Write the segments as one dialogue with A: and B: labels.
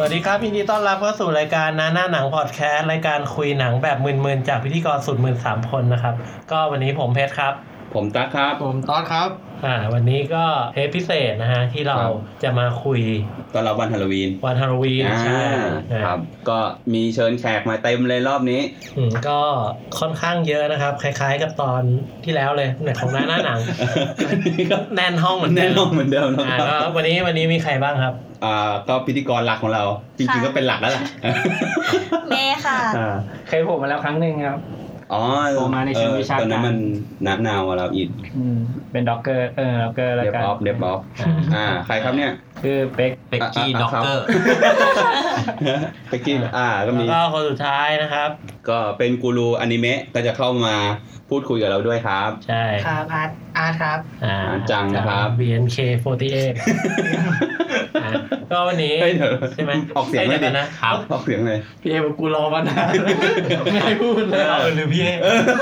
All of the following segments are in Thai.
A: วัสดีครับยินดีต้อนรับเข้าสู่รายการหน้าหนังพอดแคสต์รายการคุยหนังแบบมึนๆจากพิธีกรสุดมึน3คนนะครับก็วันนี้ผมเพชรครับ
B: ผมตั๊กครับ
C: ผมต๊อดครับ
A: วันนี้ก็เทปพิเศษนะฮะที่เราจะมาคุย
B: ตอนรับวันฮาโลวีน
A: ใช่
B: ครับก็มีเชิญแขกมาเต็มเลยรอบนี้
A: ก็ค่อนข้างเยอะนะครับคล้ายๆกับตอนที่แล้วเลยในของหน้าหนังก็แน่นห้องเหมือนเ
B: ดิม
A: นะครับวันนี้มีใครบ้างครับ
B: ก็พิธีกรหลักของเราจริงๆก็เป็นหลักแล้วล่ะ
D: เมย์ค่ะ
C: เคยโผล่มาแล้วครั้งนึงครับโผล่มาในเชิงวิชาการ
B: ตอนนั้นมันนับนาวเราอิน
C: เป็นด็อกเกอร์ด็อกเกอร์แล้วกัน
B: เดฟออฟใครครับเนี่ย
C: คือเป็ก
A: กี้ด็อกเกอร์
B: เป็กกี้ก็มี
A: ก็คนสุดท้ายนะครับ
B: ก็เป็นกูรูอนิเมะก็จะเข้ามาพูดคุยกับเราด้วยครับ
A: ใช่
D: ครับอาร์ตครับ
B: จังนะครับ
A: BNK48 ก็วันนี้ใช่ไหม
B: ออกเสียงเลยนะครับออกเสียงเลย
C: พี่เอบอกกูรอมานานไม่ให้พูดเลย
A: หรือพี่เอ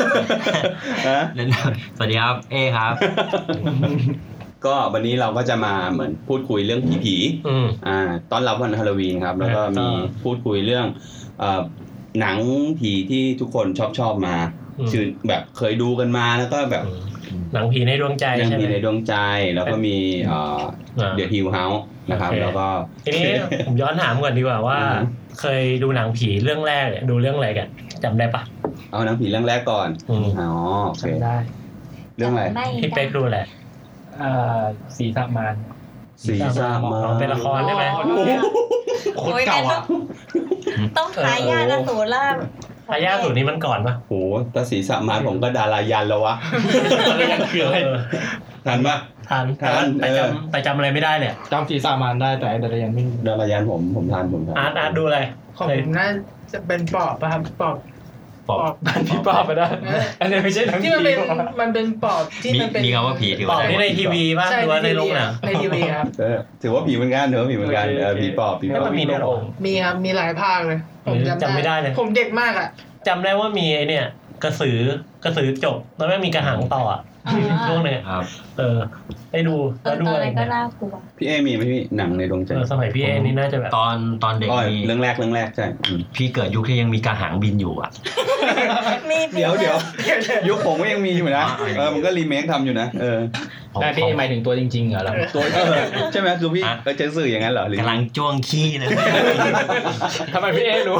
C: สวัสดีครับเอครับ
B: ก็วันนี้เราก็จะมาเหมือนพูดคุยเรื่องผีๆต้อนรับวันฮาโลวีนครับแล้วก็มีพูดคุยเรื่องหนังผีที่ทุกคนชอบมาชื่อแบบเคยดูกันมาแล้วก็แบบ
A: หนังผีในดวงใจใช่ไหม
B: หนังผีในดวงใจแล้วก็มีThe Hill House นะครับแล้วก็
A: ทีนี้ผมย้อนถามก่อนดีกว่าว่าเคยดูหนังผีเรื่องแรกเนี่ยดูเรื่องอะไรกันจำได้ปะ
B: เอาหนังผีเรื่องแรกก่อนโอเค
C: ได้
B: เรื่องอะไร
A: พี่เป๊กดูแหละ
C: สีสามาน
A: เป็นละครได้ไหม
D: โคตรเก่าอ่ะต้องทายาทสูตรล่า
A: ทายาทสูตรนี้มันก่อนปะ
B: โหแต่สีสามานผมก็ดารายันแล้ววะ
A: ยังเขื่อน
B: ทันปะ
A: ทันไปจำอะไรไม่ได้เลย
C: จำสีสามานได้แต่ดารายันไม่
B: ดารายันผมทัน
A: อาร์ตดูอะไร
C: ของผมน่าจะเป็นปอบป่ะครับปอบพี่ปอบไปได้อันนี้ไม่ใช่หนังที่มันเป็นปอบที่มันเป็น
A: มีคำว่าผีถือว่าปอบที่ในทีวีป่ะหรือว่าในโรงหนัง
C: ในทีวีครับ
B: ถือว่าผีเหมือนกันผีปอบ
A: แล้วมันมีในโรง
C: มีครับมีหลายภาคเลย
A: ผมจำไม่ได้เลย
C: ผมเด็กมากอ่ะ
A: จำได้ว่ามีไอเนี่ยกระสือจบแล้วไม่มีกระหังต่อช่วงนึงได้ดูแล้วดูอะไร
D: ก็น่ากลัว
B: พี่เอมีไหมพี่หนังในดวงใจ
A: สมัยพี่เอนี่น่าจะแบบ
E: ตอนเด็กมี
B: เรื่องแรกใช่
E: พี่เกิดยุคที่ยังมีกระหังบินอยู่อ่ะ
B: เดี๋ยวยุคผมก็ยังมีอยู่นะมันก็รีเมคทำอยู่นะ
C: แต่พี่หมายถึงตัวจริงๆเหรอ
B: ตัวใช่ไหมคือพี่จะสื่ออย่างนั้นเหรอก
E: ำลังจ้วงขี้เลย
C: ทำไมพี่เอรู้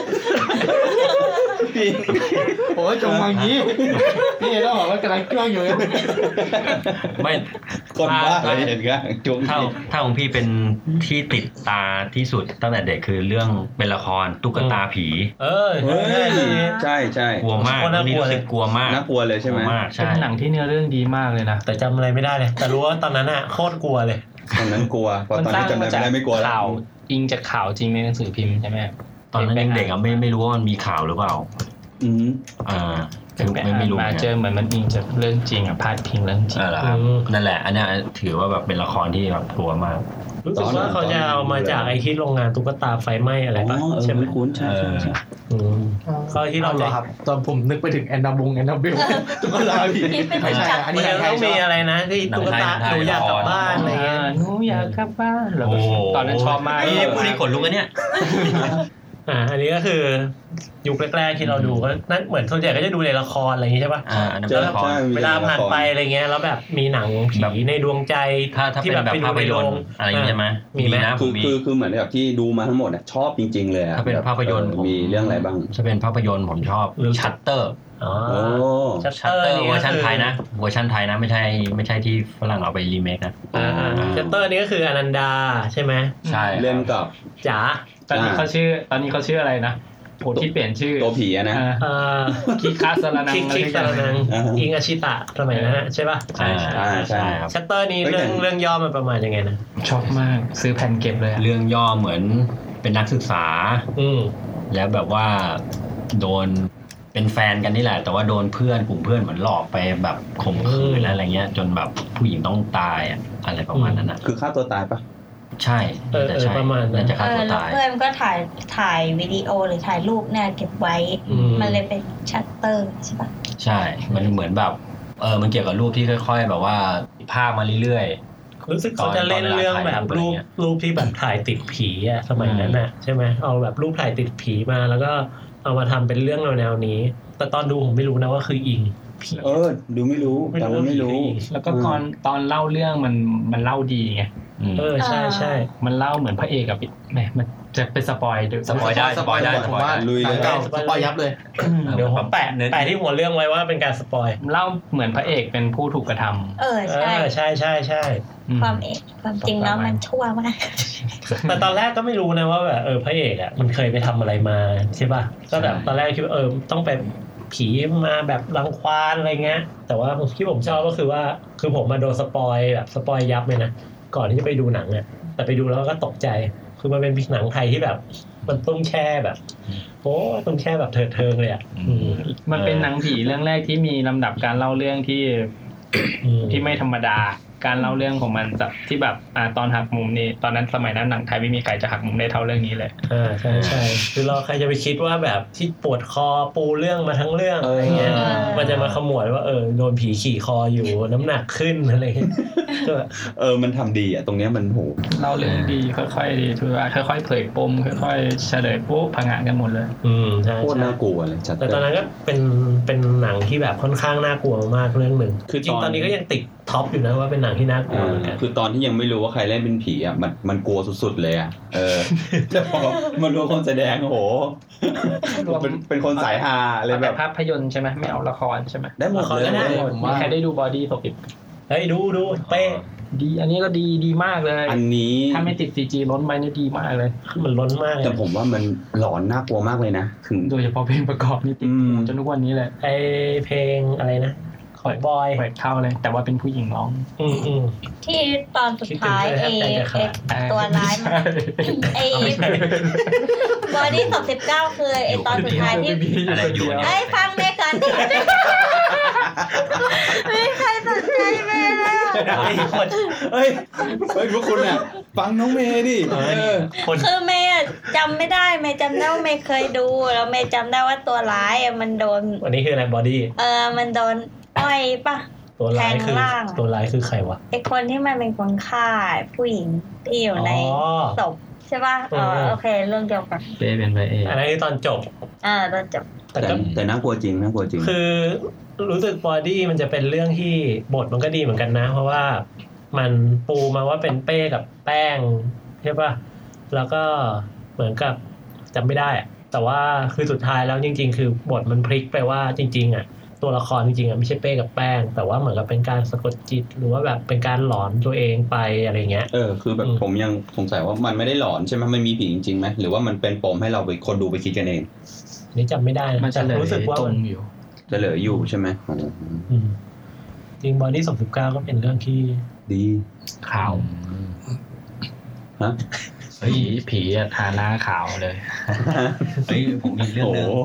C: พี่โอ้ยจงมางี้พี่เอต้องบอกว่ากำลังจ้วงอยู่
E: ไม่
B: คนบ้าอะไรเห็นกันจ้วง
E: ถ้าของพี่เป็นที่ติดตาที่สุดตั้งแต่เด็กคือเรื่องเป็นละครตุ๊กตาผี
B: ใช่
E: กลัวมากนี่รู้สึกกลัวมาก
B: น่ากลัวเลยใช่ไหม
C: เป็นหนังที่เนื้อเรื่องดีมากเลยนะ
A: แต่จำอะไรไม่ได้เลยแต่รู้ว่าตอนนั้นโคตรกลัวเลย
B: ตอนนั้นกลัวพอตอนนี้จำได้ไม่กลัว
C: แล้วอิงจากข่าวจริงในหนังสือพิมพ์ใช่ไหม
E: ตอนนั้นเด็กไม่รู้ว่ามันมีข่าวหรือเปล่าไม่รู้
C: มาเจอเหมือนมันอิงจากเรื่องจริงพาดพิงเรื่องจริง
E: นั่นแหละอันนี้ถือว่าแบบเป็นละครที่แบบกลัวมาก
A: รู้สึกว่าเขาจะเอามาจากไอ้ที่โรงงานตุ๊กตาไฟไหม้อะไรป่ะใช่ไหม
B: คุ้นใช่
A: ก็ที่เราจะ
C: ตอนผมนึกไปถึงแอนนาเบลตุ๊กตาผี
A: ไม่ใช่อันนี้ต้องมีอะไรนะที่ตุ๊กตาหนูอยากกลับบ้านอะไรเงี้ย
C: หนูอยากกลับบ้านตอนนั้นชอบมาก
E: พูดให้ขนลุกอันเนี้ย
A: อันนี้ก็คือยุคแรกๆที่เราดูก็นั่นเหมือนส่วนใหญ่ก็จะดูในละครอะไรอย่างงี้ใช่ป่ะเวลาผ่านไปอะไรเงี้ยแล้วแบบมีหนังผีในดวงใจ
E: ที่แบบเป็นภาพยนตร์อะไรอย่างเงี้ยใช่ไหม
A: มีนะ
B: คือเหมือนแบบที่ดูมาทั้งหมดชอบจริงๆเลย
E: ถ้าเป็นภาพยนตร์
B: มีเรื่องอะไรบ้าง
E: ถ้าเป็นภาพยนตร์ผมชอบชัตเตอร์ชัตเตอร์เวอร์ชันไทยนะไม่ใช่ที่ฝรั่งเอาไปรีเมคนะ
A: ชัตเตอร์นี่ก็คืออนันดาใช่ไหม
B: ใช่เล่นกับ
A: จ๋า
C: ตอนนี้เขาชื่ออะไรนะโหที่เปลี่ยนชื่อ
B: ตัวผีนะ
C: คิคาสารนัง
A: อิงอาชิตะสมัยนั้นใช่ป่ะ
B: ใช่
A: ครับชัตเตอร์นี้เรื่องย่อมันประมาณยังไงนะ
C: ชอบมากซื้อแผ่นเก็บเลย
E: เรื่องย่อเหมือนเป็นนักศึกษาแล้วแบบว่าโดนเป็นแฟนกันนี่แหละแต่ว่าโดนกลุ่มเพื่อนเหมือนหลอกไปแบบข่มขืนอะไรเงี้ยจนแบบผู้หญิงต้องตายอะไรประมาณนั้นนะ
B: คือฆ่าตัวตายปะ
E: ใช่
A: ประมาณ
E: นั้นจะฆ่าตัวตาย
D: เพื่อนก็ถ่ายวิดีโอหรือถ่ายรูปเนี่ยเก็บไว้มันเลยเป็นชัตเตอร์ใช่ปะ
E: ใช่มันเหมือนแบบมันเกี่ยวกับรูปที่ค่อยๆแบบว่าภาพมาเรื่อยๆ
A: รู้สึกเขาจะเล่นเรื่องแบบรูปที่แบบถ่ายติดผีอ่ะสมัยนั้นน่ะใช่ไหมเอาแบบรูปถ่ายติดผีมาแล้วก็เอามาทำเป็นเรื่องแนวนี้แต่ตอนดูผมไม่รู้นะว่าคืออิง
B: ดูไม่รู้แต่ว่าไม่รู้
C: แล้วก็ตอนเล่าเรื่องมันเล่าดีไง
A: ใช่
C: มันเล่าเหมือนพระเอกกับแหมมันจะเป็นสปอยได้ผมว่า
B: ลุยเลย
C: สปอยยับเลย
A: เดี๋ยวผมแปะที่หัวเรื่องไว้ว่าเป็นการสปอย
C: เล่าเหมือนพระเอกเป็นผู้ถูกกระท
D: ำใช่ความจริงแล้วมันชั่วมาก
A: แต่ตอนแรกก็ไม่รู้นะว่าแบบพระเอกอ่ะมันเคยไปทำอะไรมาใช่ป่ะก็แบบตอนแรกคิดว่าต้องไปผีมาแบบรังควานอะไรเงี้ยแต่ว่าที่ผมชอบก็คือว่าคือผมมาโดนสปอยแบบสปอยยับเลยนะก่อนที่จะไปดูหนังเนี่ยแต่ไปดูแล้วก็ตกใจคือมันเป็นหนังไทยที่แบบมันต้องแช่แบบต้องแช่แบบเถิดเทิงเลยอ่ะ
C: มันเป็นหนังผีเรื่องแรกที่มีลำดับการเล่าเรื่องที่ไม่ธรรมดาการเล่าเรื่องของมันที่แบบตอนหักมุมนี่ตอนนั้นสมัยนั้นหนังไทยไม่มีใครจะหักมุมได้เท่าเรื่องนี้เลย
A: ใช่คือเราใครจะไปคิดว่าแบบที่ปวดคอปูเรื่องมาทั้งเรื่องอะไรเงี้ยมันจะมาขมวดว่าโดนผีขี่คออยู่น้ำหนักขึ้นอะไรเงี้ย
B: ก็มันทำดีอ่ะตรงเนี้ยมันโห
C: เล่าเรื่องดีค่อยๆดีคือค่อยๆเผยปมค่อยๆเฉลยปุ๊บพังงะกันหมดเลย
A: ใช่
B: โคตรน่ากลัวเลย
A: แต่ตอนนั้นก็เป็นหนังที่แบบค่อนข้างน่ากลัวมากเรื่องนึงคือจริงตอนนี้ก็ยังติดท็อปอยู่นะว่าเป็นหนังที่น่ากลัว
B: คือตอนที่ยังไม่รู้ว่าใครเล่นเป็นผีอ่ะมันกลัวสุดๆเลยอ่ะแต่พอมารู้คนแสดงโหเป็นคนสายฮาอะไรแบบ
C: ภาพยนตร์ใช่ไหมไม่เอาละครใช่ไหม
B: ได้หมดเลย
C: ผมว่าใครได้ดูบอดี้ศพ
A: ดูเป๊ะ
C: ดีอันนี้ก็ดีมากเลย
B: อันนี้
C: ถ้าไม่ติด CG ล้นไปนี่ดีมากเลย
A: มันล้นมาก
B: แต่ผมว่ามันหลอนน่ากลัวมากเลยนะถึง
C: โดยเฉพาะเพลงประกอบนี่ติดจนทุกวันนี้เลย
A: ไอเพลงอะไรนะเปิดบอย
C: เปิดเข้าเลยแต่ว่าเป็นผู้หญิงร้อง
D: ที่ตอนสุดท้ายตัวร้ายไอบอดี้19คือไอตอนสุดท้ายที่ไอฟังเมย์กันไม่ใครสนใจเมย์แล้ว
B: เฮ้ยพวกคุณเนี่ยฟังน้องเมย์ดิ
D: คือเมย์จำไม่ได้เมย์จำได้ว่าเมย์เคยดูแล้วเมย์จำได้ว่าตัวร้ายมันโดน
A: วันนี้คืออะไรบอดี้
D: มันโดนอ้อยป่ะ
A: ตัวร้ายคือใครวะ
D: ไอคนที่มันเป็นคนฆ่าผู้หญิงที่อยู่ในศพใช่ป่ะโอเคเรื่องเดียวกัน
C: เป็นไปเอง
A: อันนี้ตอนจบ
D: ตอนจบ
B: แต่น่ากลัวจริง
A: คือรู้สึกบอดี้มันจะเป็นเรื่องที่บทมันก็ดีเหมือนกันนะเพราะว่ามันปูมาว่าเป็นเป้กับแป้งใช่ป่ะแล้วก็เหมือนกับจำไม่ได้แต่ว่าคือสุดท้ายแล้วจริงๆคือบทมันพลิกไปว่าจริงๆตัวละครจริงๆไม่ใช่เป้กับแป้งแต่ว่าเหมือนกับเป็นการสะกดจิตหรือว่าแบบเป็นการหลอนตัวเองไปอะไรเงี้ย
B: คือแบบผมยังสงสัยว่ามันไม่ได้หลอนใช่ไหมมันมีผีจริงๆไหมหรือว่ามันเป็นปมให้เราไปคนดูไปคิดกันเอง
A: นี่จำไม่ได้นะ
C: แต่รู้สึกว่ามัน
B: อยู่จะเหลืออยู่ใช่ไหม
A: จริงบอดี้29ก็เป็นเรื่องที่
B: ดี
C: ข่าว
B: ฮะ
C: ผีทาหน้าขาวเลย
E: ผมมีเรื่องนึง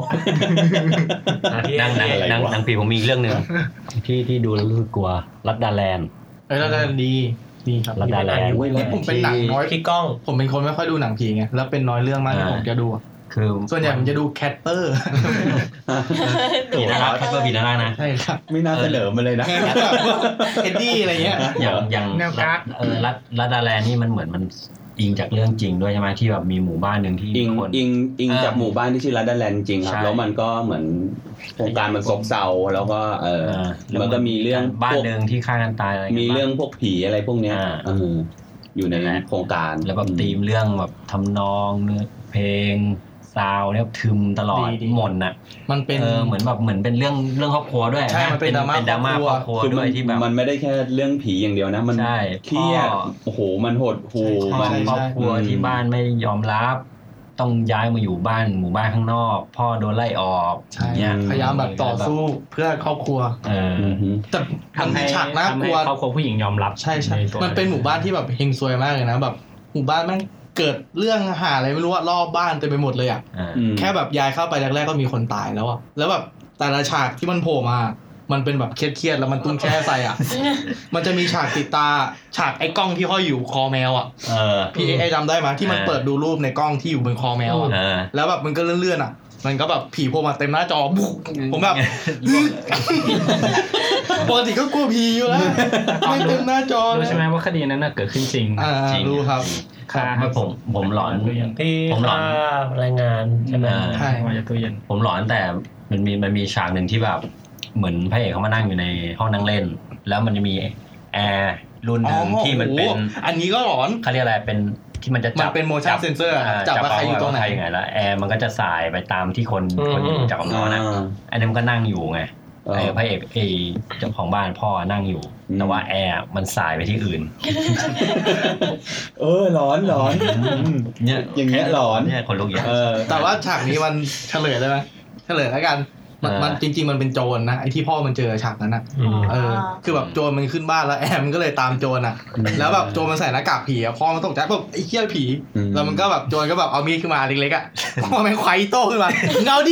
E: นางผีผมมีเรื่องนึงที่ดูแล้วรู้สึกกลัวรัดดาแลนด์
C: รัดดาแลนด์ดีครับ
E: รัดดาแลนด์
C: ผมเป็นหนังน้อย
A: พี่ก้อง
C: ผมเป็นคนไม่ค่อยดูหนังผีไงแล้วเป็นน้อยเรื่องมากที่ผมจะดู
E: คือ
C: ส่วนใหญ่ผมจะดูแคทเปอร์
E: ผีน่ารักแคทเปอร์ผีน่ารักนะ
C: ใช่ครับ
B: ไม่น่าเสนอมาเลยนะ
C: เอ็ดดี้อะไรเงี้ย
E: อย่างรัดดาแลนด์นี่มันเหมือนมันอิงจากเรื่องจริงด้วยใช่ไหมที่แบบมีหมู่บ้านหนึ่งที่
B: คนอิงจากหมู่บ้านที่ชื่อรัดดาแลนด์จริงครับแล้วมันก็เหมือนโครงการมันซบเซาแล้วก็มันก็มีเรื่อง
E: บ้านหนึ่งที่ฆ่ากันตายอะไร
B: มีเรื่องพวกผีอะไรพวกเนี้ยอยู่ในโครงการ
E: แล้วแบบธีมเรื่องแบบทำนองเนื้อเพลงซาวเนี่ยทึมตลอดหม่นน่ะ
C: มันเป็น
E: เหมือนเป็นเรื่องครอบครัวด้วย
C: ใช่มันเป็นดราม่า
E: ครอบครัวด้วยที่แบบ
B: มันไม่ได้แค่เรื่องผีอย่างเดียวนะมันเครียดโอ้โหมันหดหู่
E: มันครอบครัวที่บ้านไม่ยอมรับต้องย้ายมาอยู่บ้านหมู่บ้านข้างนอกพ่อโดนไล่ออก
C: เนี่ยพยายามแบบต่อสู้เพื่อครอบครัวแต่มันมีฉากน่ากลัวครอบครัวผู้หญิงยอมรับใช่มันเป็นหมู่บ้านที่แบบเฮงซวยมากเลยนะแบบหมู่บ้านแม่งเกิดเรื่องหาอะไรไม่รู้ว่ารอบบ้านเต็มไปหมดเลยแค่แบบยายเข้าไปแรกๆก็มีคนตายแล้วแล้วแบบแต่ละฉากที่มันโผล่มามันเป็นแบบเครียดๆแล้วมันตุ้งแช่ใส่มันจะมีฉากติดตาฉากไอ้กล้องที่ห้อยอยู่คอแมวพี่จำได้ไหมที่มันเปิดดูรูปในกล้องที่อยู่บนคอแมวแล้วแบบมันก็เลื่อนมันก็แบบผีโผล่มาเต็มหน้าจอผมแบบปกติก็กลัวผีอยู่แล้วไม่เต็มหน้าจอ
F: รู้ใช่ไหมว่าคดีนั้นเกิดขึ้นจริง
C: รู้ครับ
E: ผมหลอน
A: ผมหลอนรายงานใช่ไหม
C: ใช่
F: มาจากตู้เย็น
E: ผมหลอนแต่มันมีฉากหนึ่งที่แบบเหมือนพระเอกเขามานั่งอยู่ในห้องนั่งเล่นแล้วมันจะมีแอร์รุ่นนึงที่มันเป็น
C: อันนี้ก็หลอน
E: เขาเรียกอะไรเป็นที่มันจะจับ
C: เป็น motion sensor จับว่าใครอยู่ตรงไหน
E: ยังไงแล้วแอร์มันก็จะสายไปตามที่คนอยู่จับกับนอนนะอันนี้มันก็นั่งอยู่ไงพระเอกเจ้าของบ้านพ่อนั่งอยู่แต่ว่าแอร์มันสายไปที่อื่น
B: หลอนเนี่ยอย่างเงี้ยหลอน
E: เนี่ยคนลุกอย่าง
C: แต่ว่าฉากนี้มันเฉลยได้ไหมเฉลยแล้วกันมันจริงๆมันเป็นโจรนะไอ้ที่พ่อมันเจอฉากนั้นน่ะคือแบบโจรมันขึ้นบ้านแล้วแอมมันก็เลยตามโจรน่ะแล้วแบบโจรมันใส่หน้ากากผีอ่ะพ่อมันตกใจแบบไอ้เหี้ยผีแล้วมันก็แบบโจรก็แบบเอามีดขึ้นมาเล็กๆอ่ะพ่อมันไขว้โต้ขึ้นมาเงาดิ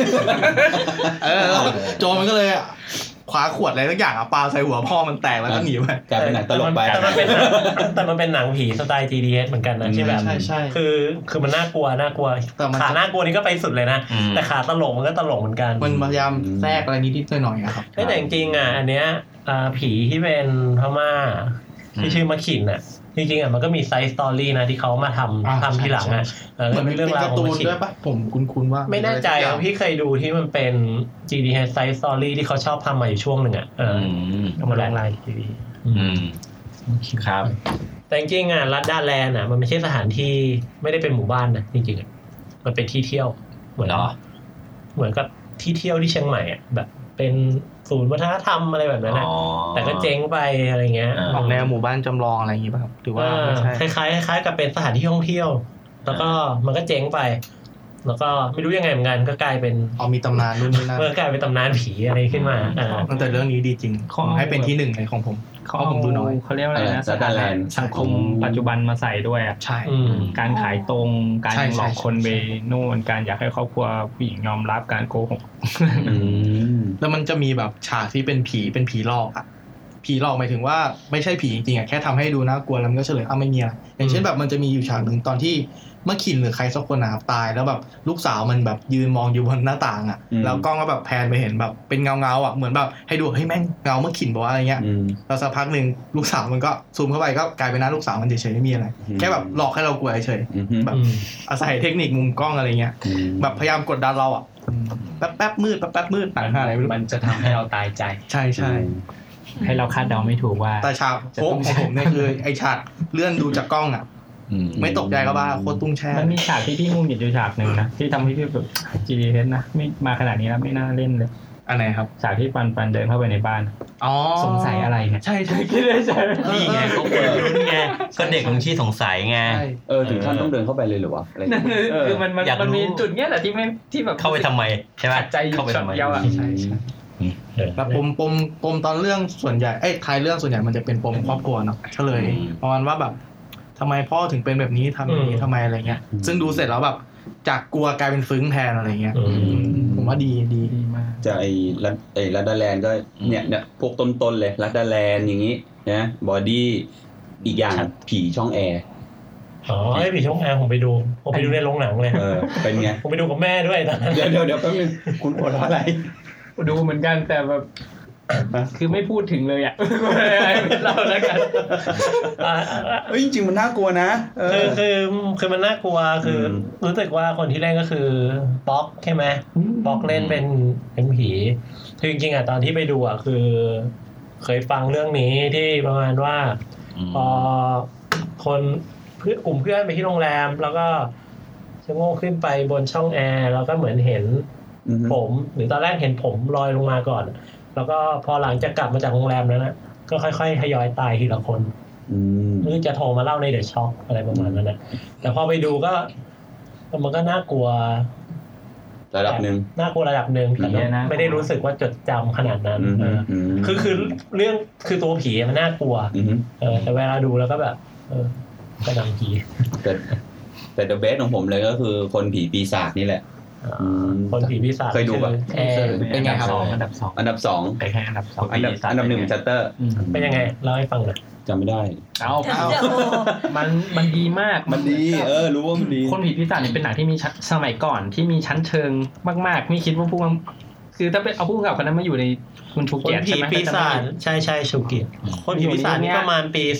C: โจรมันก็เลยคว้าขวดอะไรสักอย่างปาใส่หัวพ่อมันแตกแล้วก็หนีไป
B: กลายเป็นหนังตลกไป
A: แต่มันเป็นหนังผีสไตล์ GDS เหมือนกันนะที่แบบคือมันน่ากลัวขาน่ากลัวนี่ก็ไปสุดเลยนะแต่ขาตลกมันก็ตลกเหมือนกัน
C: มันพยายามแทรกอะไรนิดๆหน่อยๆครับ
A: แต่จริงๆอันเนี้ยผีที่เป็นพม่าที่ชื่อมะขินน่ะจริงๆมันก็มีไซส์สตอรี่นะที่เขามาทำทีหลังอ่ะ
C: มันเป็นเรื่องราวของมะขินด้วยปะผมคุ้นๆว่า
A: ไม่แน่ใจพี่เคยดูที่มันเป็น GDS ไซส์สตอรี่ที่เขาชอบทำมาอยู่ช่วงนึงอ่ะมาลงไลน์ทีวี
E: ครับ
A: แต่จริงๆรัดดาแลนด์มันไม่ใช่สถานที่ไม่ได้เป็นหมู่บ้านนะจริงๆมันเป็นที่เที่ยวเหมือนกับที่เที่ยวที่เชียงใหม่อ่ะแบบเป็นศูนย์วัฒนธรรมอะไรแบบนั้นนะแต่ก็เจ๊งไปอะไรเงี้ย
C: ออกแนวหมู่บ้านจำลองอะไรอย่างงี้ป่ะครับหรือว่า
A: ไม่ใช่คล้ายๆกับเป็นสถานที่ท่องเที่ยวแล้วก็มันก็เจ๊งไปแล้วก็ไม่รู้ยังไงเหมือนกันก็กลายเป็น
C: มีตำนานนู่นนี่นั่น
A: กลายเป็นตำนานผีอะไรขึ้นมา
C: แต่เรื่องนี้ดีจริงขอให้เป็นที่หนึ่งในของผม
F: ผมดูน้อยเขาเรียกว่าอะไรนะสังคมปัจจุบันมาใส่ด้วย
C: ใช่
F: การขายตรงการหลอกคนไปโน่นการอยากให้ครอบครัวผู้หญิงยอมรับการโกหก
C: แล้วมันจะมีแบบฉากที่เป็นผีหลอกอะผีหลอกหมายถึงว่าไม่ใช่ผีจริงๆแค่ทำให้ดูน่ากลัวแล้วมันก็เฉลยไม่มีอะไรอย่างเช่นแบบมันจะมีอยู่ฉากนึงตอนที่มะขินหรือใครสักคนนะครับตายแล้วแบบลูกสาวมันแบบยืนมองอยู่บนหน้าต่างอ่ะแล้วกล้องก็แบบแพนไปเห็นแบบเป็นเงาอ่ะเหมือนแบบให้ดูให้แม่งเงามะขินบอกว่าอะไรเงี้ยแล้วสักพักนึงลูกสาวมันก็ซูมเข้าไปก็กลายเป็นหน้าลูกสาวมันเฉยๆไม่มีอะไรแค่แบบหลอกให้เรากลัวเฉยๆแบบอาศัยเทคนิคมุมกล้องอะไรเงี้ยแบบพยายามกดดันเราอ่ะแป๊บๆมืดหนังอะไร
F: มันจะทำให้เราตายใจ
C: ใช่
F: ให้เราคาดเดาไม่ถูกว่า
C: แต่ฉากโฟกของผมเนี่ยคือไอฉากเลื่อนดูจากกล้องอ่ะไม่ตกใจก็บ้าโคตรตุ้งแช่
F: มันมีฉากที่พี่งุ่นหงิดอยู่ฉากนึงนะที่ทำให้พี่แบบ GDS นะไม่มาขนาดนี้แล้วไม่น่าเล่นเลย
C: อันไหนครับ
F: ฉากที่ปันเดินเข้าไปในบ้านสงสัยอะไรเนี่ย
C: ใช่
F: คิดเลยใช่
E: นี่ไงก็เปิดรุ่นไงก็เด็กของที่สงสัยไง
B: ถึงขั้นต้องเดินเข้าไปเลยหรือวะ
F: คือมันมีจุดเนี้ยแหละที่แบบ
E: เข้าไปทำไมใช่ไหม
F: เข้าไปทำไม
C: ใช่แบบปมตอนเรื่องส่วนใหญ่ท้ายเรื่องส่วนใหญ่มันจะเป็นปมครอบครัวเนาะเฉลยประมาณว่าแบบทำไมพ่อถึงเป็นแบบนี้ทำแบบนี้ทำไมอะไรเงี้ยซึ่งดูเสร็จแล้วแบบจากกลัวกลายเป็นฟื้นแทนอะไรเงี้ยผมว่าดี
F: มาก
B: จะลัดดาแลนด์ก็เนี่ยพวกต้นๆเลยลัดดาแลนด์อย่างงี้นะบอดี้อีกอย่างผีช่องแอร์
A: ผีช่องแอร์ผมไปดูในโรงหนังเลย
B: เป็นไง
A: ผมไปดูกับแม่ด้วยตอนนั้น
B: เดี๋ยวแป๊บนึงคุณหัวเราะอะไร
F: ดูเหมือนกันแต่แบบคือไม่พูดถึงเลยอ่ะเล่าแล้วกัน
B: จริงๆมันน่ากลัวนะ
A: คือมันน่ากลัวคือรู้สึกว่าคนที่เล่นก็คือป๊อกใช่ไหมป๊อกเล่นเป็นผีคือจริงๆตอนที่ไปดูคือเคยฟังเรื่องนี้ที่ประมาณว่าพอคนกลุ่มเพื่อนไปที่โรงแรมแล้วก็ชะโงกขึ้นไปบนช่องแอร์แล้วก็เหมือนเห็นผมหรือตอนแรกเห็นผมลอยลงมาก่อนแล้วก็พอหลังจากกลับมาจากโรงแรมนั้นนะก็ค่อยๆทยอยตายทีละคนหรือจะโทรมาเล่าในเดอะช็อคอะไรประมาณนั้นนะแต่พอไปดูก็มันก็น่ากลัว
B: ระดับนึง
A: น่ากลัวระดับนึงแต่ไม่ได้รู้สึกว่าจดจำขนาดนั้นคือเรื่องคือตัวผีมันน่ากลัวแต่เวลาดูแล้วก็แบบก็ดังผี
B: แต่ The Best ของผมเลยก็คือคนผีปีศาจนี่แหละ
A: คนผีปีศาจ
B: เคยดูป่ะ
C: เป็นไงครับ
B: อันดับ2
F: ไปแค่อันดับ2
B: อันดับ1ชัตเตอร์
A: เป็นยังไงเล่าให้ฟังหน่อย
B: จำไม่ได้
F: มันดีมาก
B: มันดีรู้ว่ามันดี
F: คนผีปีศาจนี่เป็นหนังที่มีสมัยก่อนที่มีชั้นเชิงมากๆไม่คิดว่าพวกคือถ้าเป็นเอาผู้กำกับคนนั้นมาอยู่ในคุณชูเกียรติใช่ไหม
A: คนผีปีศาจใช่ชูเกียรติคนผีปีศาจนี่ประมาณปี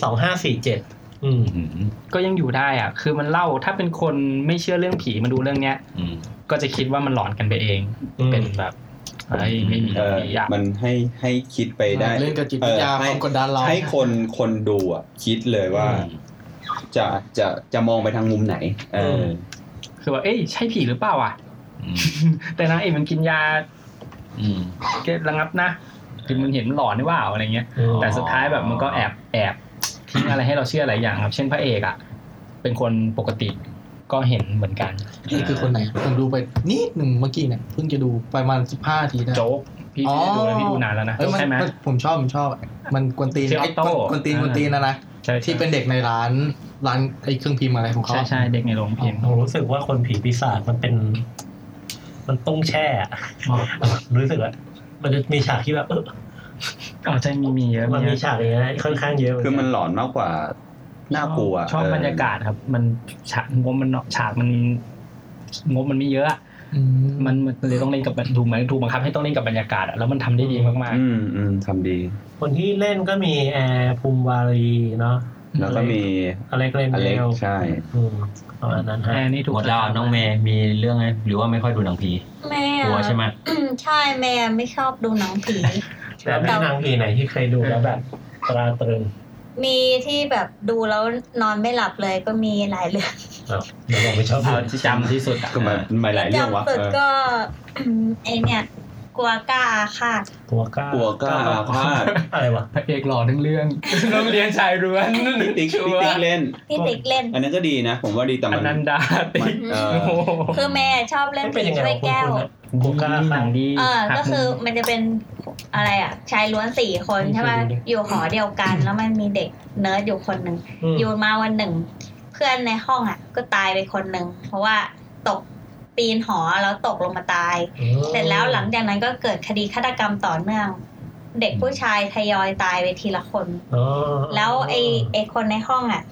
A: 2547
F: ก็ยังอยู่ได้อ่ะคือมันเล่าถ้าเป็นคนไม่เชื่อเรื่องผีมาดูเรื่องเนี้ยก็จะคิดว่ามันหลอนกันไปเองเป็นแบบอะไรไม่มีผีอ่ะ
B: มันให้คิดไปได้
C: เรื่องกับจิตวิทยาความกดดันเรา
B: ให้คนดูอ่ะคิดเลยว่าจะมองไปทางมุมไหน
F: คือว่าเอ้ยใช่ผีหรือเปล่าอ่ะแต่นางเอกมันกินยาแก้ระงับนะคือมันเห็นหลอนได้ว่าอะไรเงี้ยแต่สุดท้ายแบบมันก็แอบทิ้งอะไรให้เราเชื่อหลายอย่างครับเช่นพระเอกอ่ะเป็นคนปกติก็เห็นเหมือนกัน
C: นี่คือคนไหนผมดูไปนิดนึงเมื่อกี้เนี่ยเพิ่งจะดูประมาณ15นาทีได้
F: โจ๊กพี่ดูแล้วพี่ดูนานแล้วนะ
C: ใช่ไหมผมชอบมันกวนตีนกวนตีนนะที่เป็นเด็กในร้านไอ้เครื่องพิมพ์อะไรของเขา
F: ใช่เด็กในโรงพิมพ์
A: ผมรู้สึกว่าคนผีปีศาจมันต้องแช่รู้สึกว่ามันจะมีฉากที่แบบ
F: ใช่มีเยอะ
A: มันมีฉากอย่างเงี้ยค่อนข้างเยอะ
B: คือมันหลอนมากกว่าน่ากลัว
F: ชอบบรรยากาศครับมันฉากงบมันไม่เยอะมันเลยต้องเล่นกับถูกบังคับให้ต้องเล่นกับบรรยากาศแล้วมันทำได้ดีมาก
B: ๆทำดี
A: คนที่เล่นก็มีแอร์ภูมิวารีเนาะ
B: แล้วก็มี
A: อเล็กเล่นเดล
B: ใช่
A: ประมาณนั้นฮะ
F: นี่ถูก
E: หมดแล้วน้องเมย์มีเรื่องไงหรือว่าไม่ค่อยดูหนังผี
D: แม่
E: กลัวใช่ไหม
D: ใช่แม่ไม่ชอบดูหนังผี
A: แล้วมีหนังผีไหนที่เคยดูแล้วแบบตราตรึง
D: มีที่แบบดูแล้วนอนไม่หลับเลยก็มีหลายเรื่อง
A: เราบอกไม่ชอบ
F: ที่จำที่สุด
B: ก็มาหลายเรื่องวะ
D: ก็ไอเนี่ยกลัวกล้าอาฆาต
B: กลัวกล้าอาฆาต
A: อะไรวะ
F: พระเอกหล่อทั้งเรื่องโรงเรียนชายล้วน
B: พี่ติ๊กเล่นอันนั้นก็ดีนะผมว่าดีแต่มัน
F: อนันดาติ๊ก
D: คือแม่ชอบเล่นผีถ้วยแก้ว
A: กลัวกล้า
F: หนังดี
D: ก็คือมันจะเป็นอะไรอ่ะชายล้วน4คนใช่ป่ะอยู่หอเดียวกันแล้วมันมีเด็กเนิร์ดอยู่คนนึงอยู่มาวันหนึ่งเพื่อนในห้องอ่ะก็ตายไปคนนึงเพราะว่าตกปีนหอแล้วตกลงมาตายเสร็จแล้วหลังจากนั้นก็เกิดคดีฆาตกรรมต่อเนื่องเด็กผู้ชายทยอยตายไปทีละคนแล้วไอ้คนในห้องอ่ะ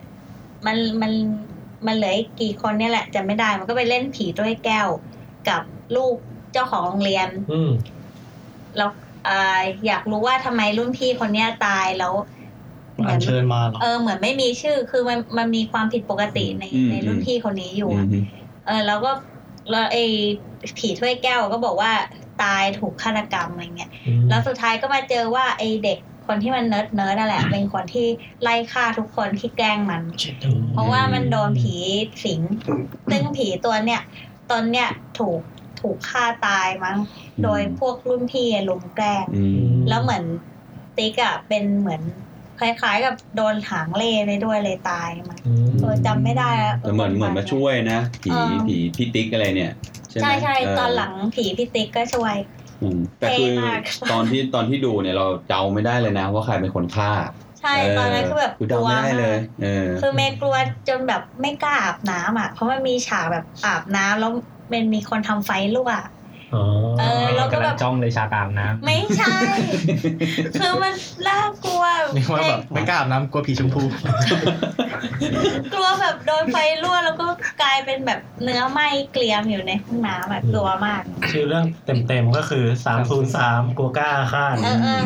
D: มันเหลือกี่คนเนี่ยแหละจำไม่ได้มันก็ไปเล่นผีถ้วยแก้วกับลูกเจ้าของโรงเรียนแล้วอยากรู้ว่าทำไมรุ่นพี่คนเนี้ยตายแล้ว
C: เหมือนเชิญมา
D: เหมือนไม่มีชื่อคือมันมีความผิดปกติในรุ่นพี่คนนี้อยู่แล้วไอ้ผีถ้วยแก้วก็บอกว่าตายถูกฆาตกรรมอะไรเงี้ยแล้วสุดท้ายก็มาเจอว่าไอ้เด็กคนที่มันเนิร์ดนั่นแหละเป็นคนที่ไล่ฆ่าทุกคนที่แกล้งมันเพราะว่ามันโดนผีสิงซึ่งผีตัวเนี้ยตอนเนี้ยถูกฆ่าตายมั้งโดยพวกรุ่นพี่ลุมแกล้งแล้วเหมือนติ๊กอ่ะเป็นเหมือนคล้ายๆกับโดนหางเล่ไปด้วยเลยตายมันจำไม่ได้แล้ว
B: เหมือนมาช่วยนะผีพี่ติ๊กอะไรเนี่ย
D: ใช่ตอนหลังผีพี่ติ๊กก็ช่วย
B: แต่คือตอนที่ดูเนี่ยเราเดาไม่ได้เลยนะว่าใครเป็นคนฆ่า
D: ใช่ตอนนั้นคือแบบ
B: เดาไม่ได้เลย
D: คือเมย์กลัวจนแบบไม่กล้าอาบน้ำอ่ะเพราะมันมีฉากแบบอาบน้ำแล้วมันมีคนทำไฟลุกอ่ะ
F: เราก็แบบจ้องเลยฉากอาบน้ำ
D: ไม่ใช่คือมันน่ากลัว
C: นี่ว่าแบบไม่กล้าอาบน้ำกลัวผีชมพู
D: กลัวแบบโดนไฟรั่วแล้วก็กลายเป็นแบบเนื้อไหม้เกรียมอยู่ในห้องน้ำแบบกลัวมาก
A: ชื่อเรื่องเต็มๆก็คือ303กลัวกล้าอาฆาต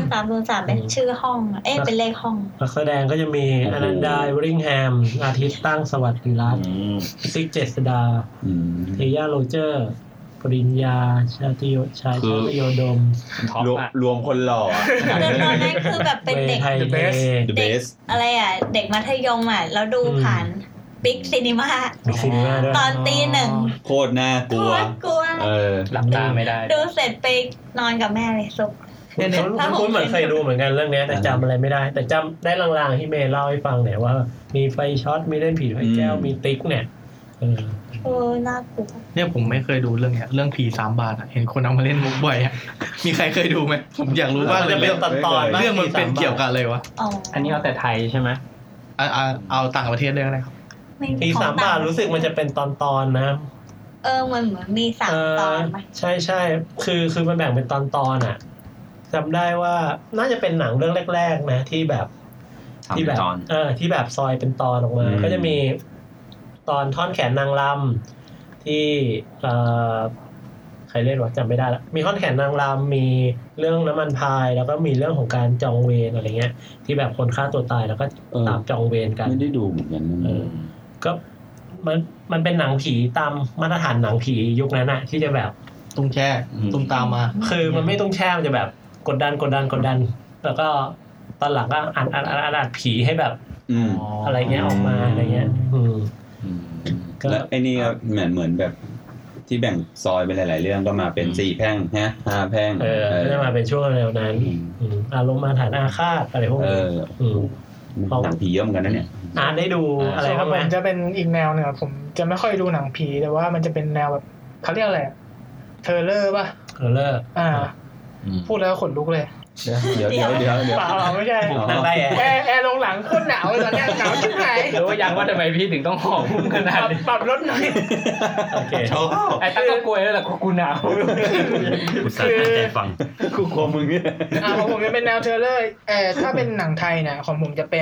D: 303เป็นชื่อห้องเป็นเลขห้อง
A: นักแสดงก็จะมีอนันดา วริงแฮมอาทิตย์ตั้งสวัสดิรัตน์ซิกเจษดาเทย่าโรเจอร์ปริญญาชาติชายโยดม
B: รวมคนหล่อ
D: ตอนนั้นคือแบบเป็นเด็ก
B: The Best
D: อะไรอ่ะเด็กมัธยมอ่ะแล้วดูผ่านบิ๊กซีนีมาตอนตี 1
B: โคตรน่ากลัว
F: หลับตาไม่ได้
D: ดูเสร็จไปนอนกับแม่เลยสุก
A: คุณเหมือนเคยดูเหมือนกันเรื่องนี้แต่จำอะไรไม่ได้แต่จำได้ลางๆที่เมย์เล่าให้ฟังเนี่ยว่ามีไฟช็อตมีเล่นผีถ้วยแก้วมีติ๊กเนี่ย
D: น่ากลัว
C: เนี่ยผมไม่เคยดูเรื่องเนี้ยเรื่องผี3 บาทเห็นคนเอามาเล่นมุกบ่อยมีใครเคยดูไหมผมอยากรู้ว่า
A: จะเป็นตอน
C: เรื่องมันเป็นเกี่ยวกับอะไรวะ
F: อันนี้เอาแต่ไทยใช่ไหม
C: เอาต่างประเทศได้ไหมครับ
A: ผี3 บาทรู้สึกมันจะเป็นตอนนะ
D: เหมือนมี3ตอนมั้ย
A: ใช่ๆคือมันแบ่งเป็นตอนๆอ่ะจำได้ว่าน่าจะเป็นหนังเรื่องแรกๆนะที่แบบที่แบบซอยเป็นตอนออกมาก็จะมีตอนท่อนแขนนางรำที่ใครเล่นวะจำไม่ได้ละมีท่อนแขนนางรำมีเรื่องน้ำมันพายแล้วก็มีเรื่องของการจองเวรอะไรเงี้ยที่แบบคนฆ่าตัวตายแล้วก็ตามจองเวรกัน
B: ไม่ได้ดูเหมือนกัน
A: ก็มันเป็นหนังผีตามมาตรฐานหนังผียุคนั้นน่ะที่จะแบบ
C: ตุ้งแช่ตุ้งตามมา
A: คือมันไม่ตุ้งแช่มันจะแบบกดดันแล้วก็ตอนหลังก็อัดผีให้แบบอะไรเงี้ยออกมาอะไรเงี้ย
B: แล้วไอ้นี่ก็เหมือนแบบที่แบ่งซอยเป็นหลายๆเรื่องก็มาเป็น4แพร่งฮะ5แพร่ง
A: ก็จะมาเป็นช่วงแนวนั้นอารมณ์มาฐานอาฆาตอะไรพวกนี้
B: หนังผีเยอะเหมือนกันนะเนี่ย
A: ได้ดูอะไรบ้างมั้ย
G: จะเป็นอีกแนวนึงผมจะไม่ค่อยดูหนังผีแต่ว่ามันจะเป็นแนวแบบเค้าเรียกอะไรเทอร์เลอร์ป่ะ
A: เทอร์เลอร์
G: พูดแล้วขนลุกเลย
B: เดี๋ยว
G: เปล่าไม่ใช่
A: นั่งได้
G: แอร์ลงหลังโคตรหนาวเลยตอนนี้หนาวชิบหาย
F: รู้ยังว่าทำไมพี่ถึงต้องห่อหุ้มขนาดนี้
G: ปรับลดหน่อย
A: โอเค
F: ไอ้ตั้งก็กลัวแล้วแหละกูหนาว
E: คือฟัง
B: กูกลัวมึงเนี่ย
G: ของผมจะเป็นแนวเทอร์เลอร์ถ้าเป็นหนังไทยเนี่ยของผมจะเป็น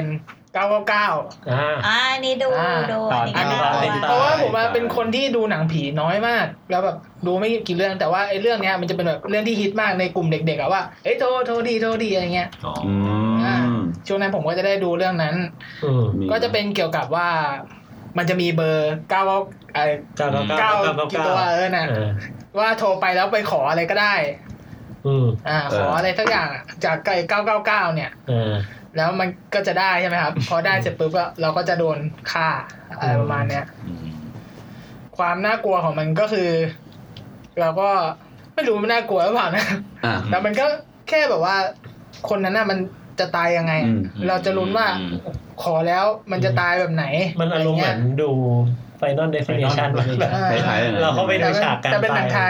G: 999
D: นี่ดู
G: เพราะว่าผมเป็นคนที่ดูหนังผีน้อยมากแล้วแบบดูไม่กี่เรื่องแต่ว่าไอ้เรื่องเนี้ยมันจะเป็นแบบเรื่องที่ฮิตมากในกลุ่มเด็กๆว่าเอ้ยโทรดีอะไรเงี้ยช่วงนั้นผมก็จะได้ดูเรื่องนั้นก็จะเป็นเกี่ยวกับว่ามันจะมีเบอร์9กี่ตัวน่ะว่าโทรไปแล้วไปขออะไรก็ได้ขออะไรสักอย่างจากไก่999เนี่ยแล้วมันก็จะได้ใช่ไหมครับพอได้เสร็จปุ๊บเราก็จะโดนฆ่าอะไรประมาณเนี้ยความน่ากลัวของมันก็คือเราก็ไม่รู้มันน่ากลัวหรือเปล่านะแต่มันก็แค่แบบว่าคนนั้นน่ะมันจะตายยังไงเราจะลุ้นว่าขอแล้วมันจะตายแบบไหน
A: มันอารมณ์เหมือนดู Final Destination เราเข้าไปดูฉากการ
G: แต่เป็นหนังไทย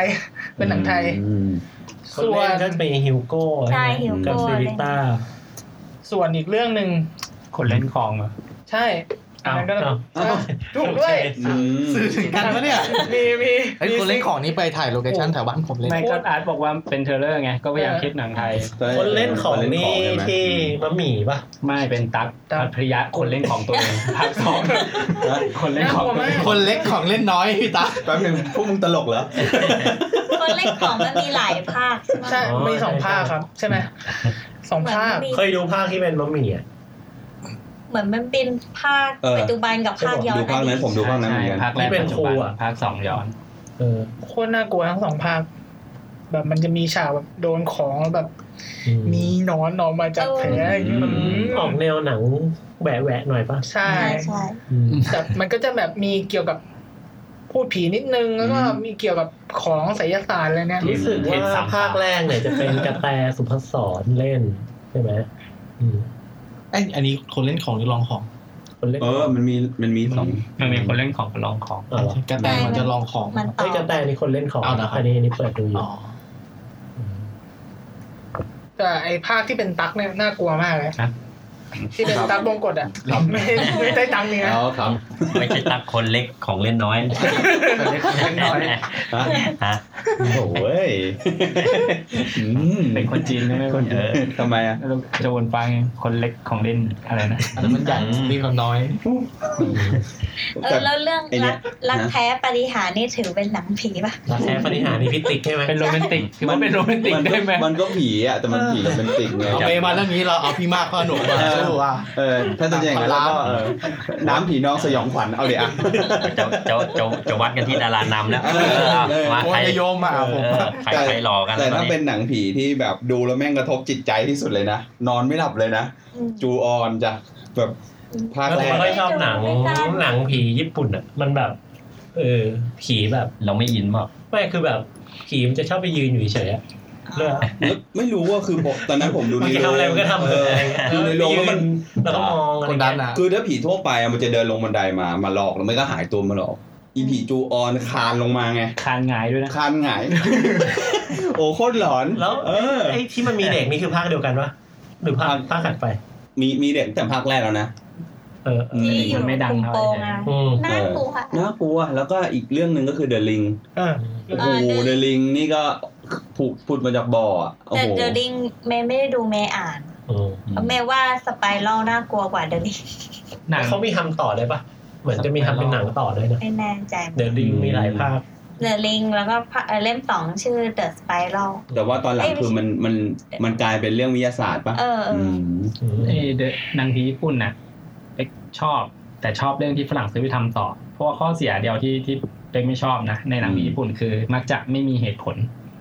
A: ส่วนก็เป็นฮิวโก้กับซิริต้า
G: ส่วนอีกเรื่องนึง
F: คนเล่นของเหรอ
G: ใช่อันนั้นก็ถูกด้วย
C: สื่อถึงกันวะเนี่ย
G: มี
C: คนเล่นของนี้ไปถ่ายโลเคชั่นแถวบ้านผมเลย
F: ไม่ก็อาร์ตบอกว่าเป็นเทเลอร์ไงก็พยายามคิดหนังไทย
A: คนเล่นของนี่ที่มะหมี่ป่ะ
F: ไม่เป็นตั๊กภริยะคนเล่นของตัวเองภาค2คนเล่นของ
C: คนเล็กของเล่นน้อยพี่ตั๊ก
B: แป๊บนึงพวกมึงตลกเหรอ
D: คนเล่นของมันมีหลายภาค
G: ใช่มี2ภาคครับใช่มั้ย2ภาค
A: เคยดูภาคที่เป็นมะหมี่อ่ะ
D: เหมือนมันเป็นภาคปัจจุบันกับภาคย้อน
B: ดูภาคนั้นผมดูภาคนั้นเหมือนกัน
F: ภาคแรกเป็นครูอ่ะภาค2ย้อน
G: โคตรน่ากลัวทั้ง2ภาคแบบมันจะมีฉากแบบโดนของแบบมีหนอนออกมาจากแผลอย่างเงี้ย
A: ออกแนวหนังแหวะๆหน่อยป่ะ
G: ใช่แต่มันก็จะแบบมีเกี่ยวกับพูดผีนิดนึงแล้วก็มีเกี่ยวกับของไสยศาสตร์อะไรเนี่ย
A: รู้สึกว่าภาคแรกเนี่ยจะเป็นกระแตสุภัสสรเล่นใช่ไหม
C: อันนี้คนเล่นของหรือลองของ
B: คนเล่นมันมี2มัน
F: มีคนเล่นของกับลองของ
C: กระแตมันจะลองของ
A: กระแตนี่คนเล่นของอันนี้เปิดดูอยู่
G: แต่ไอ้ภาคที่เป็นตั๊กเนี่ยน่ากลัวมากเลยที่เป็นตั๊กวงกดไม่ได้ตั๊กนี่นะ
B: ครับ
E: ไม่ใช่ตั๊กคนเล็กของเล่นน้อย
G: คนเล็กของเล่นน้อย
B: โอ้ย
F: เป็นคนจีนใช่ไหม
B: ทำไมอ่ะ
F: จะวนฟังคนเล็กของเล่นอะไรนะ
C: อันนั้นมันใหญ่นี่ของน้อย
D: แล้วเรื่องรักแท้ปาฏิหาริย์นี่ถือเป็นหนังผีป่ะ
A: รักแท้ปาฏิหาริย์นี่พิติกใช่ไหม
F: เป็นโรแมนติกมันเป็นโรแมนติกได้ไหม
B: มันก็ผีอ่ะแต่มันผีโรแมนติกไง
C: เอาไปมาเรื่องนี้เราเอาพี่มากข้อหนุ่มมาสู้ว่า
B: ถ้าจะอย่างนั้นก็น้ำผีน้องสยองขวัญเอาดิอ่ะ
E: จะวัดกันที่ดารานำแล้ว
C: มาใครโยมมาผม
E: ใครหลอกกัน
B: แต่ถ้าเป็นหนังผีที่แบบดูแล้วแม่งกระทบจิตใจที่สุดเลยนะนอนไม่หลับเลยนะจูออนจะแบบภาคแรก
A: ไม่ค่อยชอบหนังผีญี่ปุ่นอ่ะมันแบบผีแบบ
E: เราไม่อินมาก
A: ไม่คือแบบผีมันจะชอบไปยืนอยู่เฉย
B: ไม่รู้ว่าคือตอนนั้นผมดู
A: ในโรงอะไรมันก็ทำ
B: ดูในโรงแล้วมัน
A: เราก็มอง
C: คนดันอ่ะ
B: คือถ้าผีทั่วไปมันจะเดินลงบันไดมาหลอกแล้วมันก็หายตัวมาหลอกอีผีจูออนคานลงมาไง
F: คานหงายด้วยนะ
B: คานหงายโอ้โคตรหลอน
A: แล้วไอ้ที่มันมีเด็กนี่คือภาคเดียวกันปะหรือภาคถัดไป
B: มีเด็กแต่ภาคแรกแล้วนะ
D: ที่อยู่ไม่ดังเท่าไหร่น่าก
B: ลัวแล้วก็อีกเรื่องนึงก็คือ The Ring โอ้โห The Ring นี่ก็พูดมาจากบ่อโอ้โห
D: The Ring ไม่ได้ดูอ่านแม่ว่าสไปรัลน่ากลัวกว่า The Ring
A: เขามีทำต่อเลยปะเหมือนจะมีทำเป็นหนังต่อด้วยนะ
D: ไม่แน่ใจ
A: The Ring มีหลายภาค
D: The Ring แล้วก็เล่ม2ชื่อ The Spiral
B: แต่ว่าตอนหลังคือมันกลายเป็นเรื่องวิทยาศาสตร์ป่ะ
F: หนังผีญี่ปุ่นน่ะชอบแต่ชอบเรื่องที่ฝรั่งซื้อไปทำต่อเพราะว่าข้อเสียเดียวที่เป็กไม่ชอบนะในหนังผีญี่ปุ่นคือมักจะไม่มีเหตุผล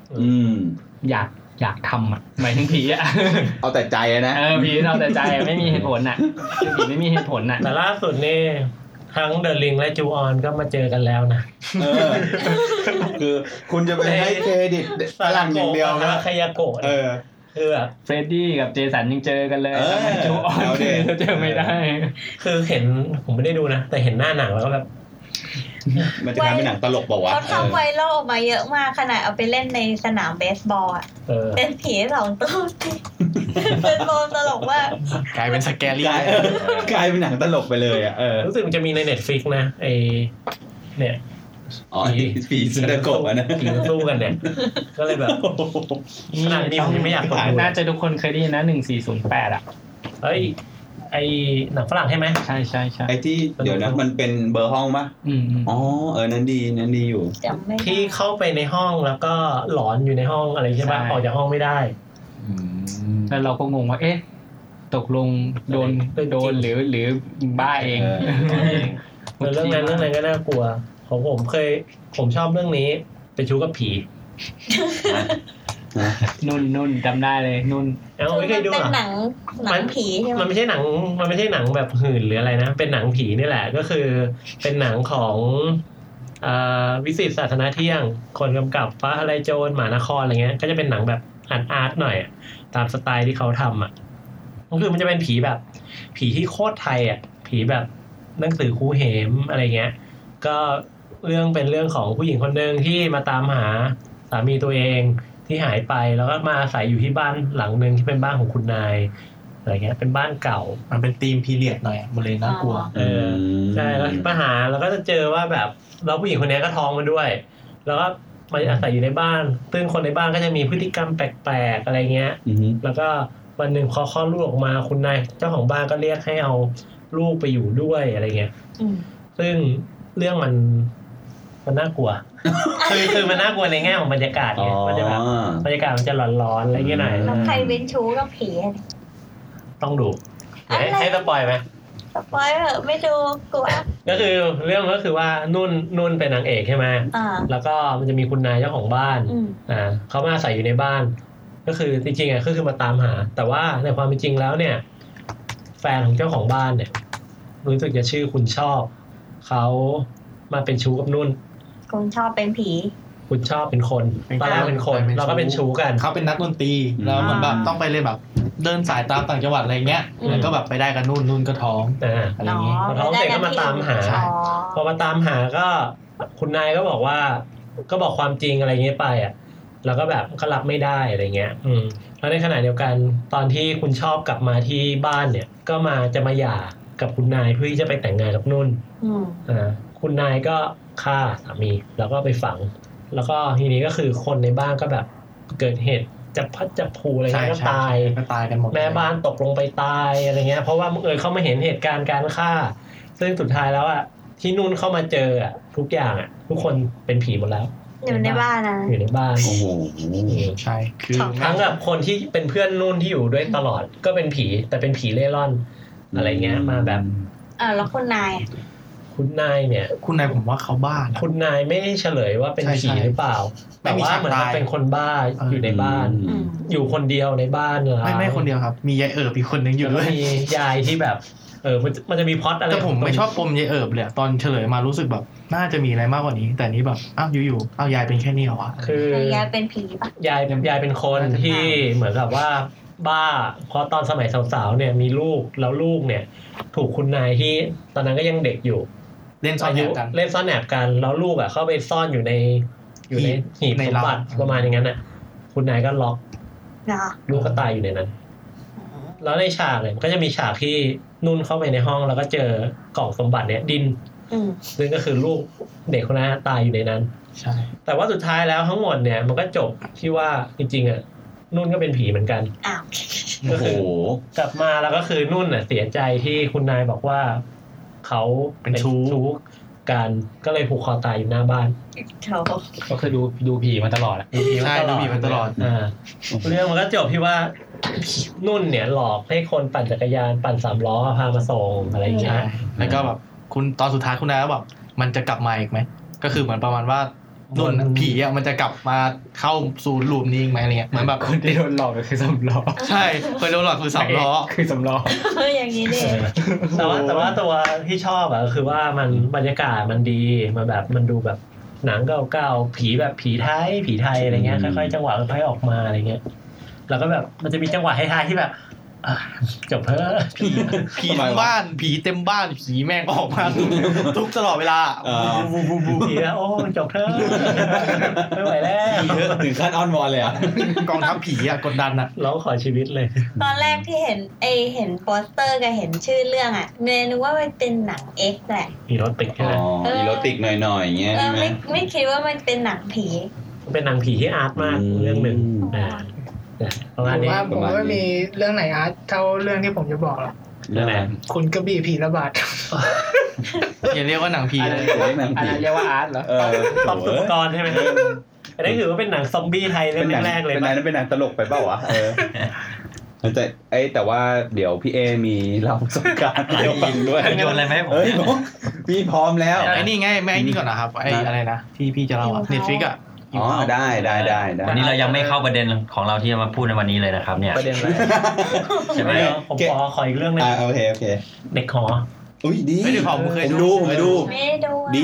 F: อยากทำอ่ะหมายถึงผีอ่ะ
B: เอาแต่ใจนะ
F: ผีเอาแต่ใจไม่มีเหตุผลน่ะคือผีไม่มีเหตุผลน่ะ
A: แต่ล่าสุดนี่ทั้งเดอะลิงและจูออนก็มาเจอกันแล้วนะ
B: คือคุณจะไปให้เครดิตฝรั่งอย่างเดียวนะ
A: คายาโกะคือแบบ
F: เฟรดดี้กับเจสันยังเจอกันเลยจูออนเจอไม่ได้
A: คือเห็นผมไม่ได้ดูนะแต่เห็นหน้าหนังแล้วก็แบบ
B: มันจะกลายเป็นหนังตลกบอกว่า
D: เขาทำไวรัลออกมาเยอะมากขนาดเอาไปเล่นในสนามเบสบอลอ่ะเป็นผี2ตัวเป็นโมตลกว่
C: ากลายเป็นสแกรี่
B: กลายเป็นหนังตลกไปเลยอ่ะ
A: รู้สึกมันจะมีใน Netflix นะไอเนี่ย
B: ผีซูดาโกะนะ
A: ผีสู้กันเนี่ยก็เลยแบบขนาดนี้ผมยังไม่อยากดู
F: น่าจะทุกคนเคยได้ยินนะ1408อ่ะ
A: เฮ้ยไอหนังฝรั่งใช่ไหม
F: ใช่
B: ไอที่เดี๋ยวนะมันเป็นเบอร์ห้องป่ะอ๋อนั้นดีอยู่
A: ที่เข้าไปในห้องแล้วก็หลอนอยู่ในห้องอะไรใช่ป่ะออกจากห้องไม่ได้
F: แล้วเราก็งงว่าเอ๊ะตกลงโดนหรือบ้าเอง
A: เรื่องนั้นก็น่ากลัวของผมชอบเรื่องนี้เป็นชู้กับผี
F: นุ่นจำได้เลยนุ่น
A: ไม่เคยดู
D: เป็นหนังผีใช่ไหม
A: มันไม่ใช่หนังแบบหื่นหรืออะไรนะเป็นหนังผีนี่แหละก็คือเป็นหนังของวิสิตศาสนาเที่ยงคนกำกับฟ้าทะลายโจรหมานครอะไรเงี้ยก็จะเป็นหนังแบบอาร์ตหน่อยตามสไตล์ที่เขาทำอ่ะก็คือมันจะเป็นผีแบบผีที่โคตรไทยอ่ะผีแบบหนังสือครูเหมอะไรเงี้ยก็เป็นเรื่องของผู้หญิงคนนึงที่มาตามหาสามีตัวเองที่หายไปแล้วก็มาอาศัยอยู่ที่บ้านหลังนึงที่เป็นบ้านของคุณนายอะไรเงี้ยเป็นบ้านเก่า
C: มันเป็นธีมพีเรียดหน่อยมันเลยน่ากลัว
A: ใช่แล้วมาหาแล้วก็จะเจอว่าแบบแล้วผู้หญิงคนนี้ก็ท้องมาด้วยแล้วก็มาอาศัยอยู่ในบ้านซึ่งคนในบ้านก็จะมีพฤติกรรมแปลกๆอะไรเงี้ยแล้วก็วันหนึ่งพอคลอดลูกออกมาคุณนายเจ้าของบ้านก็เรียกให้เอาลูกไปอยู่ด้วยอะไรเงี้ยซึ่งเรื่องมันน่ากลัวคือมันน่ากลัวในแง่ของบรรยากาศไงมันจะแบบบรรยากาศมันจะร้อนๆอะไรเงี้ยหน่อย
D: แล้วใครเป็นชู้กับผี
A: ต้องดูให้สปอยไหม
D: สปอยเหรอไม่ดูกลัว
A: ก็คือเรื่องก็คือว่านุ่นเป็นนางเอกใช่ไหมแล้วก็มันจะมีคุณนายเจ้าของบ้านเขามาอาศัยอยู่ในบ้านก็คือจริงๆอ่ะก็คือมาตามหาแต่ว่าในความเป็นจริงแล้วเนี่ยแฟนของเจ้าของบ้านเนี่ยรู้สึกจะชื่อคุณชอบเขามาเป็นชู้กับนุ่น
D: คุณชอบเป็นผี
A: คุณชอบเป็นคนตอนแรกเป็นคนแล้วก็เป็นชู้กัน
C: เขาเป็นนักดนตรีแล้วเหมือนแบบต้องไปเล่นแบบเดินสายตามต่างจังหวัดอะไรเงี้ยแล้วก็แบบไปได้กันนุ่นก็ท้อง
A: อะไรอย่างงี้พอท้องเสร็จก็มาตามหาพอมาตามหาก็คุณนายก็บอกว่าก็บอกความจริงอะไรเงี้ยไปอ่ะแล้วก็แบบก็รับไม่ได้อะไรเงี้ยแล้วในขณะเดียวกันตอนที่คุณชอบกลับมาที่บ้านเนี่ยก็จะมาหย่ากับคุณนายเพื่อที่จะไปแต่งงานกับนุ่นคุณนายก็ฆ่าสามีแล้วก็ไปฝังแล้วก็ทีนี้ก็คือคนในบ้านก็แบบเกิดเหตุจับพัดจับผูอะไรเงี้ยก็ตาย
C: กันหมด
A: แม่บ้านตกลงไปตายอะไรเงี้ยเพราะว่าเขามาเห็นเหตุการณ์การฆ่าซึ่งสุดท้ายแล้วอ่ะที่นุ่นเข้ามาเจออ่ะทุกอย่างอ่ะทุกคนเป็นผีหมดแล้ว
D: อยู่ในบ้านนะ
A: อยู่ในบ้าน
B: โอ้โห
C: ใช่คือ
A: ทั้งกับคนที่เป็นเพื่อนนุ่นที่อยู่ด้วยตลอดก็เป็นผีแต่เป็นผีเล่ร่อนอะไรเงี้ยมาแบบ
D: แล้วคุณนาย
A: เนี่ย
C: คุณนายผมว่าเขาบ้า
A: คุณนายไม่เฉลยว่าเป็นผีหรือเปล่าแต่ว่าเหมือนเป็นคนบ้าอยู่ในบ้านอยู่คนเดียวในบ้านเลย
C: ไม่คนเดียวครับมียายอีกคนนึงอยู่ด้วย
A: มียายที่แบบมันจะมีพล็อตอะไร
C: แต่ผมไม่ชอบปมยายเลยตอนเฉลยมารู้สึกแบบน่าจะมีอะไรมากกว่านี้แต่นี้แบบอยู่ยายเป็นแค่นี้เหรอวะ
A: คื
D: อยายเป็นผีปะ
A: ยายเป็นคนที่เหมือนกับว่าบ้าเพราะตอนสมัยสาวๆเนี่ยมีลูกแล้วลูกเนี่ยถูกคุณนายที่ตอนนั้นก็ยังเด็กอยู่
C: เล่นซ่อนแ
A: อบกันแล้วลูกอ่ะเข้าไปซ่อนอยู่ในหีบสมบัติประมาณอย่างนั้นน่ะคุณนายก็ล็อกลูกก็ตายอยู่ในนั้นแล้วในฉากเนี่ยก็จะมีฉากที่นุ่นเข้าไปในห้องแล้วก็เจอกล่องสมบัติเนี่ยดินซึ่งก็คือลูกเด็กคนนั้นตายอยู่ในนั้น
C: ใช่
A: แต่ว่าสุดท้ายแล้วทั้งหมดเนี่ยมันก็จบที่ว่าจริงๆอ่ะนุ่นก็เป็นผีเหมือนกันก็คือกลับมาแล้วก็คือนุ่นอ่ะเสียใจที่คุณนายบอกว่าเขาเป็นชู้กันก็เลยผูกคอตายอยู่หน้าบ้าน
F: ก็คือดูผีมาตลอด
C: ใช่ดูผีมาตลอด
A: เรื่องมันก็จบที่ว่านุ่นเนี่ยหลอกให้คนปั่นจักรยานปั่น3ล้อพามาส่งอะไรอย่างเงี้ย
C: แล้วก็แบบคุณตอนสุดท้ายคุณนายก็แบบมันจะกลับมาอีกไหมก็คือเหมือนประมาณว่านุ่นผีอ่ะมันจะกลับมาเข้าสู่ลูปนี้อีกไหมอะไรเงี้ยเหมือนแบบ
F: คนที่โดนหลอกก็คือ3ล้อ
C: ใช่คนโดนหลอกคือ3ล้อ
F: คือ3ล้อ
D: อย่างนี้ดิ
A: แต่ว่าตัวที่ชอบอ่ะก็คือว่ามันบรรยากาศมันดีมันแบบมันดูแบบหนังเก่าๆผีแบบผีไทยอะไรเงี้ยค่อยๆจังหวะค่อยๆออกมาอะไรเงี้ยแล้วก็แบบมันจะมีจังหวะท้ายๆที่แบบจบเพ้อ
C: ผีทั้งบ้านผีเต็มบ้านผีแม่งออกมาทุกตลอดเวลา
A: ผีแล้วโอ้จบเพ้อไม่ไหวแล้ว
B: ถึงขั้นอ้อนวอนเลยอ่ะ
C: กองทัพผีอ่ะกดดันอ่ะ
A: ร้องขอชีวิตเลย
D: ตอนแรกที่เห็นโปสเตอร์กับเห็นชื่อเรื่องอ่ะเมย์นึกว่ามันเป็นหนัง X แหละ
A: อีโรติกใช่ไหม
B: อีโรติกหน่อยๆอย่างเงี้ย
D: ไม่คิดว่ามันเป็นหนังผี
A: เป็นหนังผีที่อาร์ตมากเรื่องนึง
G: ผมว่ามีเรื่องไหนอาร์ตเท่าเรื่องที่ผมจะบอกหรอก
A: เรื่องไหน
G: คุณกระบี่ผีระบาด
C: อย่าเรียกว่าหนังผีเลย
F: อันนั้นเรียกว่าอาร์ตเหรอ
A: ตอบตุกรใช่ไหมอันนี้ถือว่าเป็นหนังซอมบี้ไทยเรื่องแรกเลย
B: เป็นหนังตลกไปเปล่าวะแต่ว่าเดี๋ยวพี่เอมีเล่าประสบการณ์เกี่ยวกับด้วย
E: โยนอะไรไหมผม
B: พี่พร้อมแล้ว
C: ไอ้นี่ไงไม่ไอ้นี่ก่อนนะครับไอ้อะไรนะที่พี่จะเล่าอ่ะ Netflix อ่ะ
B: ได้
E: วันนี้เรายังไม่เข้าประเด็นของเราที่จะมาพูดในวันนี้เลยนะครับเนี่ย
A: ประเด็นอะไรใช่ไหมผมขออีกเรื่องนึง
B: โอเค
A: เด็กหอ
B: อุ้ยดี
C: ไม่ได้ผมเคยดู
B: ดี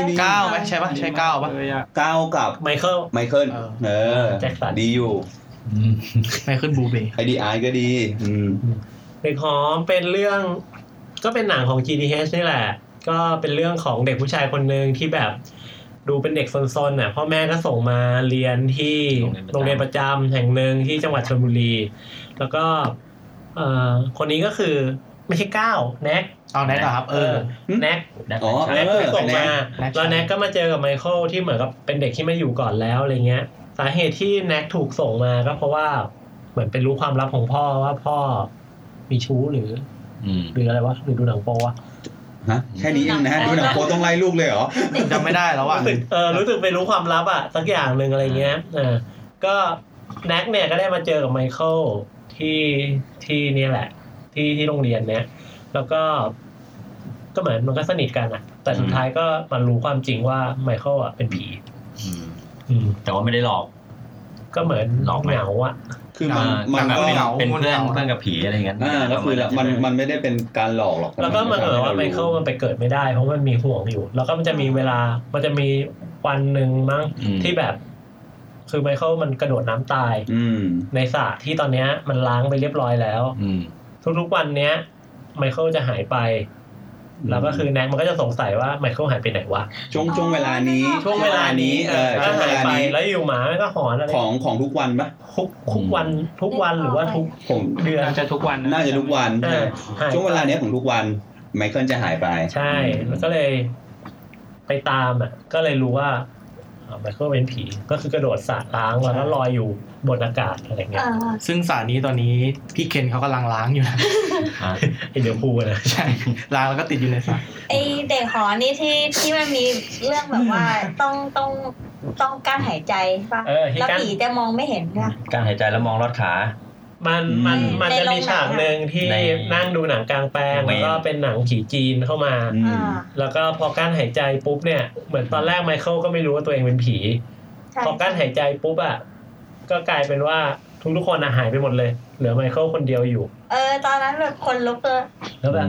C: 9มั้ยใช่ป่ะใช่9ป่ะ
B: 9กับไมเคิล
A: แจ็คสัน
B: ดีอยู่
C: ไมเคิลบูเบย์
B: ไอดีไอก็ดี
A: เด็กหอเป็นเรื่องก็เป็นหนังของ GTH นี่แหละก็เป็นเรื่องของเด็กผู้ชายคนนึงที่แบบดูเป็นเด็กซนๆน่ะพ่อแม่ก็ส่งมาเรียนที่โรงเรียนประจำแห่งหนึ่งที่จังหวัดชลบุรีแล้วก็คนนี้ก็คือไม่ใช่ก้าวแน็ก
C: แน็กครับ
A: แน็กส่งมาแล้วแน็กก็มาเจอกับไมเคิลที่เหมือนกับเป็นเด็กที่มาอยู่ก่อนแล้วอะไรเงี้ยสาเหตุที่แน็กถูกส่งมาก็เพราะว่าเหมือนเป็นรู้ความลับของพ่อว่าพ่อมีชู้หรืออะไรวะหรือดูหนังโป๊ะ
B: แค่นี้เองนะดูหนังโป๊ต้องไล่ลูกเลยเหรอ
C: จำไม่ได้แล้วอ่ะ
A: รู้สึกไปรู้ความลับอ่ะสักอย่างนึงอะไรเงี้ยก็แน็กเนี่ยก็ได้มาเจอกับไมเคิลที่นี่แหละที่โรงเรียนเนี้ยแล้วก็เหมือนมันก็สนิทกันอ่ะแต่สุดท้ายก็มารู้ความจริงว่าไมเคิลอ่ะเป็นผี
E: แต่ว่าไม่ได้หลอก
A: ก็เหมือนหลอกเหงาอ่ะ
B: คือมันก็
E: เป็นเพื่อนกับผีอะไรเงี้ย
B: ก็คือมันไม่ได้เป็นการหลอกหรอก
A: แล้วก็มันเหมือนว่าไมเคิลมันไปเกิดไม่ได้เพราะมันมีห่วงอยู่แล้วก็มันจะมีเวลามันจะมีวันนึงมั้งที่แบบคือไมเคิลมันกระโดดน้ำตายในสระที่ตอนนี้มันล้างไปเรียบร้อยแล้วทุกๆวันเนี้ยไมเคิลจะหายไปแล้วก็คือแน็กมันก็จะสงสัยว่าไมเคิลหายไปไหนวะ
B: ช่วงเวลานี้
A: ช่วงเวลานี้หายไปแล้วอยู่หมามันก็หอนอะไร
B: ของทุกวันปะ
A: ทุกวันหรือว่าทุกเดือน
F: น่าจะทุกวัน
B: ช่วงเวลานี้ของทุกวันไมเคิลจะหายไป
A: ใช่แล้วก็เลยไปตามอ่ะก็เลยรู้ว่าไมเคิลเป็นผีก็คือกระโดดสระล้างแล้วก็ลอยอยู่บนอากาศอะไรเงี้ย
C: ซึ่งสระนี้ตอนนี้พี่เคนเขากำลังล้างอยู่นะ
A: เดี๋ยวพูดนะ
C: ใช่ล้างแล้วก็ติดอยู่ในสระ
D: ไอเด็กหอนี่ที่มันมีเรื่องแบบว่าต้องกั้นหายใจป่ะแล้วผีจะมองไม่เห็นค่ะ
E: การหายใจแล้วมองลอดขา
A: มันจะมีฉากนึงที่นั่งดูหนังกลางแปลงแล้วก็เป็นหนังผีจีนเข้ามาแล้วก็พอกั้นหายใจปุ๊บเนี่ยเหมือนตอนแรกไมเคิลก็ไม่รู้ว่าตัวเองเป็นผีพอกั้นหายใจปุ๊บอ่ะก็กลายเป็นว่าทุกคนหายไปหมดเลยเหลือไมเคิลคนเดียวอยู่
D: ตอนนั้นแบบคนลุกเลย
A: แล้วแบบ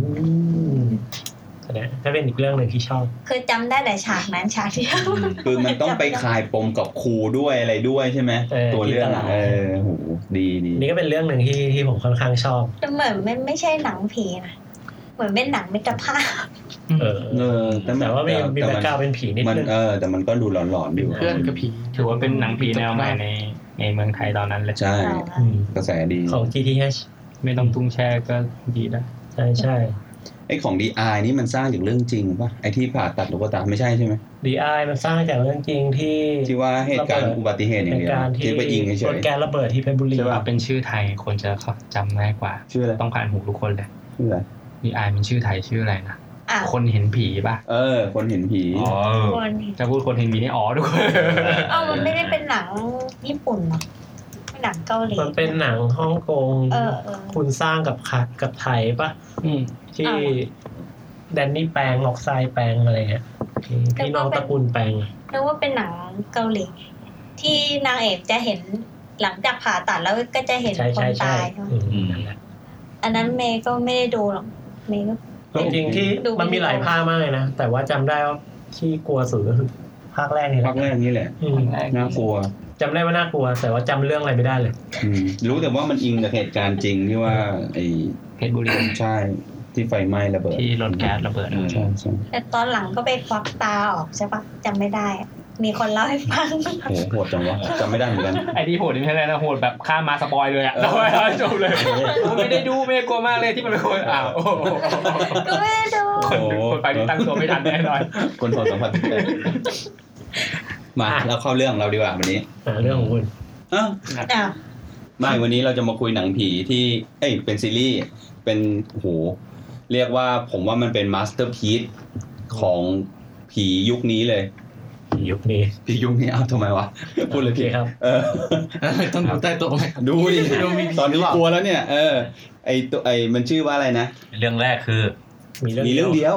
A: เนี่ยถ้าเป็นอีกเรื่องนึงที่ชอบ
D: คือจำได้แต่ฉากนั้นฉากที่
B: คือมันต้องไปคลายปมกับครูด้วยอะไรด้วยใช่ไหมตัวเรื่องโหดี
A: นี่ก็เป็นเรื่องนึงที่ผมค่อนข้างชอบ
D: แต่เหมือนไม่ใช่หนังผีนะเหมือนเป็นหนังมิตรภาพ
A: แต่ว่ามีแบ็คกราวด์เป็นผีนิดนึง
B: แต่มันก็ดูหลอนๆอยู่
C: เพื่อนกับผี
F: ถือว่าเป็นหนังผีแนวใหม่ในเมืองไทยตอนนั้นเลย
B: ใช่กระแสดี
A: ของ GTH
F: ไม่ต้องตุ้งแช่ก็ดีนะ
A: ใช่
B: ไอ้ของ DI นี่มันสร้างจากเรื่องจริงป่ะไอ้ที่ผ่าตัดลูกตาไม่ใช่ใช่ไหม
A: DI มันสร้างจากเรื่องจริงที่
B: ว่าเหตุการณ์อุบัติเหตุอย่างเดียวที่ไปยิงเฉยๆ
A: รถแก๊สระเบิดที่เพชรบุรี
F: ใช่ป่ะเป็นชื่อไทยคนจะจำง่ายกว่า
B: ชื่ออะไร
F: ต้องผ่านหูทุกคนเลย
B: ชื่ออะไร
F: DI มันชื่อไทยชื่ออะไรนะคนเห็นผีป่ะ
B: คนเห็นผี
F: จะพูดคนเห็นผีนี่ทุกคน
D: มันไม่ได้เป็นหนังญี่ปุ่นหรอหนังเกาหลี
A: มันเป็นหนังฮ่องกงคุณสร้างกับไทยป่ะที่แดนนี่แปลงออกไซแปลงอะไรเงี้ยพี่น้องตระกูลแปลง
D: นึกว่าเป็นหนังเกาหลีที่นางเอกจะเห็นหลังจากผ่าตัดแล้วก็จะเห็นคนตายอันนั้นเมย์ก็ไม่ได้ดูหรอกเมย์ก็
A: จริงๆที่มันมีหลายภาคมากเลยนะแต่ว่าจำได้ว่าที่กลัวสุดก็คือภาคแรกนี่แหละ
B: น่ากลัว
A: จำได้ว่าน่ากลัวแต่ว่าจำเรื่องอะไรไม่ได้เลย
B: รู้แต่ว่ามันอิงจากเหตุการณ์จริงที่ว่าไอ้
F: เพชรบุรี
B: ใช่ที่ไฟไหม้ระเบิด
F: ที่รถแก๊สระเบิด
B: ใช่
D: แต่ตอนหลังก็ไปควักตาออกใช่ปะจำไม่ได้มีคนเล่าให้ฟัง
B: โหดจังวะจำไม่ได้เหมือนกัน
F: ไอ้ที่โหดนี่ไม่ใช่นะโหดแบบข้ามมาสปอยเลยอะแล้วจบเลยไม่ได้ดูไม่กลัวมากเลยที่มันเป็นคน
D: ก็ไม่ได้ดู
F: คนไปตั้งตัวไม่ทันแน่นอน
B: คนโหดสัมผัสมาแล้วเข้าเรื่องเราดีกว่าวันนี้
A: เรื่องของคุณ
B: ไม่วันนี้เราจะมาคุยหนังผีที่เป็นซีรีส์เป็นโหเรียกว่าผมว่ามันเป็นมาสเตอร์พีซของผียุคนี้เลย
A: ผียุคนี้
B: เอาทำไมวะพูดเลยพี่
A: ครับ
C: ต้องดูใต้โต๊ะไหม
B: ดูดิตอนนี้กลัวแล้วเนี่ยไอ้มันชื่อว่าอะไรนะ
E: เรื่องแรกคือ
B: มีเรื่องเดียว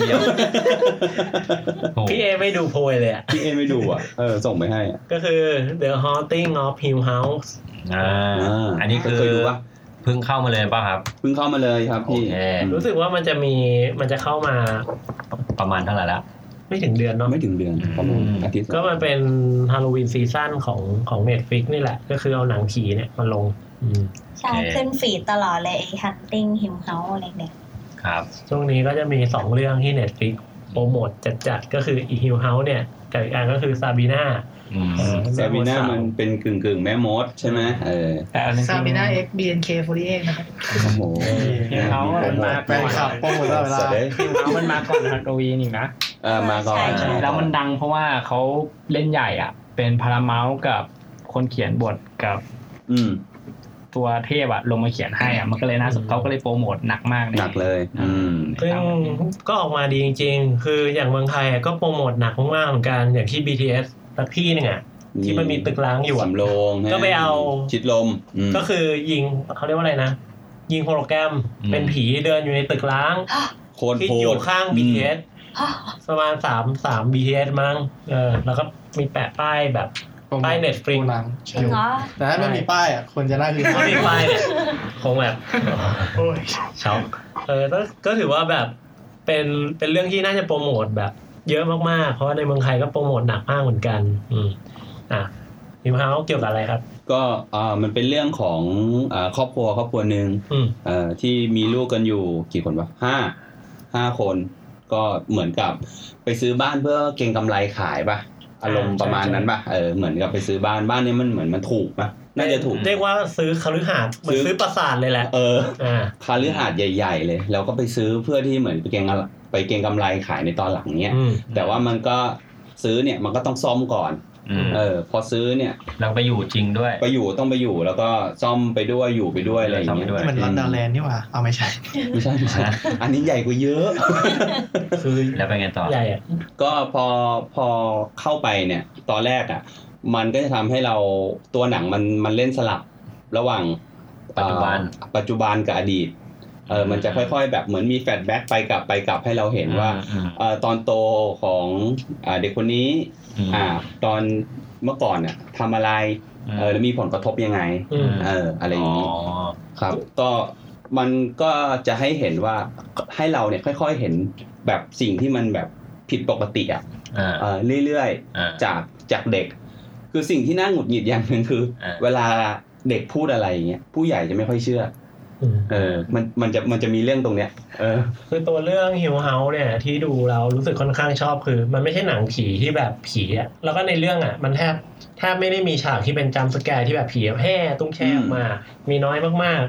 A: พี่เอไม่ดูโพยเลยอ่ะ
B: พี่เอไม่ดูอ่ะส่งไปให้
A: ก็คือ The Haunting of Hill House
E: อันนี้คือเพิ่งเข้ามาเลยป่ะครับ
B: เพิ่งเข้ามาเลยครับพี่
A: รู้สึกว่ามันจะเข้ามา
E: ประมาณเท่าไหร่แล้ว
A: ไม่ถึงเดือนเนาะ
B: ไม่ถึงเดือนประมาณอาทิตย์
A: ก็มันเป็นฮาโลวีนซีซั่นของ Netflix นี่แหละก็คือเอาหนังผีเนี่ยมาลง
D: ใช่ขึ้นฟีดตลอดเลยไอ้ Haunting Hill House อะไรเนี่ย
E: ครับ
A: ช่วงนี้ก็จะมี2เรื่องที่ Netflix โปรโมทจัดก็คืออี Hill House เนี่ยกับอีกอันก็คือ Sabina
B: มันเป็นกึ่งแม่มดใช่ไหม
G: Sabina X BNK48 นะครับ
B: โอ้โห
F: เขามันมา
C: แฟนคลับโปรโมทตลอดเวลา
F: เขามันมาก่อนฮาโลวีนอีกนะ
B: มาก่อน
F: แล้วมันดังเพราะว่าเขาเล่นใหญ่อ่ะเป็นพาราเมาส์กับคนเขียนบทกับตัวเทพอะลงมาเขียนให้อะมันก็เลยน่าสนเขาก็เลยโปรโมทหนักมาก
B: หนักเลย
A: ซึ่งก็ออกมาดีจริงๆคืออย่างเมืองไทยก็โปรโมทหนักมากเหมือนกันอย่างที่ BTS สักที่นึงอะที่มันมีตึกร้างอยู่
B: สำโรง
A: ก็ไปเอา
B: ชิดลม
A: ก็คือยิงเขาเรียกว่าอะไรนะยิงโฮโลแกรมเป็นผีเดินอยู่ในตึกร้างที่อยู่ข้าง BTS ประมาณ3 BTS มั้งแล้วก็มีแปะป้ายแบบป้าย Netflix
D: จริงเหรอ
C: แต่ถ้าไม่มีป้ายอ่ะคนจะน่าคิด
A: ไม่มีป้ายเนี่ยคงแบบโอ้ยช็อกก็ถือว่าแบบเป็นเรื่องที่น่าจะโปรโมทแบบเยอะมากๆเพราะว่าในเมืองไทยก็โปรโมทหนักมากเหมือนกันHill House เกี่ยวกับอะไรครับ
B: ก็มันเป็นเรื่องของครอบครัวนึงที่มีลูกกันอยู่กี่คนวะ5คนก็เหมือนกับไปซื้อบ้านเพื่อเก็งกำไรขายป่ะอารมณ์ประมาณนั้นป่ะเหมือนกับไปซื้อบ้านนี้มันเหมือนมันถูกป่ะน่าจะถูก
A: เรียกว่าซื้อคฤหาสน์เหมือนซื้อปราสาทเลยแหละ
B: คฤหาสน์ใหญ่ๆเลยแล้วก็ไปซื้อเพื่อที่เหมือนไปเก็งกำไรขายในตอนหลังเนี้ยแต่ว่ามันก็ซื้อเนี่ยมันก็ต้องซ่อมก่อนพอซื้อเนี่ย
E: เราไปอยู่จริงด้วย
B: ต้องไปอยู่แล้วก็ซ่อมไปด้วยอยู่ไปด้วยอะไรอย่างเงี้ย
C: นี่มันลอนดอนแลนด์นี่หว่าเอาไม่ใช่
B: อันนี้ใหญ่กว่าเยอะ
E: คือแล้วเป็นไงต่อ
A: ใหญ่อ่ะ
B: ก็พอเข้าไปเนี่ยตอนแรกอ่ะมันก็จะทำให้เราตัวหนังมันเล่นสลับระหว่างปัจจุบันกับอดีตมันจะค่อยๆแบบเหมือนมีแฟลชแบ็กไปกลับให้เราเห็นว่าตอนโตของเด็กคนนี้ตอนเมื่อก่อนเนี่ยทำอะไรแล้วมีผลกระทบยังไงอะไรอย่างนี้ครับก็มันก็จะให้เห็นว่าให้เราเนี่ยค่อยๆเห็นแบบสิ่งที่มันแบบผิดปกติเรื่อยๆจากเด็กคือสิ่งที่น่าหงุดหงิดอย่างนึงคือเวลาเด็กพูดอะไรอย่างเงี้ยผู้ใหญ่จะไม่ค่อยเชื่อมันจะมีเรื่องตรงเนี้ย
A: คือตัวเรื่อง Hill House เนี่ยที่ดูเรารู้สึกค่อนข้างชอบคือมันไม่ใช่หนังผีที่แบบผีอ่ะแล้วก็ในเรื่องอ่ะมันแทบไม่ได้มีฉากที่เป็นจัมป์สแกร์ที่แบบผีแห่ตุ้งแช่ออกมามีน้อยมากๆ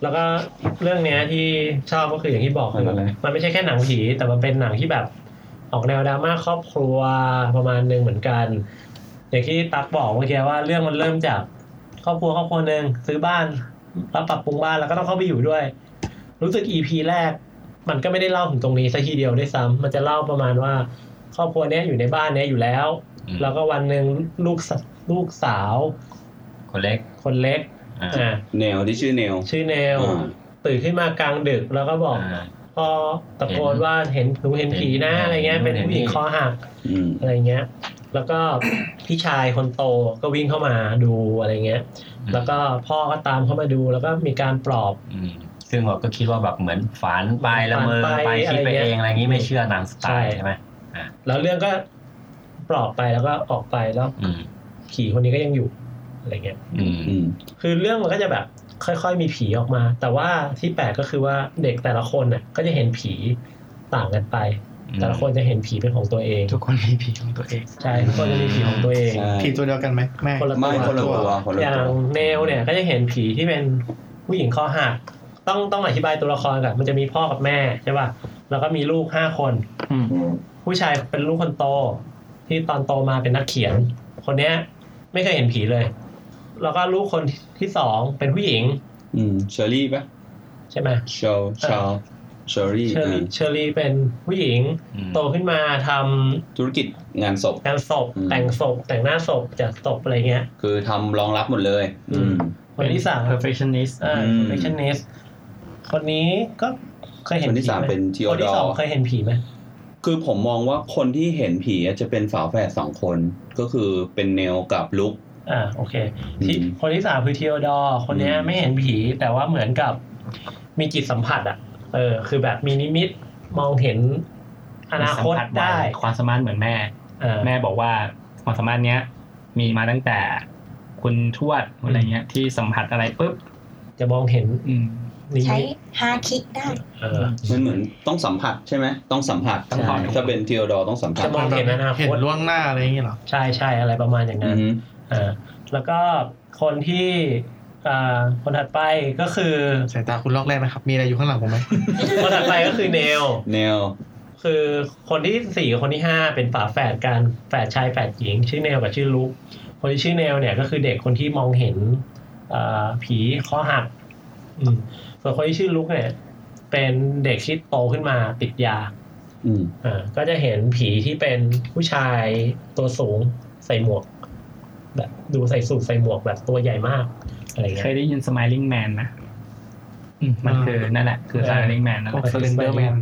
A: แล้วก็เรื่องเนี้ยที่ชอบก็คืออย่างที่บอกคือมันไม่ใช่แค่หนังผีแต่มันเป็นหนังที่แบบออกแนวดราม่าครอบครัวประมาณนึงเหมือนกันอย่างที่ตั๊กบอกเมื่อกี้ว่าเรื่องมันเริ่มจากครอบครัวนึงซื้อบ้านแล้วปรับปรุงบ้านแล้วก็ต้องเข้าไปอยู่ด้วยรู้สึก EP แรกมันก็ไม่ได้เล่าถึงตรงนี้ซะทีเดียวด้วยซ้ำมันจะเล่าประมาณว่าครอบครัวเนี้ยอยู่ในบ้านเนี้ยอยู่แล้วแล้วก็วันนึงลูกสาวคนเล็ก
B: เนลที่ชื่อเนล
A: ตื่นขึ้นมากลางดึกแล้วก็บอกพ่อตะโกนว่าเห็นผีนะอะไรเงี้ยเป็นผู้หญิงคอหักอะไรเงี้ยแล้วก็พี่ชายคนโตก็วิ่งเข้ามาดูอะไรเงี้ยแล้วก็พ่อก็ตามเข้ามาดูแล้วก็มีการปลอบ
E: ซึ่งเราก็คิดว่าแบบเหมือนฝันไปละเมอไปคิดไปเองอะไรงี้ไม่เชื่อตามสไตล์ใช่ไหม
A: แล้วเรื่องก็ปลอบไปแล้วก็ออกไปแล้วผีคนนี้ก็ยังอยู่อะไรเงี้ยคือเรื่องมันก็จะแบบค่อยๆมีผีออกมาแต่ว่าที่แปลกก็คือว่าเด็กแต่ละคนน่ะก็จะเห็นผีต่างกันไปแต่ละคนจะเห็นผีเป็นของตัวเอง
C: ทุกคนมีผีของตัวเอง
A: ใช่ทุกคนจะมีผีของตัวเอง
C: ผีตัวเดียวกันไหมแม่
B: คนละตัว
A: อย่างเนลเนี่ยก็จะเห็นผีที่เป็นผู้หญิงคอหักต้องอธิบายตัวละครก่อนมันจะมีพ่อกับแม่ใช่ป่ะแล้วก็มีลูก5คนผู้ชายเป็นลูกคนโตที่ตอนโตมาเป็นนักเขียนคนเนี้ยไม่เคยเห็นผีเลยแล้วก็ลูกคนที่2เป็นผู้หญิง
B: เชอรี่ป่ะ
A: ใช่ไหม
B: เชอ
A: รี่เป็นผู้หญิงโตขึ้นมาทำ
B: ธุรกิจงานศพ
A: แต่งศพแต่งหน้าศพจัดศพอะไรเงี้ย
B: คือทำรองรับหมดเลย
A: คนที่3
F: perfectionist
A: คนนี้ก็เคยเห็น
B: คนที่3เป็นทีโอดอร์
A: คนที่2เคยเห็นผีไหม
B: คือผมมองว่าคนที่เห็นผีจะเป็นฝาแฝด2คนก็คือเป็นเนลกับลุค
A: โอเคที่คนที่3คือทีโอดอร์คนนี้ไม่เห็นผีแต่ว่าเหมือนกับมีจิตสัมผัสคือแบบมีนิมิตมองเห็นอนาคตได้
F: ความสามารถเหมือนแม่บอกว่าความสามารถเนี้ยมีมาตั้งแต่คุณทวดอะไรเงี้ยที่สัมผัสอะไรปุ๊บ
A: จะมองเห็น
D: ใช้ฮาคิได้
B: มันเหมือนต้องสัมผัสใช่ไหมต้องสัมผัสถ้าเป็นทีโอดอร์ต้องสัมผัส
A: จะมองเห็นอนาคต
C: เห็นล่วงหน้าอะไรอย่างเงี้ยหรอ
A: ใช่อะไรประมาณอย่างนั้นแล้วก็คนที่คนถัดไปก็คือ
C: สายตาคุณลอกแรกนะครับมีอะไรอยู่ข้างหลังผมไหม
A: คนถัดไปก็คือเนลคือคนที่4กับคนที่5เป็นฝาแฝดกันแฝดชายแฝดหญิงชื่อเนลกับชื่อลุคคนที่ชื่อเนลเนี่ยก็คือเด็กคนที่มองเห็นผีคอหักส่วนคนที่ชื่อลุคเนี่ยเป็นเด็กที่โตขึ้นมาติดยาก็จะเห็นผีที่เป็นผู้ชายตัวสูงใส่หมวกแบบดูใส่สูทใส่หมวกแบบตัวใหญ่มากอะไรเงี้ย
F: เคยได้ยิน Smiling Man นะมันคือนั่นแหละคือ Smiling Man นั่นแหละ
C: Slender Man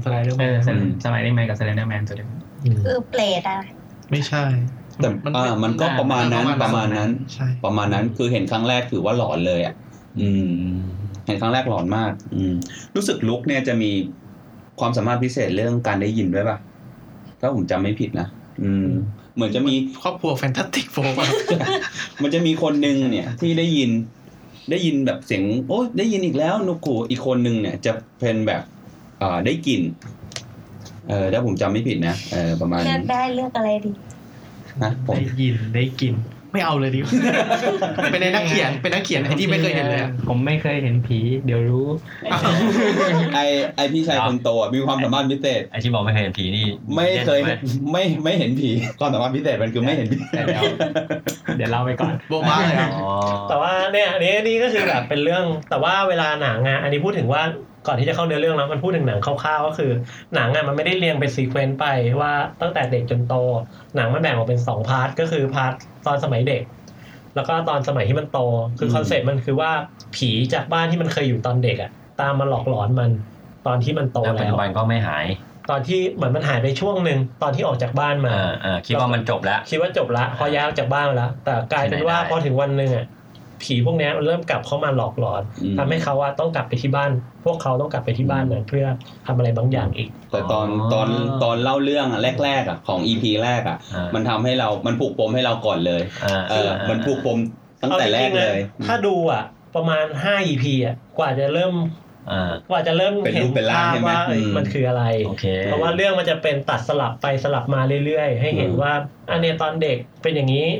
F: Smiling Man กับ Slender Man ตัวเดียว
D: คือเปรตอะไร
C: ไม่ใช่
B: แต่มันก็ประมาณนั้นคือเห็นครั้งแรกถือว่าหลอนเลยเห็นครั้งแรกหลอนมากรู้สึกลุคเนี่ยจะมีความสามารถพิเศษเรื่องการได้ยินด้วยป่ะถ้าผมจำไม่ผิดนะเหมือนจะมี
C: ครอบครัวแฟนตาสติกโฟร์
B: มันจะมีคนนึงเนี่ยที่ได้ยินแบบเสียงโอ้ได้ยินอีกแล้วนุกูอีกคนนึงเนี่ยจะเป็นแบบได้กลิ่นถ้าผมจำไม่ผิดนะประมาณ
D: เลือกอะไรดี
B: นะ
C: ผมได้ยินได้กลิ่นไม่เอาเลยดิเป็นนักเขียนไอ้ที่ไม่เคยเห็นเลย
F: ผมไม่เคยเห็นผีเดี๋ยวรู้
B: ไอพี่ชายคนโตมีความสามารถพิเศษ
E: ไอที่บอกไม่เคยเห็นผีนี่
B: ไม่เคยไม่เห็นผีความสามารถพิเศษมันคือไม่เห็นผี
F: เดี๋ยวเล่าไปก่อน
C: โบ๊ะบ้าเลยครับ
A: แต่ว่าเนี่ยอันนี้ก็คือแบบเป็นเรื่องแต่ว่าเวลาหนังอันนี้พูดถึงว่าก่อนที่จะเข้าเนื้อเรื่องแล้วมันพูดถึงหนังคร่าวๆก็คือหนังมันไม่ได้เรียงเป็นซีเควนซ์ไปว่าตั้งแต่เด็กจนโตหนังมันแบ่งออกเป็น2พาร์ทก็คือพาร์ทตอนสมัยเด็กแล้วก็ตอนสมัยที่มันโตคือคอนเซ็ปต์มันคือว่าผีจากบ้านที่มันเคยอยู่ตอนเด็กตามมาหลอกหลอนมันตอนที่มันโตแล้วปัจ
E: จุบันก็ไม่หาย
A: ตอนที่เหมือนมันหายไปช่วงนึงตอนที่ออกจากบ้านมา
E: คิดว่ามันจบแล้ว
A: พอย้ายออกจากบ้านแล้วแต่กลายเป็นว่าพอถึงวันนึงผีพวกนี้มันเริ่มกลับเข้ามาหลอกหลอนทำให้เขาต้องกลับไปที่บ้านพวกเขาต้องกลับไปที่บ้านเพื่อทำอะไรบางอย่างอีก
B: แต่ตอนเล่าเรื่องแรกๆของ EP แรกมันทำให้เรามันผูกปมให้เราก่อนเลยมันผูกปมตั้งแต่แรกเลย
A: ถ้าดูประมาณ5 EP กว่าจะเริ่มเห็นภาพว่ามันคืออะไรเพราะว่าเรื่องมันจะเป็นตัดสลับไปสลับมาเรื่อยๆให้เห็นว่าอันนี้ตอนเด็กเป็นอย่างนี้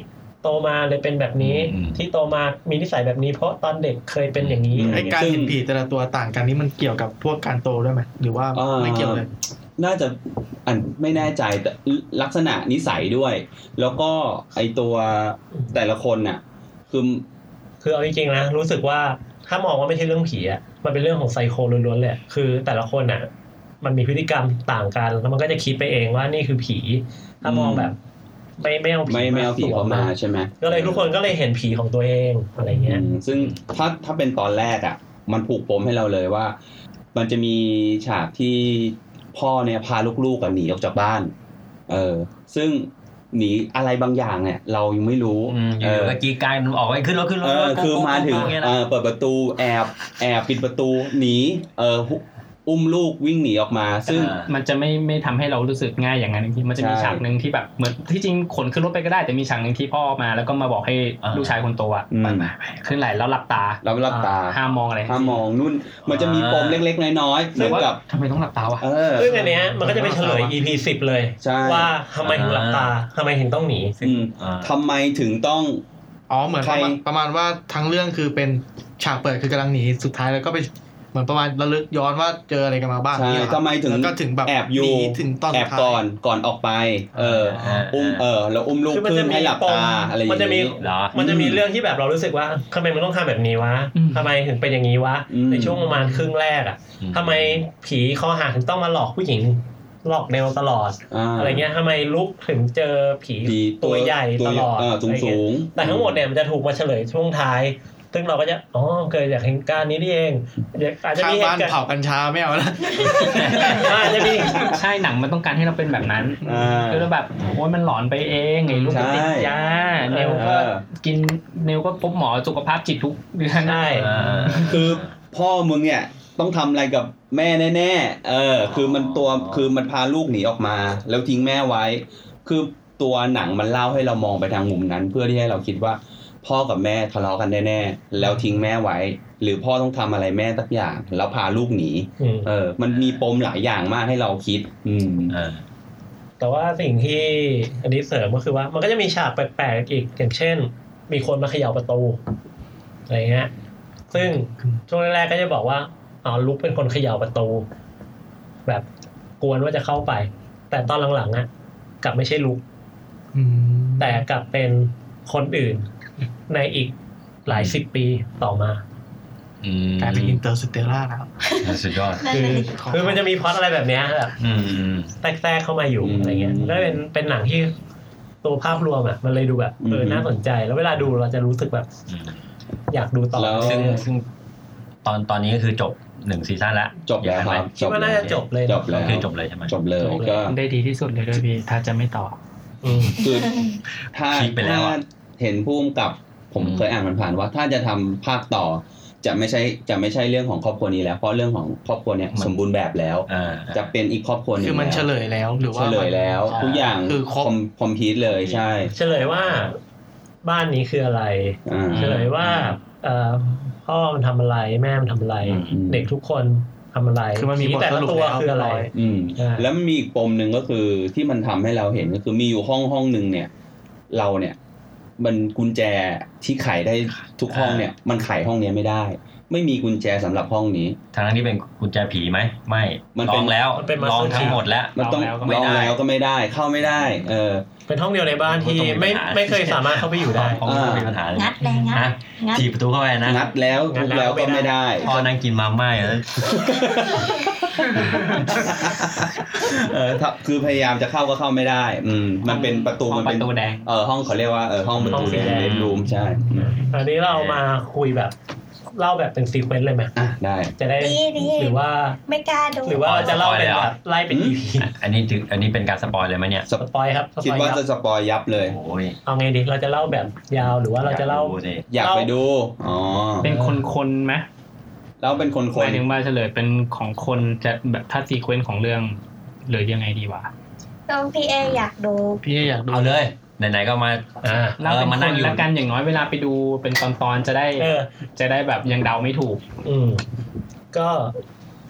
A: โตมาเลยเป็นแบบนี้ที่โตมามีนิสัยแบบนี้เพราะตอนเด็กเคยเป็นอย่างนี้
C: ไอ้การเห็นผีแต่ละตัวต่างกันนี่มันเกี่ยวกับพวกการโตด้วยไหมหรือว่าไม่เกี่ยวเลย
B: น่าจะไม่แน่ใจแต่ลักษณะนิสัยด้วยแล้วก็ไอตัวแต่ละคนน่ะ
A: คือเอาจริงๆนะรู้สึกว่าถ้ามองว่าไม่ใช่เรื่องผีอ่ะมันเป็นเรื่องของไซโคล้วนๆเลยคือแต่ละคนน่ะมันมีพฤติกรรมต่างกันแล้วมันก็จะคิดไปเองว่านี่คือผีถ้ามองแบบไม่เอา
B: ผีเข้ามาใช่ไหม
A: ก็เลยทุกคนก็เลยเห็นผีของตัวเองอะไรเงี้ย
B: ซึ่งถ้าเป็นตอนแรกอ่ะมันผูกปมให้เราเลยว่ามันจะมีฉากที่พ่อเนี่ยพาลูกๆหนีออกจากบ้านซึ่งหนีอะไรบางอย่างเนี่ยเรายังไม่รู้
E: อยู่กับกีการออกไปขึ้นรถ
B: คือมาถึงเปิดประตูแอบปิดประตูหนีอุ้มลูกวิ่งหนีออกมาซึ่ง
F: มันจะไม่ทำให้เรารู้สึกง่ายอย่างนั้นมันจะมีฉากนึงที่แบบเหมือนที่จริงขนขึ้นรถไปก็ได้แต่มีฉากนึงที่พ่อมาแล้วก็มาบอกให้ลูกชายคนโตไปขึ้นไหลแล้วหลับตาห้ามมองอะไร
B: ห้ามมองนู่นมันจะมีปมเล็กๆน้อยๆเหมือนกับ
F: ทำไมต้องหลับตาวะ
A: ซึ่งอันเนี้ยมันก็จะไปเฉลย EP 10เลยว่าทำไมถึงหลับตาทำไมถึงต้องหนี
B: ทำไมถึงต้อง
C: เหมือนประมาณว่าทั้งเรื่องคือเป็นฉากเปิดคือกำลังหนีสุดท้ายแล้วก็ไปเหมือนประมาณระลึกย้อนว่าเจออะไรกันมาบ้าง
B: ใช่ทำไมถึงแบบแอบอยู่
C: ถึงตอน
B: แอบก่อนออกไปแล้วอุ้มลูกขึ้นให้หลับตาอะไรอย่างนี้
A: มันจะมีเรื่องที่แบบเรารู้สึกว่าทำไมมันต้องทำแบบนี้วะทำไมถึงเป็นอย่างนี้วะในช่วงประมาณครึ่งแรกอ่ะทำไมผีคอหักถึงต้องมาหลอกผู้หญิงหลอกเดลตลอดอะไรเงี้ยทำไมลุกถึงเจอผีตัวใหญ่ตลอด
B: สูง
A: แต่ทั้งหมดเนี่ยมันจะถูกมาเฉลยช่วงท้ายซึ่งเราก็จะเกิดจากเหตุการณ์นี้นี่เอง
C: อาจจะมีเหตุการณ์เผากัญชาไม่เอาแล้ว
A: จะมี
F: ใช่หนังมันต้องการให้เราเป็นแบบนั้นคือแบบโอ้ยมันหลอนไปเองไงลูกติดยาเนวก็กินเนวก็พบหมอสุขภาพจิตทุกเดือน
A: ใช่
B: คือพ่อมึงเนี่ยต้องทำอะไรกับแม่แน่ๆคือมันพาลูกหนีออกมาแล้วทิ้งแม่ไว้คือตัวหนังมันเล่าให้เรามองไปทางมุมนั้นเพื่อที่ให้เราคิดว่าพ่อกับแม่ทะเลาะกันแน่ๆแล้วทิ้งแม่ไว้หรือพ่อต้องทำอะไรแม่สักอย่างแล้วพาลูกหนีมันมีปมหลายอย่างมากให้เราคิด
A: แต่ว่าสิ่งที่อันนี้เสริมก็คือว่ามันก็จะมีฉากแปลกๆอีกอย่างเช่นมีคนมาเขย่าประตูอะไรเงี้ยซึ่งช่วงแรกๆก็จะบอกว่าลุกเป็นคนเขย่าประตูแบบกวนว่าจะเข้าไปแต่ตอนหลังๆอ่ะกลับไม่ใช่ลุกแต่กลับเป็นคนอื่นในอีกหลาย10ปีต่อม
C: ากลายเป็นอินเตอร์สเตลล่าแล้ว
E: สุดยอด
A: คือมันจะมีพล็อตอะไรแบบนี้แบบแทรกเข้ามาอยู่อะไรเงี้ยแล้วเป็นหนังที่ตัวภาพรวมอ่ะมันเลยดูแบบน่าสนใจแล้วเวลาดูเราจะรู้สึกแบบอยากดูต่อ
E: ซึ่งตอนนี้ก็คือจบ1ซีซั่นแล้ว
B: จบแล้วครับ
A: คิดว่าน่าจะจบเลย
E: คือจบเลยใช่ไหม
B: จบเลยก็
F: ได้ดีที่สุดเลยด้วยพี่ถ้าจะไม่ต่อ
B: คือถ้าเห็นพุ่มกับผมเคยอ่านผ่านๆว่าถ้าจะทำภาคต่อจะไม่ใช่เรื่องของครอบครัวนี้แล้วเพราะเรื่องของครอบครัวเนี้ยสมบูรณ์แบบแล้วจะเป็นอีกครอบครัวนึง
C: คือมันเฉลยแล้วหรือว่า
B: เฉลยแล้วทุกอย่างคือคอมพลีทเลยใช่
A: เฉลยว่าบ้านนี้คืออะไรเฉลยว่าพ่อมันทำอะไรแม่มันทำอะไรเด็กทุกคนทำอะไร
C: คือมันมี
A: แต่ละตัวคืออะไร
B: แล้วมันมีอีกปมนึงก็คือที่มันทำให้เราเห็นก็คือมีอยู่ห้องนึงเนี่ยเราเนี่ยมันกุญแจที่ไขได้ทุกห้องเนี่ยมันไขห้องนี้ไม่ได้ไม่มีกุญแจสำหรับห้องนี้
E: ทางนี้เป็นกุญแจผีไหมไม่ลองแล้วลองทั้งหมดแล้ว
B: มันต้องลองแล้วก็ไม่ได้เข้าไม่ได้
A: เป็นห้องเดียวในบ้านที่ไม่เคยสามารถเข้าไปอยู่ได้
E: มีปัญหา
D: งัดเลยงัด
E: ถีบประตูเข้าไปนะ
B: งัดแล้วทุบแล้วก็ไม่ได้
E: พ่อนั่งกินมาม่าแล้ว
B: คือพยายามจะเข้าก็เข้าไม่ได้มันเป็นประตูมันเป็น
F: ประตูแดง
B: ห้องเขาเรียกว่าห้องประตูแดงเบดรูมใช่
A: อันนี้เรามาคุยแบบเล่าแบบเป็นซีเควนซ์เลยไหม
B: ได้
A: จะได้หรือว่า
D: ไม่กล้าดู
A: หรือว่าจะเล่าเป็นแบบไล่เป็น EP
E: อันนี้เป็นการสปอยเลยไหมเนี่ย
A: สปอยครับ
B: คิดว่าจะสปอยยับเลย
A: เอาไงดีเราจะเล่าแบบยาวหรือว่าเราจะเล่า
B: อยากไปดู
F: เป็นคนๆไหม
B: เราเป็นคน
F: หมายถึงว่าเฉลยเป็นของคนจะแบบถ้าซีเควนซ์ของเรื่องหรือยังไงดีวะ
D: พี่เออยากดู
E: เอาเลยไหนๆก็มา
F: เรามานั่งอยู่แล้วกันอย่างน้อยเวลาไปดูเป็นตอนๆจะได้แบบยังเดาไม่ถูก
A: ก็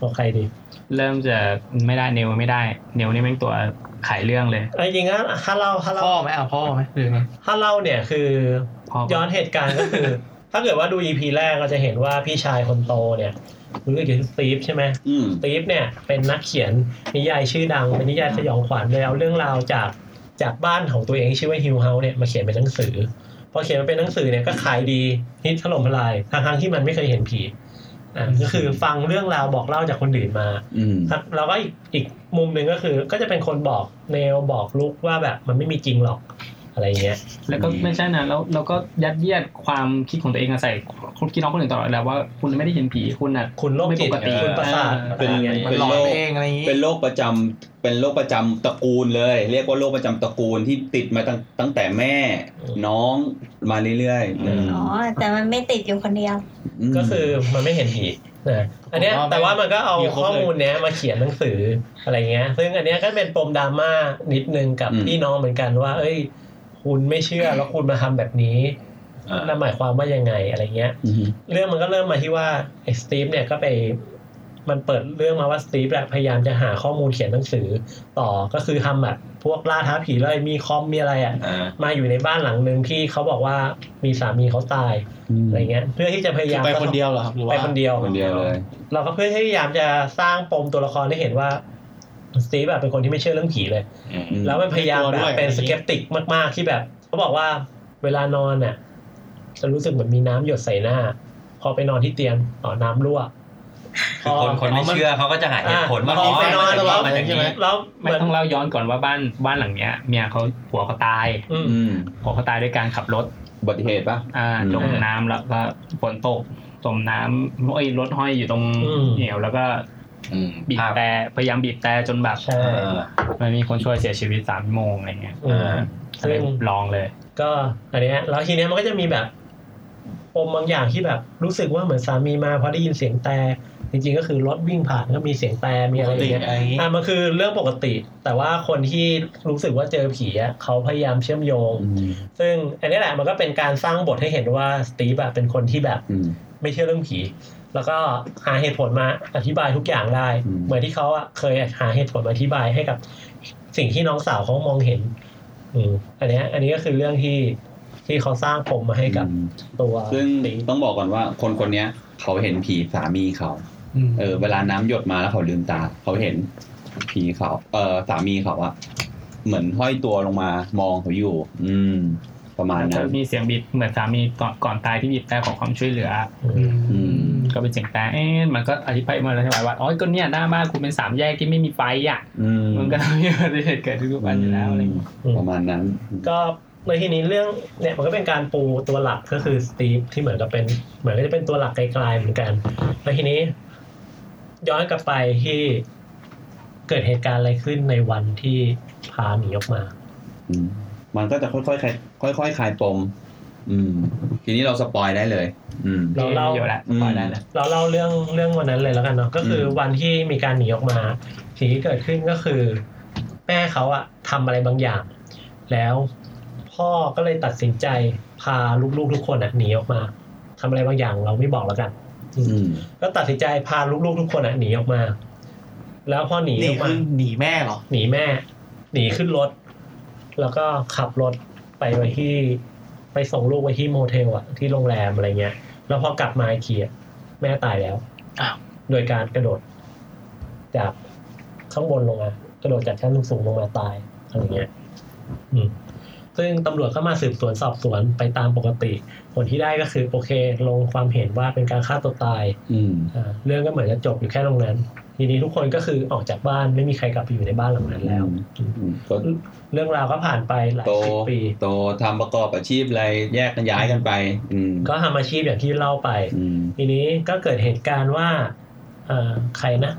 A: บอกใครดี
F: เริ่มจะไม่ได้เนวไม่ได้เนวนี่แม่งตัวขายเรื่องเลย
A: จริงๆนะถ้าเล่า
C: พ่อไหมพ่อไหมหรือไง
A: ถ้าเล่าเนี่ยคือย้อนเหตุการณ์ก็คือถ้าเกิดว่าดู EP แรกเราจะเห็นว่าพี่ชายคนโตเนี่ยรู้สึกคือสตีฟใช่ไหมสตีฟเนี่ยเป็นนักเขียนนิยายชื่อดังเป็นนิยายสยองขวัญเลยเอาเรื่องราวจากบ้านของตัวเองที่ชื่อว่าฮิลเฮาส์เนี่ยมาเขียนเป็นหนังสือพอเขียนมาเป็นหนังสือเนี่ยก็ขายดีฮิตถล่มทลายทั้งที่มันไม่เคยเห็นผีก็คือฟังเรื่องราวบอกเล่าจากคนอื่นมาแล้วก็อีกมุมนึงก็คือก็จะเป็นคนบอกเนลบอกลุกว่าแบบมันไม่มีจริงหรอกอะไรเงี้ย
F: แล้วก็ไม่ใช่นะแล้วก็ยัดเยียดความคิดของตัวเองใส่คุณคิดน้องคนอื่นตลอดแล้วว่าคุณไม่ได้เห็นผีคุณน่ะ
A: คุณโรคจิตคุณประสาท
B: เป็นโรคเองอะไรอย่างงี้เป็นโรคประจำตระกูลเลยเรียกว่าโรคประจำตระกูลที่ติดมาตั้งแต่แม่น้องมาเรื่อย
D: ๆอ๋อแต่มันไม่ติดอยู่คนเดียว
A: ก็คือมันไม่เห็นผีอันเนี้ยแต่ว่ามันก็เอาข้อมูลเนี้ยมาเขียนหนังสืออะไรเงี้ยซึ่งอันเนี้ยก็เป็นปมดราม่านิดนึงกับพี่น้องเหมือนกันว่าเอ้ยคุณไม่เชื่อแล้วคุณมาทำแบบนี้นั่นหมายความว่ายังไงอะไรเงี้ยเรื่องมันก็เริ่มมาที่ว่าไอ้สตีฟเนี่ยก็ไปมันเปิดเรื่องมาว่าสตีฟพยายามจะหาข้อมูลเขียนหนังสือต่อก็คือทำแบบพวกล่าท้าผีเลยมีคอมมีอะไรมาอยู่ในบ้านหลังนึงที่เขาบอกว่ามีสามีเขาตายอะไรเงี้ยเพื่อที่จะพยายาม
C: ไปคนเดียวเหรอครับ
A: ไปคนเดียว
B: เลย
A: เราก็เพื่อพยายามจะสร้างปมตัวละครให้เห็นว่าสตีฟเป็นคนที่ไม่เชื่อเรื่องผีเลยแล้วมันพยายามแบบเป็นสเกปติกมากๆที่แบบเขาบอกว่าเวลานอนน่ะจะรู้สึกเหมือนมีน้ำหยดใส่หน้าพอไปนอนที่เตียงน้ำรั่ว
E: คือคนไม่เชื่อเขาก็จะหาเหตุผลว่า
A: ไปนอนแล้วใช่ไหม
F: แล้วไม่ต้องเล่าย้อนก่อนว่าบ้านหลังเนี้ยเมียเขาผัวเขาตายผัวเขาตายด้วยการขับรถ
B: อุบัติเหตุป่ะ
F: จมน้ำแล้วก็ฝนตกจมน้ำรถห้อยอยู่ตรงเหนียวแล้วก็บีบแต่พยายามบีบแต่จนแบบมันมีคนช่วยเสียชีวิต3 ชั่วโมงอะไรเงี้ยซึ่งลองเลย
A: ก็อันเนี้ยแล้วทีเนี้ยมันก็จะมีแบบปมบางอย่างที่แบบรู้สึกว่าเหมือนสามีมาพอได้ยินเสียงแต่จริงๆก็คือรถวิ่งผ่านก็มีเสียงแต่มีอะไรอย่างเงี้ยมันคือเรื่องปกติแต่ว่าคนที่รู้สึกว่าเจอผีเขาพยายามเชื่อมโยงซึ่งอันนี้แหละมันก็เป็นการสร้างบทให้เห็นว่าสตีฟเป็นคนที่แบบไม่เชื่อเรื่องผีแล้วก็หาเหตุผลมาอธิบายทุกอย่างได้เหมือนที่เขาเคยหาเหตุผลมาอธิบายให้กับสิ่งที่น้องสาวเขามองเห็นอันนี้ก็คือเรื่องที่เขาสร้างปมมาให้กับตัว
B: ซึ่งต้องบอกก่อนว่าคนนี้เขาเห็นผีสามีเขาเวลาน้ำหยดมาแล้วเขาลืมตาเขาเห็นผีเขาสามีเขาเหมือนห้อยตัวลงมามองเขาอยู่ประมาณนั้น
F: มีเสียงบีบเหมือนสามีก่อนตายที่บีบแต่ขอความช่วยเหลือก็เป็นเสียงแต่มันก็อธิบายมาแล้วใช่ไหมว่าอ๋อก็เนี่ยหน้าบ้านคุณเป็น3 แยกที่ไม่มีไฟมันก็ทำให้เกิดทุกวันอยู่แล้วอะไร
B: ประมาณนั้น
A: ก็ในที่นี้เรื่องเนี่ยมันก็เป็นการปูตัวหลักก็คือสตีฟที่เหมือนกับเป็นเหมือนก็จะเป็นตัวหลักไกลๆเหมือนกันแล้วทีนี้ย้อนกลับไปที่เกิดเหตุการณ์อะไรขึ้นในวันที่พาหนีออกมา
B: มันก็จะค่อยๆคลายปมทีนี้เราสปอยได้เลย
A: เราเล่า
F: อยู่แล้วสปอยได้แล้ว
A: เราเล่าเรื่องวันนั้นเลยแล้วกันเนาะก็คือวันที่มีการหนีออกมาสิ่งที่เกิดขึ้นก็คือแม่เขาทำอะไรบางอย่างแล้วพ่อก็เลยตัดสินใจพาลูกๆทุกคนหนีออกมาทำอะไรบางอย่างเราไม่บอกแล้วกันก็ตัดสินใจพาลูกๆทุกคนหนีออกมาแล้วพอหนีออกมา
C: หนีแม่เหรอ
A: หนีแม่หนีขึ้นรถแล้วก็ขับรถไปส่งลูกไว้ที่โมเทลที่โรงแรมอะไรเงี้ยแล้วพอกลับมาอีกทีแม่ตายแล้วโดยการกระโดดจากข้างบนลงมากระโดดจากชั้นสูงลงมาตายอะไรเงี้ยซึ่งตำรวจก็มาสืบสวนสอบสวนไปตามปกติผลที่ได้ก็คือโอเคลงความเห็นว่าเป็นการฆ่าตัวตายเรื่องก็เหมือนจะจบอยู่แค่ตรงนั้นทีนี้ทุกคนก็คือออกจากบ้านไม่มีใครกลับไปอยู่ในบ้านหลังนั้นแล้วเรื่องราวก็ผ่านไปหลาย10 ปี
B: โตทำประกอบอาชีพอะไรแยกกันย้ายกันไป
A: ก็ทำอาชีพอย่างที่เล่าไปทีนี้ก็เกิดเหตุการณ์ว่าใครนะ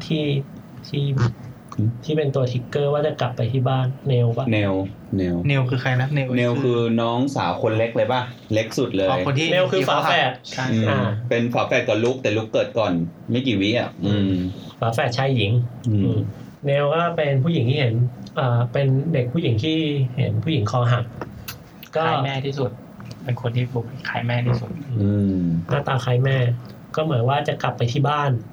A: ที่เป็นตัวทริกเกอร์ว่าจะกลับไปที่บ้านเนลป่ะ
B: เนล
C: คือใครนะ
B: เนลคือน้องสาวคนเล็กเลยป่ะเล็กสุดเลย
A: เนลคือฝาแฝด
B: เป็นฝาแฝดกับลูกแต่ลูกเกิดก่อนไม่กี่วิ
A: ฝาแฝดชายหญิงเนลก็เป็นผู้หญิงที่เห็นเป็นเด็กผู้หญิงที่เห็นผู้หญิงคอหัก
F: ก็คล้ายแม่ที่สุดเป็นคนที่บุกคล้ายแม่ที่สุด
A: หน้าตาคล้ายแม่ก็เหมือนว่าจะกลับไปที่บ้าน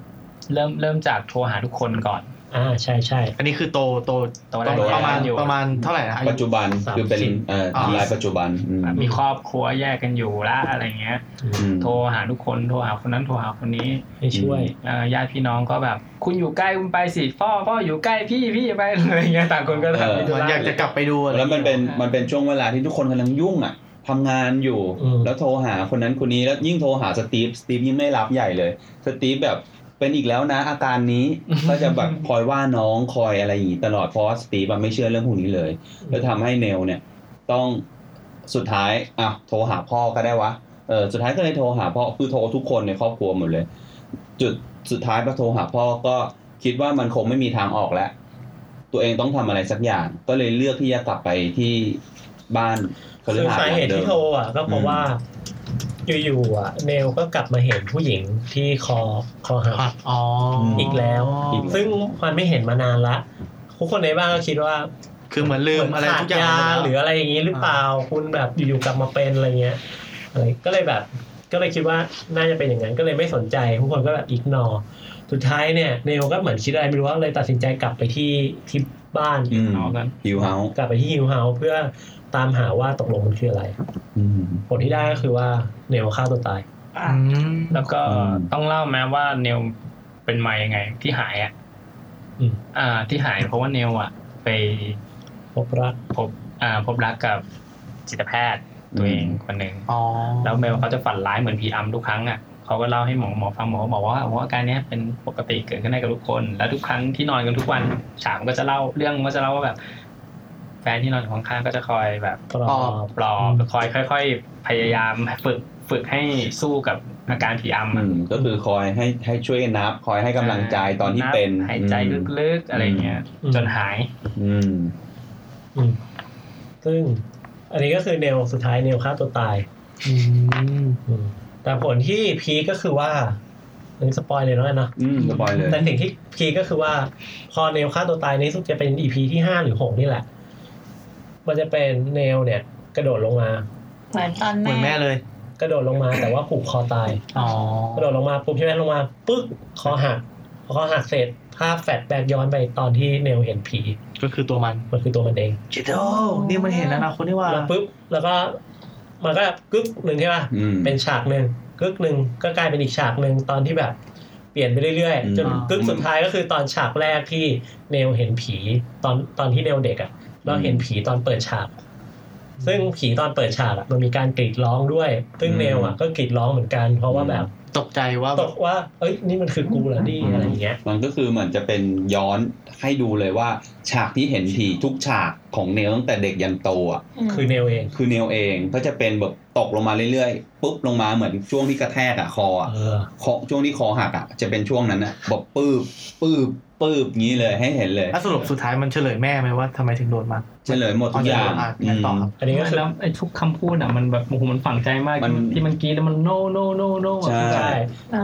F: เริ่มจากโทรหาทุกคนก่อน
A: ใช่
C: อันนี้คือโตประมาณเท่าไหร่นะ
B: ปัจจุบันคือเป็นรายปัจจุบัน
F: มีครอบครัวแยกกันอยู่ละอะไรเงี้ยโทรหาทุกคนโทรหาคนนั้นโทรหาคนนี้
A: ให้ช่วย
F: ญาติพี่น้องก็แบบคุณอยู่ใกล้คุณไปสิพ่ออยู่ใกล้พี่ไปอะไรเงี้ยต่างคนก็ท
C: ำอยากจะกลับไปดู
B: แล้วมันเป็นช่วงเวลาที่ทุกคนกำลังยุ่งทำงานอยู่แล้วโทรหาคนนั้นคนนี้แล้วยิ่งโทรหาสตีฟยิ่งไม่รับใหญ่เลยสตีฟแบบเป็นอีกแล้วนะอาการนี้ ก็จะแบบคอยว่าน้องคอยอะไรอย่างนี้ตลอดเพราะสตีฟไม่เชื่อเรื่องพวกนี้เลยแล้วทำให้เนลเนี่ยต้องสุดท้ายโทรหาพ่อก็ได้วะสุดท้ายก็เลยโทรหาพ่อคือโทรทุกคนในครอบครัวหมดเลยจุดสุดท้ายพอโทรหาพ่อก็คิดว่ามันคงไม่มีทางออกแล้วตัวเองต้องทำอะไรสักอย่างก็เลยเลือกที่จะกลับไปที่บ้าน
A: คือสาเหตุที่โทรก็เพราะว่าอยู่เนลก็กลับมาเห็นผู้หญิงที่คอหักอีกแล้วซึ่งมันไม่เห็นมานานละทุกคนในบ้านก็คิดว่า
C: คือเหมือนลืมอะไรทุกอย่าง
A: หรืออะไรอย่างนี้หรือเปล่าคุณแบบอยู่ๆกลับมาเป็นอะไรเงี้ยอะไรก็เลยคิดว่าน่าจะเป็นอย่างนั้นก็เลยไม่สนใจทุกคนก็แบบอิกนอร์สุดท้ายเนี่ยเนลก็เหมือนคิดอะไรไม่รู้ว่าเลยตัดสินใจกลับไปที่บ้าน
B: ฮิวเฮาส์
A: กลับไปที่ฮิวเฮาส์เพื่อตามหาว่าตกลงมันคืออะไรผลที่ได้ก็คือว่าเนลฆ่าตัวตาย
F: แล้วก็ต้องเล่าแม้ว่าเนลเป็นมายังไงที่หายที่หายเพราะว่าเนลไป
A: พบรั
F: กกับจิตแพทย์ตัวเองคนหนึ่งแล้วเมลเขาจะฝันร้ายเหมือนผีอำทุกครั้งเขาก็เล่าให้หมอฟังหมอบอกว่าอาการนี้เป็นปกติเกิดขึ้นได้กับทุกคนแล้วทุกครั้งที่นอนกันทุกวันฉากก็จะเล่าเรื่องก็จะเล่าว่าแบบแฟนที่นอนอยู่ข้างๆก็จะคอยแบบปลอบคอยค่อยๆพยายามฝึกให้สู้กับอาการผีอำ
B: ก็คือคอยให้ช่วยนับคอยให้กำลังใจตอนที่เป็น
F: หายใจลึกๆอะไรเงี้ยจนหาย
A: ซึ่งอันนี้ก็คือเนลสุดท้ายเนลฆ่าตัวตายแต่ผลที่พีก็คือว่าสปอยเลยแล้วกันเนาะ
B: สปอยเลย
A: แต่สิ่งที่พีก็คือว่าพอเนลฆ่าตัวตายนี้สุดจะเป็น EP ที่5หรือ6นี่แหละมันจะเป็นเนลเนี่ยกระโดดลงมา
D: เหมือนตอน
C: แม่เลย
A: กระโดดลงมาแต่ว่าผูกคอตายกระโดดลงมาปุ๊บใช่ไหมลงมาปึ๊กคอหักเสร็จภาพแฟลชแบ็กย้อนไปตอนที่เนลเห็นผี
C: ก็คือตัวมัน
A: คือตัวมันเอง
C: เจโดนี่มันเห็นอนาคตนี่ว่า
A: แล้วปุ๊บแล้วก็มันก็กึกนึงใช่ป่ะเป็นฉากนึงกึกนึงก็กลายเป็นอีกฉากนึงตอนที่แบบเปลี่ยนไปเรื่อยๆจนกึกสุดท้ายก็คือตอนฉากแรกที่เนลเห็นผีตอนที่เนลเด็กเราเห็นผีตอนเปิดฉากซึ่งผีตอนเปิดฉากมันมีการกรีดร้องด้วยซึ่งเนลก็กรีดร้องเหมือนกันเพราะว่าแบบ
C: ตกใจว่า
A: เอ้ยนี่มันคือกูเหรอนี่อะไรอย่างเงี้ย
B: มันก็คือเหมือนจะเป็นย้อนให้ดูเลยว่าฉากที่เห็นผีทุกฉากของเนลตั้งแต่เด็กยันโต
A: คือเนลเ
B: องก็จะเป็นแบบตกลงมาเรื่อยๆปุ๊บลงมาเหมือนช่วงที่กระแทกคอช่วงที่คอหักจะเป็นช่วงนั้นแบบปื๊บงี้เลยให้เห็นเลย
C: สรุปสุดท้ายมันเฉลยแม่ไหมว่าทำไมถึงโดนมา
B: เฉลยหมดทุกอย่าง
A: อันนี้ก็คือ
F: แล้วไอ้ทุกคำพูดมันแบบโอ้โหมันฝังใจมากที่มันกรี๊ดแล้วมัน no
B: ใช่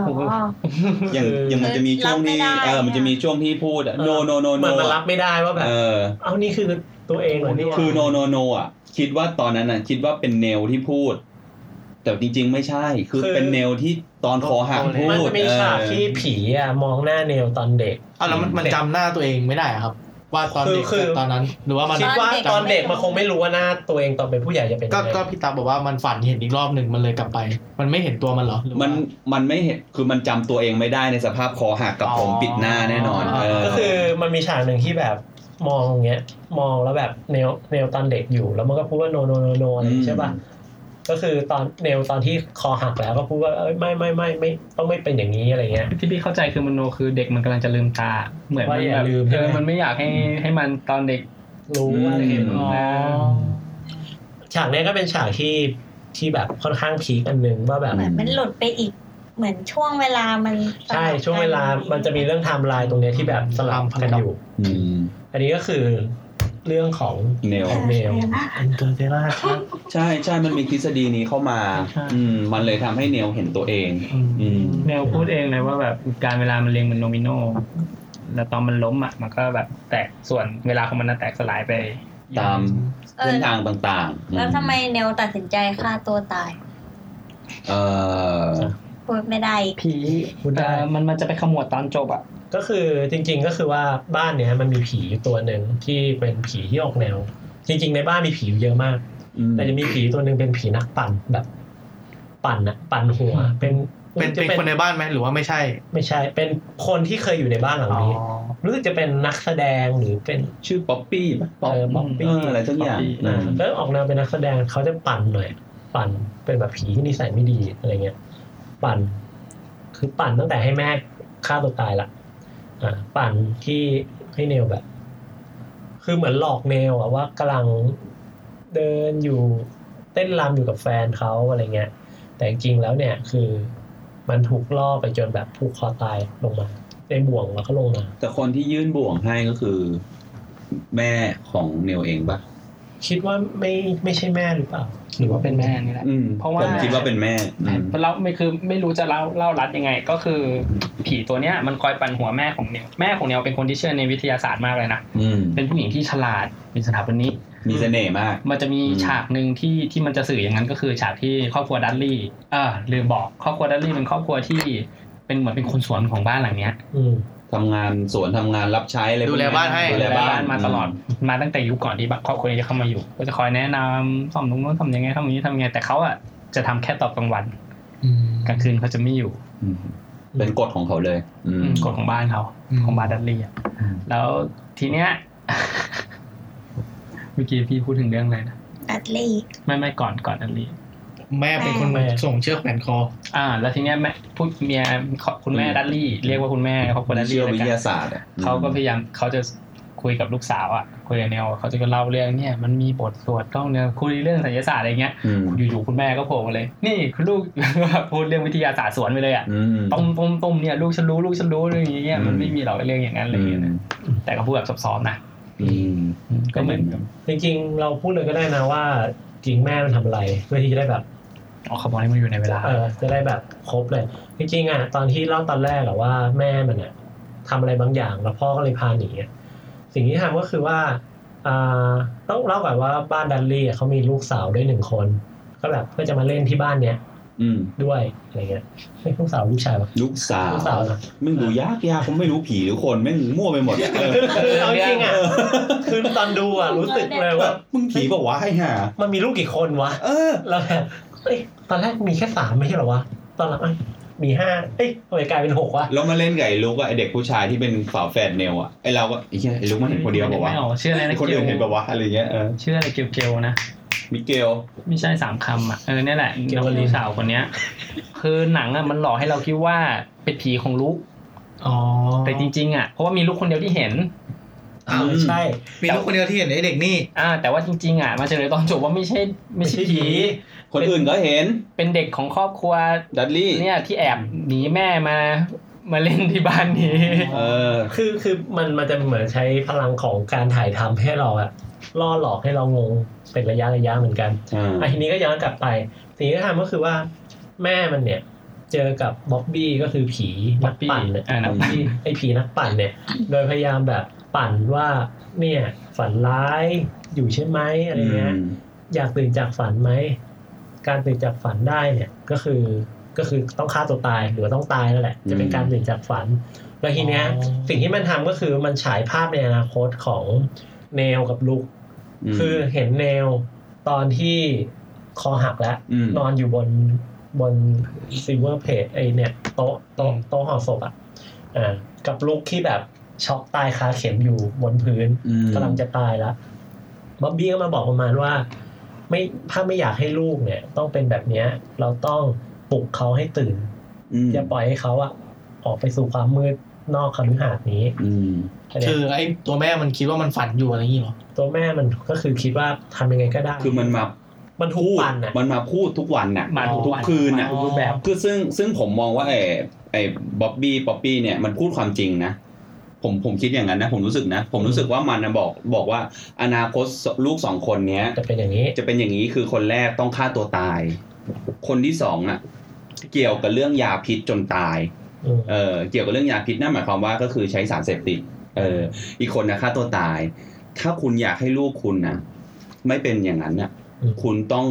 B: อย่างมันจะมีช่วงที่มันจะมีช่วงที่พูดno
A: มันรับไม่ได้ว่าแบบเอานี่คือตัวเองเหรอ
B: คือ no คิดว่าตอนนั้นคิดว่าเป็นเนลที่พูดแต่จริงๆไม่ใช่คือเป็นเนลที่ตอนคอหักพูด
A: มันจะมีฉากที่ผีมองหน้าเนลตอนเด็ก
C: แล้วมันจำหน้าตัวเองไม่ได้ครับว่าตอนเด็กตอนนั้นหรือว่ามัน
A: คิดว่าตอนเด็กมันคงไม่รู้ว่าหน้าตัวเองตอนเป็นผู้ใหญ่จะเป็นยังไง
C: ก็พี่ตาบอกว่ามันฝันเห็นอีกรอบนึงมันเลยกลับไปมันไม่เห็นตัวมันหรอ
B: มันไม่เห็นคือมันจำตัวเองไม่ได้ในสภาพคอหักกับผมปิดหน้าแน่นอน
A: ก็คือมันมีฉากนึงที่แบบมองอย่างเงี้ยมองแล้วแบบเนลตอนเด็กอยู่แล้วมันก็พูดว่า no อะไรใช่ป่ะก็คือตอนเนลตอนที่คอหักแล้วก็พูดว่าไม่ต้องไม่เป็นอย่างนี้อะไรเงี้ย
F: ที่พี่เข้าใจคือมโนคือเด็กมันกำลังจะลืมตาเหมือนมันแบบมันไม่อยากให้มันตอนเด็ก
A: รู้อะไรเห็นฉากนี้ก็เป็นฉากที่แบบค่อนข้างพีคอันนึงว่าแบบ
D: มันหลุดไปอีกเหมือนช่วงเวลามัน
A: ใช่ช่วงเวลามันจะมีเรื่องไทม์ไลน์ตรงนี้ที่แบบสลับกันอยู่อันนี้ก็คือเรื่องของ
B: เนลใช่มันมีทฤษฎีนี้เข้ามามันเลยทำให้เนลเห็นตัวเอง
F: เนลพูดเองเลยว่าแบบการเวลามันเรียงเป็นโนมิโนแล้วตอนมันล้มมันก็แบบแตกส่วนเวลาของมันแตกสลายไป
B: ตามเส้นทางต่าง
D: ๆแล้วทำไมเนลตัดสินใจฆ่าตัวตายพูดไม่ได้
F: ผีมันจะไปขมวดตอนจบอ่ะ
A: ก็คือจริงๆก็คือว่าบ้านเนี้ยมันมีผีตัวนึงที่เป็นผีที่ออกแนวจริงๆในบ้านมีผีเยอะมากแต่จะมีผีตัวนึงเป็นผีนักปั่นแบบปั่นหัวเป็น
C: คนในบ้านไหมหรือว่าไม่ใช่
A: เป็นคนที่เคยอยู่ในบ้านหลังนี้รู้สึกจะเป็นนักแสดงหรือเป็น
B: ชื่อป๊อปปี้ป่ะ
A: ป๊อปปี้
B: อะไรสักอย่าง
A: แล้วออกแนวเป็นนักแสดงเขาจะปั่นหน่อยปั่นเป็นแบบผีที่นิสัยไม่ดีอะไรเงี้ยปั่นตั้งแต่ให้แม่ฆ่าตัวตายละปั่นที่ให้เนลแบบคือเหมือนหลอกเนลอะว่ากำลังเดินอยู่เต้นรำอยู่กับแฟนเขาอะไรเงี้ยแต่จริงๆแล้วเนี่ยคือมันถูกล่อไปจนแบบผูกคอตายลงมาในบ่วงแล้วก็ลงมา
B: แต่คนที่ยื่นบ่วงให้ก็คือแม่ของเนลเองปะ
A: คิดว่าไม่ใช่แม่หรือเปล่า
F: หรือว่าเป็นแม่นี่แหละ
B: เพราะว่าผมคิดว่าเป็นแม่
F: เราไม่รู้จะเล่ารัดยังไงก็คือผีตัวเนี้ยมันคอยปั่นหัวแม่ของเนลเป็นคนที่เชื่อในวิทยาศาสตร์มากเลยนะเป็นผู้หญิงที่ฉลาดเป็นสถาปนิก
B: มีเสน่ห์มาก
F: มันจะมีฉากนึงที่มันจะสื่ออย่างนั้นก็คือฉากที่ครอบครัวดัตลี่ลืมบอกครอบครัวดัตลี่เป็นครอบครัวที่เป็นเหมือนเป็นคนสวนของบ้านหลังเนี้ย
B: ทำงานสวนทำงานรับใช้อะไร
C: ดูแลบ้านให้
F: ดูแลบ้านมาตลอดมาตั้งแต่ยุคก่อนที่ครอบครัวนี้จะเข้ามาอยู่ก็จะคอยแนะนำซ่อมตรงนู้นทำยังไงทำอย่างนี้ทำยังไงแต่เขาจะทำแค่ตอนกลางวันกลางคืนเขาจะไม่อยู่
B: เป็นกฎของเขาเลย
F: กฎของบ้านเขาของบ้านดัตลี่แล้วทีเนี้ยเมื่อกี้พี่พูดถึงเรื่องอะไรนะ
D: ดัตลี่
F: ไม่ก่อนดัตลี่
C: แม่เป็นคนส่งเชือกแขวนคอ
F: แล้วทีเนี้ยแม่พูดเมียคุณแม่ดัตลี่เรียกว่าคุณแม่ครอบครัวดัตลี่
B: วิทยาศาสตร์
F: เขาก็พยายามเขาจะคุยกับลูกสาวคุยกับเนลเขาจะเล่าเรื่องเนี่ยมันมีบทสวดต้องเนี่ยคุยเรื่องไสยศาสตร์อะไรเงี้ยอยู่ๆคุณแม่ก็โผล่มาเลยนี่คุณลูกพูดเรื่องวิทยาศาสตร์สวนไปเลยต้มเนี่ยลูกฉันรู้เรื่องอย่างเงี้ยมันไม่มีหรอกเรื่องอย่างนั้นอะไรเงี้ยแต่ก็พูดแบบซอฟๆนะ
A: ก็เหมือนจริงๆเราพูดเลยก็ได้นะว่าจริงแม่มันทำอะไรเพื่อที่จะได้แบบ
F: เขาบอกให้มันอยู่ในเวลา
A: จะได้แบบครบเลยจริงๆตอนที่เล่าตอนแรกว่าแม่มันทำอะไรบางอย่างแล้วพ่อก็เลยพาหนีสิ่งที่ทำก็คือว่าต้องเล่าก่อนว่าบ้านดัลลี่เขามีลูกสาวด้วย1คนก็แบบก็จะมาเล่นที่บ้านเนี้ยด้วยอะไรเงี้ยไม่ลูกสาวลูกชายวะ
B: ลูกสาวมึงดูยากเขาไม่รู้ผีหรือคนแม่งมั่วไปหมด
A: คือเอาจริงคือตอนดูรู้สึกเลยว่า
B: มึงผีบอกว่าให้ห่า
A: มันมีลูกกี่คนวะแล้วแบบตอนแรกมีแค่3ไม่ใช่เหรอวะตอนหลังมี5ทำไมกลายเป็น6วะ
B: แล้วมาเล่นกับไอ้ลูกไอ้เด็กผู้ชายที่เป็นฝาแฝดเนลไอ้เราก็ไอ้ลูกมันเห็นคนเดียวบอกว่า
F: ชื่ออะไรนะ
B: คนอื่นเห็นบอกว่าอะไรเงี้ย
F: ชื่ออะไรเกลนะ
B: มิเกล
F: ไม่ใช่3คำนี่แหละน้องสาวคนเนี้ยคือหนังมันหลอกให้เราคิดว่าเป็นผีของลูกแต่จริงๆเพราะว่ามีลูกคนเดียวที่เห็น
A: ใช่
C: มีลูกคนเดียวที่เห็นไอ้เด็กนี่
F: แต่ว่าจริงๆมาเฉลยตอนจบว่าไม่ใช่ผี
B: คนอื่นก็เห็น
F: เป็นเด็กของครอบครัว
B: ดัตลี่
F: เนี่ยที่แอบหนีแม่มาเล่นที่บ้านนี้
A: คือมันจะเหมือนใช้พลังของการถ่ายทำให้เราล่อหลอกให้เรางงเป็นระยะเหมือนกันทีนี้ก็ย้อนกลับไปสิ่งที่ทำก็คือว่าแม่มันเนี่ยเจอกับบ๊อบบี้ก็คือผีนักปั่นเนี่ยไอ้ผีนักปั่นเนี่ยโดยพยายามแบบปั่นว่าเนี่ยฝันร้ายอยู่ใช่ไหมอะไรเงี้ยอยากตื่นจากฝันไหมการตื่นจากฝันได้เนี่ยก็คือต้องฆ่าตัวตายหรือต้องตายนั่นแหละจะเป็นการตื่นจากฝันแล้วทีเนี้ยสิ่งที่มันทำก็คือมันฉายภาพในอนาคตของเนลกับลุคคือเห็นเนลตอนที่คอหักแล้วนอนอยู่บนซิลเวอร์เพจไอเนี่ยโต๊ะห่อศพกับลุคที่แบบช็อกตายคาเข็มอยู่บนพื้นกำลังจะตายแล้วบ๊อบบี้ก็มาบอกประมาณว่าถ้าไม่อยากให้ลูกเนี่ยต้องเป็นแบบนี้เราต้องปลุกเขาให้ตื่นอย่าปล่อยให้เขาออกไปสู่ความมืดนอกคฤหาสน์นี้
C: คือไอ้ตัวแม่มันคิดว่ามันฝันอยู่อะไรอย่างงี้เหรอ
A: ตัวแม่มันก็คือคิดว่าทำยังไงก็ได้
B: คือมัน
A: ทุกวัน
B: มันมาพูดทุกวันทุกคืน
F: แบบ
B: คือซึ่งผมมองว่าไอ้บ๊อบปี้เนี่ยมันพูดความจริงนะผมคิดอย่างนั้นนะผมรู้สึกว่ามันบอกว่าอนาคตลูก2คนเนี้ย
A: จะเป็นอย่าง
B: นี้คือคนแรกต้องฆ่าตัวตายคนที่2เกี่ยวกับเรื่องยาพิษจนตายเกี่ยวกับเรื่องยาพิษนั่นหมายความว่าก็คือใช้สารเสพติดอีกคนนะฆ่าตัวตายถ้าคุณอยากให้ลูกคุณนะไม่เป็นอย่างนั้นนะคุณต้องใ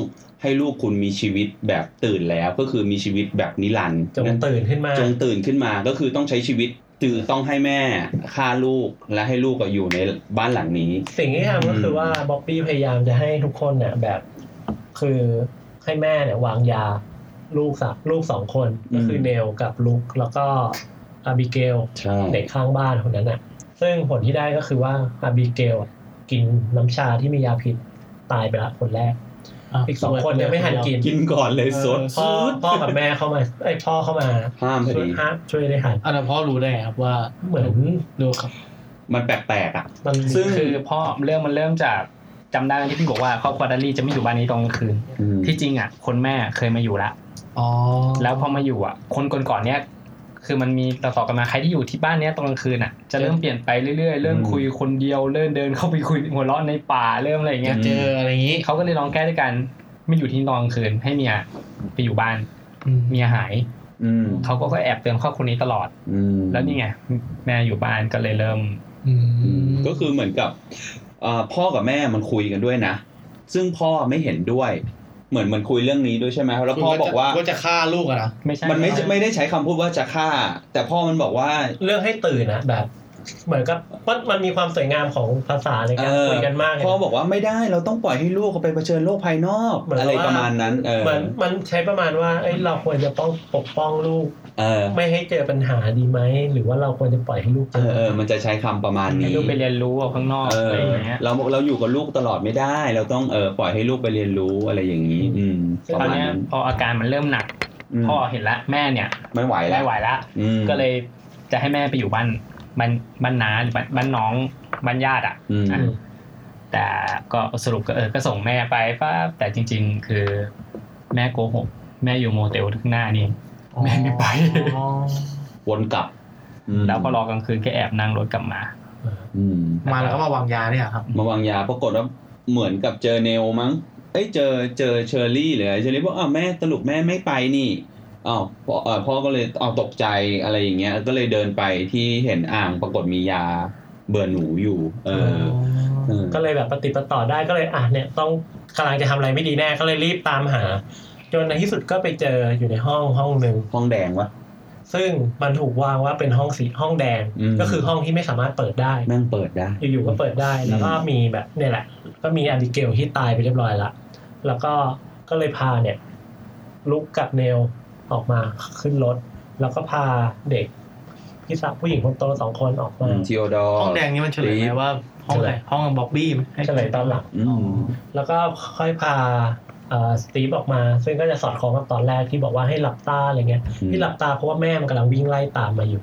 B: ให้ลูกคุณมีชีวิตแบบตื่นแล้วก็คือมีชีวิทแบบนิรันดร์
A: จงตื่นขึ้นมา
B: ก็คือต้องใช้ชีวิตต้องให้แม่ฆ่าลูกและให้ลูกก็อยู่ในบ้านหลังนี้
A: สิ่งที่ทำก็คือว่าบ๊อบบี้พยายามจะให้ทุกคนเนี่ยแบบคือให้แม่เนี่ยวางยาลูก2คนก็คือเนลกับลุคแล้วก็อาบิเกลเด็กข้างบ้านคนนั้นน่ะซึ่งผลที่ได้ก็คือว่าอาบิเกลกินน้ำชาที่มียาพิษตายไปละคนแรกอีก2คนยังไม่ทันกิน
B: ก่อนเลยสด
A: พ่อกับแม่เข้ามาพ่อเข้ามา
B: ห้ามพอดี
A: ช่วยได้ทัน
C: อันนั้นพ่อรู้ได้ครับว่า
A: เหมือน
C: ดูครับ
B: มันแปลกๆอ่ะ
F: ซึ่งคือพ่อเรื่องมันเริ่มจากจำได้ที่พี่บอกว่าครอบครัวดัลลี่จะไม่อยู่บ้านนี้ตอนกลางคืนที่จริงอ่ะคนแม่เคยมาอยู่ละแล้วพอมาอยู่อ่ะคนก่อนๆเนี้ยคือมันมีต่อๆกันมาใครที่อยู่ที่บ้านเนี้ยตอนกลางคืนอ่ะจะเริ่มเปลี่ยนไปเรื่อยๆเริ่มคุยคนเดียวเริ่มเดินเข้าไปคุยหัวเราะในป่าเริ่มอะไรอย่างเงี้ย
C: เจออะไรอย่างงี้
F: เขาก็เลยลองแก้ด้วยกันไม่อยู่ที่ตอนกลางคืนให้เมียไปอยู่บ้านเมียหายเขาก็แอบเตือนครอบครัวนี้ตลอดแล้วนี่ไงแม่อยู่บ้านก็เลยเริ่ม
B: ก็คือเหมือนกับพ่อกับแม่มันคุยกันด้วยนะซึ่งพ่อไม่เห็นด้วยเหมือนคุยเรื่องนี้ด้วยใช่ไหมแล้วพ่อบอกว่า
C: จะฆ่าลูกอะนะ
B: มันไม่ได้ใช้คำพูดว่าจะฆ่าแต่พ่อมันบอกว่า
A: เรื่องให้ตื่นนะแบบเหมือนกับมันมีความสวยงามของภาษาในการคุยกันมาก
B: พ่อบอกว่าไม่ได้เราต้องปล่อยให้ลูกเขาไปเผชิญโลกภายนอกอะไรประมาณนั้น
A: เหมือนมันใช้ประมาณว่าเราควรจะต้องปกป้องลูกไม่ให้เจอปัญหาดีไหมหรือว่าเราควรจะปล่อยให้ลูก
B: มันจะใช้คำประมาณนี้
F: ให้ลูกไปเรียนรู้ข้างนอกอะไรอย่างเงี้ย
B: เราอยู่กับลูกตลอดไม่ได้เราต้องปล่อยให้ลูกไปเรียนรู้อะไรอย่างนี้
F: ตอนนี้พออาการมันเริ่มหนักพ่อเห็นแล้วแม่เนี่ย
B: ไม่ไหว
F: แล้วก็เลยจะให้แม่ไปอยู่บ้านน้าหรือบ้านน้องบ้านญาติแต่ก็สรุปก็ส่งแม่ไปป่ะแต่จริงๆคือแม่โกหกแม่อยู่โมเตลข้างหน้านี่แม่ไม่ไป
B: วนกลับ
F: แล้วพอรอกลางคืนก็แอบนั่งรถกลับมา
C: แล้วก็มาวางยาเนี่ยครับ
B: มาวางยาปรากฏว่าเหมือนกับเจอเนลมั้งเจอเชอร์รี่หรืออะไรเชอร์รี่บอกแม่สรุปแม่ไม่ไปนี่พ่อก็เลยตกใจอะไรอย่างเงี้ยก็เลยเดินไปที่เห็นอ่างปรากฏมียาเบื่อหนูอยู่
A: ก็เลยแบบปฏิปต่อได้ก็เลยเนี่ยต้องกำลังจะทำอะไรไม่ดีแน่ก็เลยรีบตามหาจนในที่สุดก็ไปเจออยู่ในห้องนึง
B: ห้องแดงวะ
A: ซึ่งมันถูกวางว่าเป็นห้องแดงก็คือห้องที่ไม่สามารถเปิดได้
B: แม่งเปิดได้
A: อยู่ๆก็เปิดได้แล้วก็มีแบบเนี่ยแหละก็มีอาบิเกลที่ตายไปเรียบร้อยละแล้วก็เลยพาเนี่ยลุกกับเนลออกมาขึ้นรถแล้วก็พาเด็กพี่สาวผู้หญิงคนโต2คนออกมา
B: จิโอดอ
C: ห้องแดงนี้มันเฉลยไหมว่าห้องไหนห้องบ๊อบบี้
A: ให้เฉลยตอนหลังแล้วก็ค่อยพาสตีฟออกมาซึ่งก็จะสอดคล้องกับตอนแรกที่บอกว่าให้หลับตาอะไรเงี้ยที่หลับตาเพราะว่าแม่มันกำลังวิ่งไล่ตามมาอยู่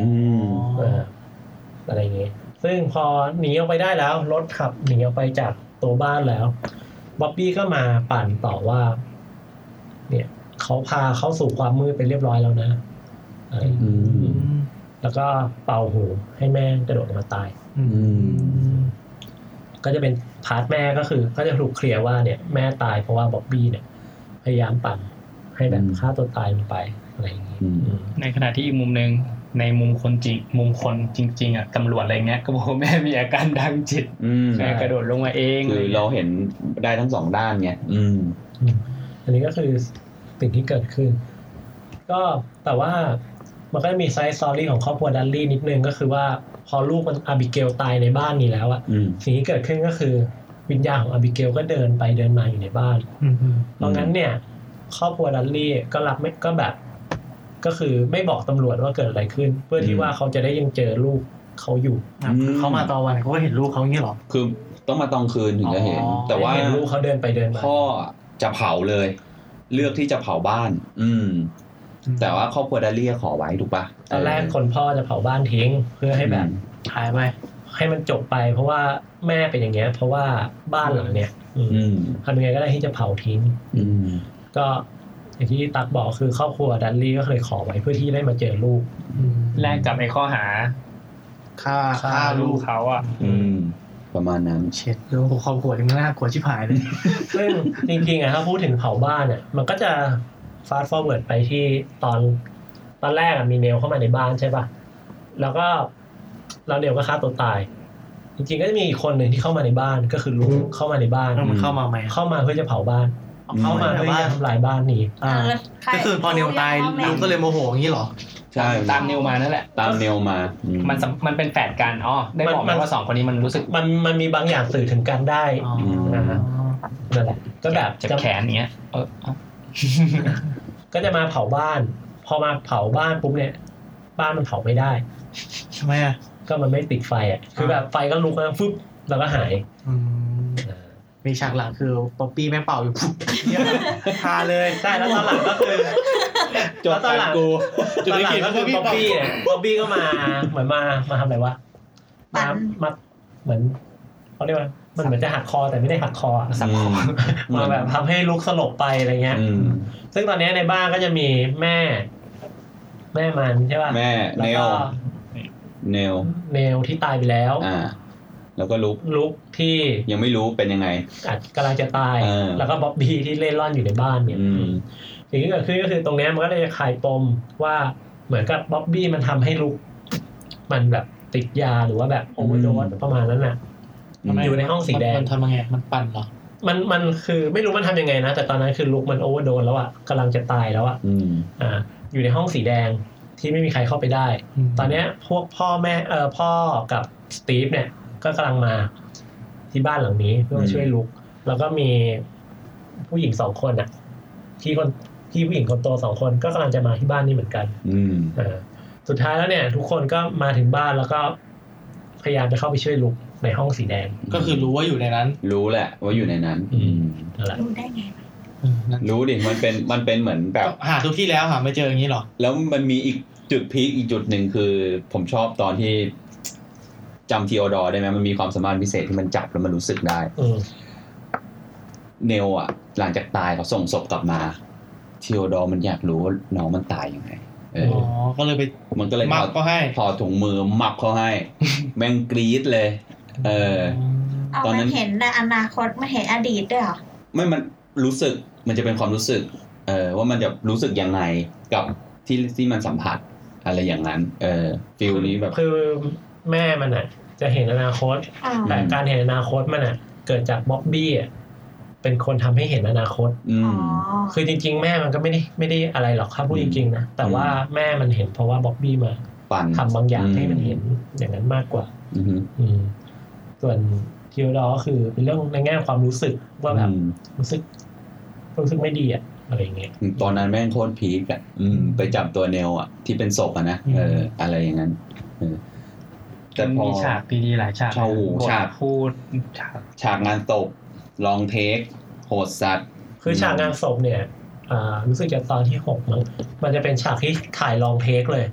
A: อะไรเงี้ยซึ่งพอหนีออกไปได้แล้วรถขับหนีออกไปจากตัวบ้านแล้วบ๊อบบี้ก็มาปั่นต่อว่าเนี่ยเขาพาเข้าสู่ความมืดไปเรียบร้อยแล้วนะแล้วก็เป่าหูให้แม่กระโดดมาตายก็จะเป็นพาร์ทแม่ก็คือก็จะถูกเคลียร์ว่าเนี่ยแม่ตายเพราะว่าบ๊อบบี้เนี่ยพยายามปั่นให้แบบฆ่าตัวตายลงไปอะไรอย่างนี้
F: ในขณะที่อีกมุมนึงในมุมคนจริงอ่ะตำรวจอะไรเงี้ยก็บอกว่าแม่มีอาการทางจิตแม่กระโดดลงมาเอง
B: คือเราเห็นได้ทั้งสองด้านไง
A: อันนี้ก็คือสิ่งที่เกิดขึ้นก็แต่ว่ามันก็มีไซด์สตอรี่ของครอบครัวดัลลี่นิดนึงก็คือว่าพอลูกมันอาบิเกลตายในบ้านนี้แล้วอ่ะสิ่งที่เกิดขึ้นก็คือวิญญาณของอาบิเกลก็เดินไปเดินมาอยู่ในบ้านเพราะงั้นเนี่ยครอบครัวดัลลี่ก็รับไม่ก็แบบก็คือไม่บอกตำรวจว่าเกิดอะไรขึ้นเพื่อที่ว่าเขาจะได้ยังเจอลูกเขาอยู่
C: เขามาตอนวันเขาก็เห็นลูกเขาอย่างนี้หรอ
B: คือต้องมาตอนคืนถึงจะเห็นแต่ว่า
A: เห็นลูกเขาเดินไปเดินมา
B: พ่อจะเผาเลยเลือกที่จะเผาบ้านแต่ว่าครอบครัวดัลลี่ขอไว้ถูกปะ
A: ตอนแรกคนพ่อจะเผาบ้านทิ้งเพื่อให้แบบ
C: หายไป
A: ให้มันจบไปเพราะว่าแม่เป็นอย่างเงี้ยเพราะว่าบ้านหลังเนี้ยทำยังไงก็ได้ที่จะเผาทิ้งก็อย่างที่ตั๊กบอกคือครอบครัวดัลลี่ก็เคยขอไว้เพื่อที่ได้มาเจอลูก
F: แลกกับไอ้ข้อหาฆ่าลูกเขาอ่ะ
B: ประมาณนั้น
C: เช็ดลูกครอบครัวนี่มันน่ากลัวชิบหายเลย
A: ซึ่งจริงๆถ้าพูดถึงเผาบ้านเนี่ยมันก็จะฟาสต์ฟอร์เวิร์ดไปที่ตอนแรกมีเนลเข้ามาในบ้านใช่ป่ะแล้วก็เนลก็ฆ่าตัวตายจริงๆก็จะมีอีกคนหนึ่งที่เข้ามาในบ้านก็คือลุงเข้ามาในบ้าน
C: มันเข้ามาไหม
A: เข้ามาเพื่อจะเผาบ้านเข้ามาเพื่อทำลายบ้านนี้
C: ก็คือพอเนลตายลุงก็เลยโมโหอย่างนี้หรอ
B: ใช่
F: ตามเนลมานั่นแหละ
B: ตามเนลมา
F: มันเป็นแฝดกันได้บอกไหมว่า2คนนี้มันรู้สึก
A: มันมีบางอย่างสื่อถึงกันได้นั่นแหละก็แบบ
F: จะแขนอย่างเงี้ย
A: ก็จะมาเผาบ้านพอมาเผาบ้านปุ๊บเนี่ยบ้านมันเผาไม่ได้
C: ทำไมอ่ะ
A: ก็มันไม่ติดไฟอ่ะคือแบบไฟก็ลุกแล้วฟึบแล้วก็หาย
C: มีฉากหลังคือป๊อปปี้แม่งเป่าอยู่พาเลย
A: ใช่แล้วตอนหลังก็คือ
B: จบตอนหลังกู
A: ตอนหลังก็คือป๊อปปี้ก็มาเหมือนมาทำอะไรวะมาเหมือนเขาเรียกว่ามันเหมือนจะหักคอแต่ไม่ได้หักคอสับคอมาแบบทำให้ลุกสลบไปอะไรเงี้ยซึ่งตอนนี้ในบ้านก็จะมีแม่มันใช่ป่ะ
B: แม่เนล
A: ที่ตายไปแล้ว
B: แล้วก็
A: ลุกที่
B: ยังไม่รู้เป็นยังไง
A: กำลังจะตายแล้วก็บ๊อบบี้ที่เล่นร่อนอยู่ในบ้านเนี่ยสิ่งที่เกิดขึ้นก็คือตรงนี้มันก็จะคลายปมว่าเหมือนกับบ๊อบบี้มันทำให้ลุกมันแบบติดยาหรือว่าแบบโอเวอร์โดสประมาณนั้นน่ะอยู่ในห้องสีแดง
C: มันทำยังไงมันปั่นเหรอ
A: มันคือไม่รู้มันทำยังไงนะแต่ตอนนั้นคือลุกมันโอเวอร์โดสแล้วอ่ะกำลังจะตายแล้วอ่ะอยู่ในห้องสีแดงที่ไม่มีใครเข้าไปได้ตอนนี้พวกพ่อกับสตีฟเนี่ยก็กำลังมาที่บ้านหลังนี้เพื่อมาช่วยลุกแล้วก็มีผู้หญิง2คนอ่ะที่ผู้หญิงคนโต2คนก็กำลังจะมาที่บ้านนี้เหมือนกันสุดท้ายแล้วเนี่ยทุกคนก็มาถึงบ้านแล้วก็พยายามจะเข้าไปช่วยลุกในห้องสีแดง
C: ก็คือรู้ว่าอยู่ในนั้น
B: รู้แหละว่าอยู่ในนั้น
D: รู้ได้ไง
B: รู้ดิมันเป็นเหมือนแบบ
C: หาทุกที่แล้วหาไม่เจออย่างนี้หรอ
B: แล้วมันมีอีกจุดพีคอีกจุดหนึ่งคือผมชอบตอนที่จำทีโอดอร์ได้ไหมมันมีความสามารถพิเศษที่มันจับแล้วมันรู้สึกได้เนลอ่ะหลังจากตายเขาส่งศพกลับมาทีโอดอร์มันอยากรู้ว่าน้องมันตายยังไง
C: ก็เลยไป
B: มันก็เลยมั
C: บก็ให้
B: ถอดถุงมือมับเขาให้แม่งกรี๊ดเลย
D: ตอนนั้นเห็นในอนาคตไม่เห็นอดีตด้วยเหรอ
B: ไม่มันรู้สึกมันจะเป็นความรู้สึกว่ามันจะรู้สึกยังไงกับที่มันสัมผัสอะไรอย่างนั้นฟีลนี้แบบ
A: คือแม่มันอ่ะจะเห็นอนาคตแต่การเห็นอนาคตมันอ่ะเกิดจากบ๊อบบี้อ่ะเป็นคนทำให้เห็นอนาคตคือจริงๆแม่มันก็ไม่ได้อะไรหรอกครับพูดจริงๆนะแต่ว่าแม่มันเห็นเพราะว่าบ๊อบบี้มาทำบางอย่างให้มันเห็นอย่างนั้นมากกว่าส่วนทีโอดอร์ก็คือเป็นเรื่องในแง่ความรู้สึกว่าแบบรู้สึกไม่ดีอ่ะอะไรเงี้ย
B: ตอนนั้นแม่งโคตรพีคอ่ะไปจับตัวเนลอ่ะที่เป็นศพอ่ะนะอะไรอย่างนั้น
F: แต่มีฉากดีๆหลายฉาก
B: ฉาก
F: พูด
B: ฉากงานศพลองเทคโหดสัตว์
A: คือฉากงานศพเนี่ยรู้สึกจะตอนที่6มั้งมันจะเป็นฉากที่ถ่ายลองเทคเลย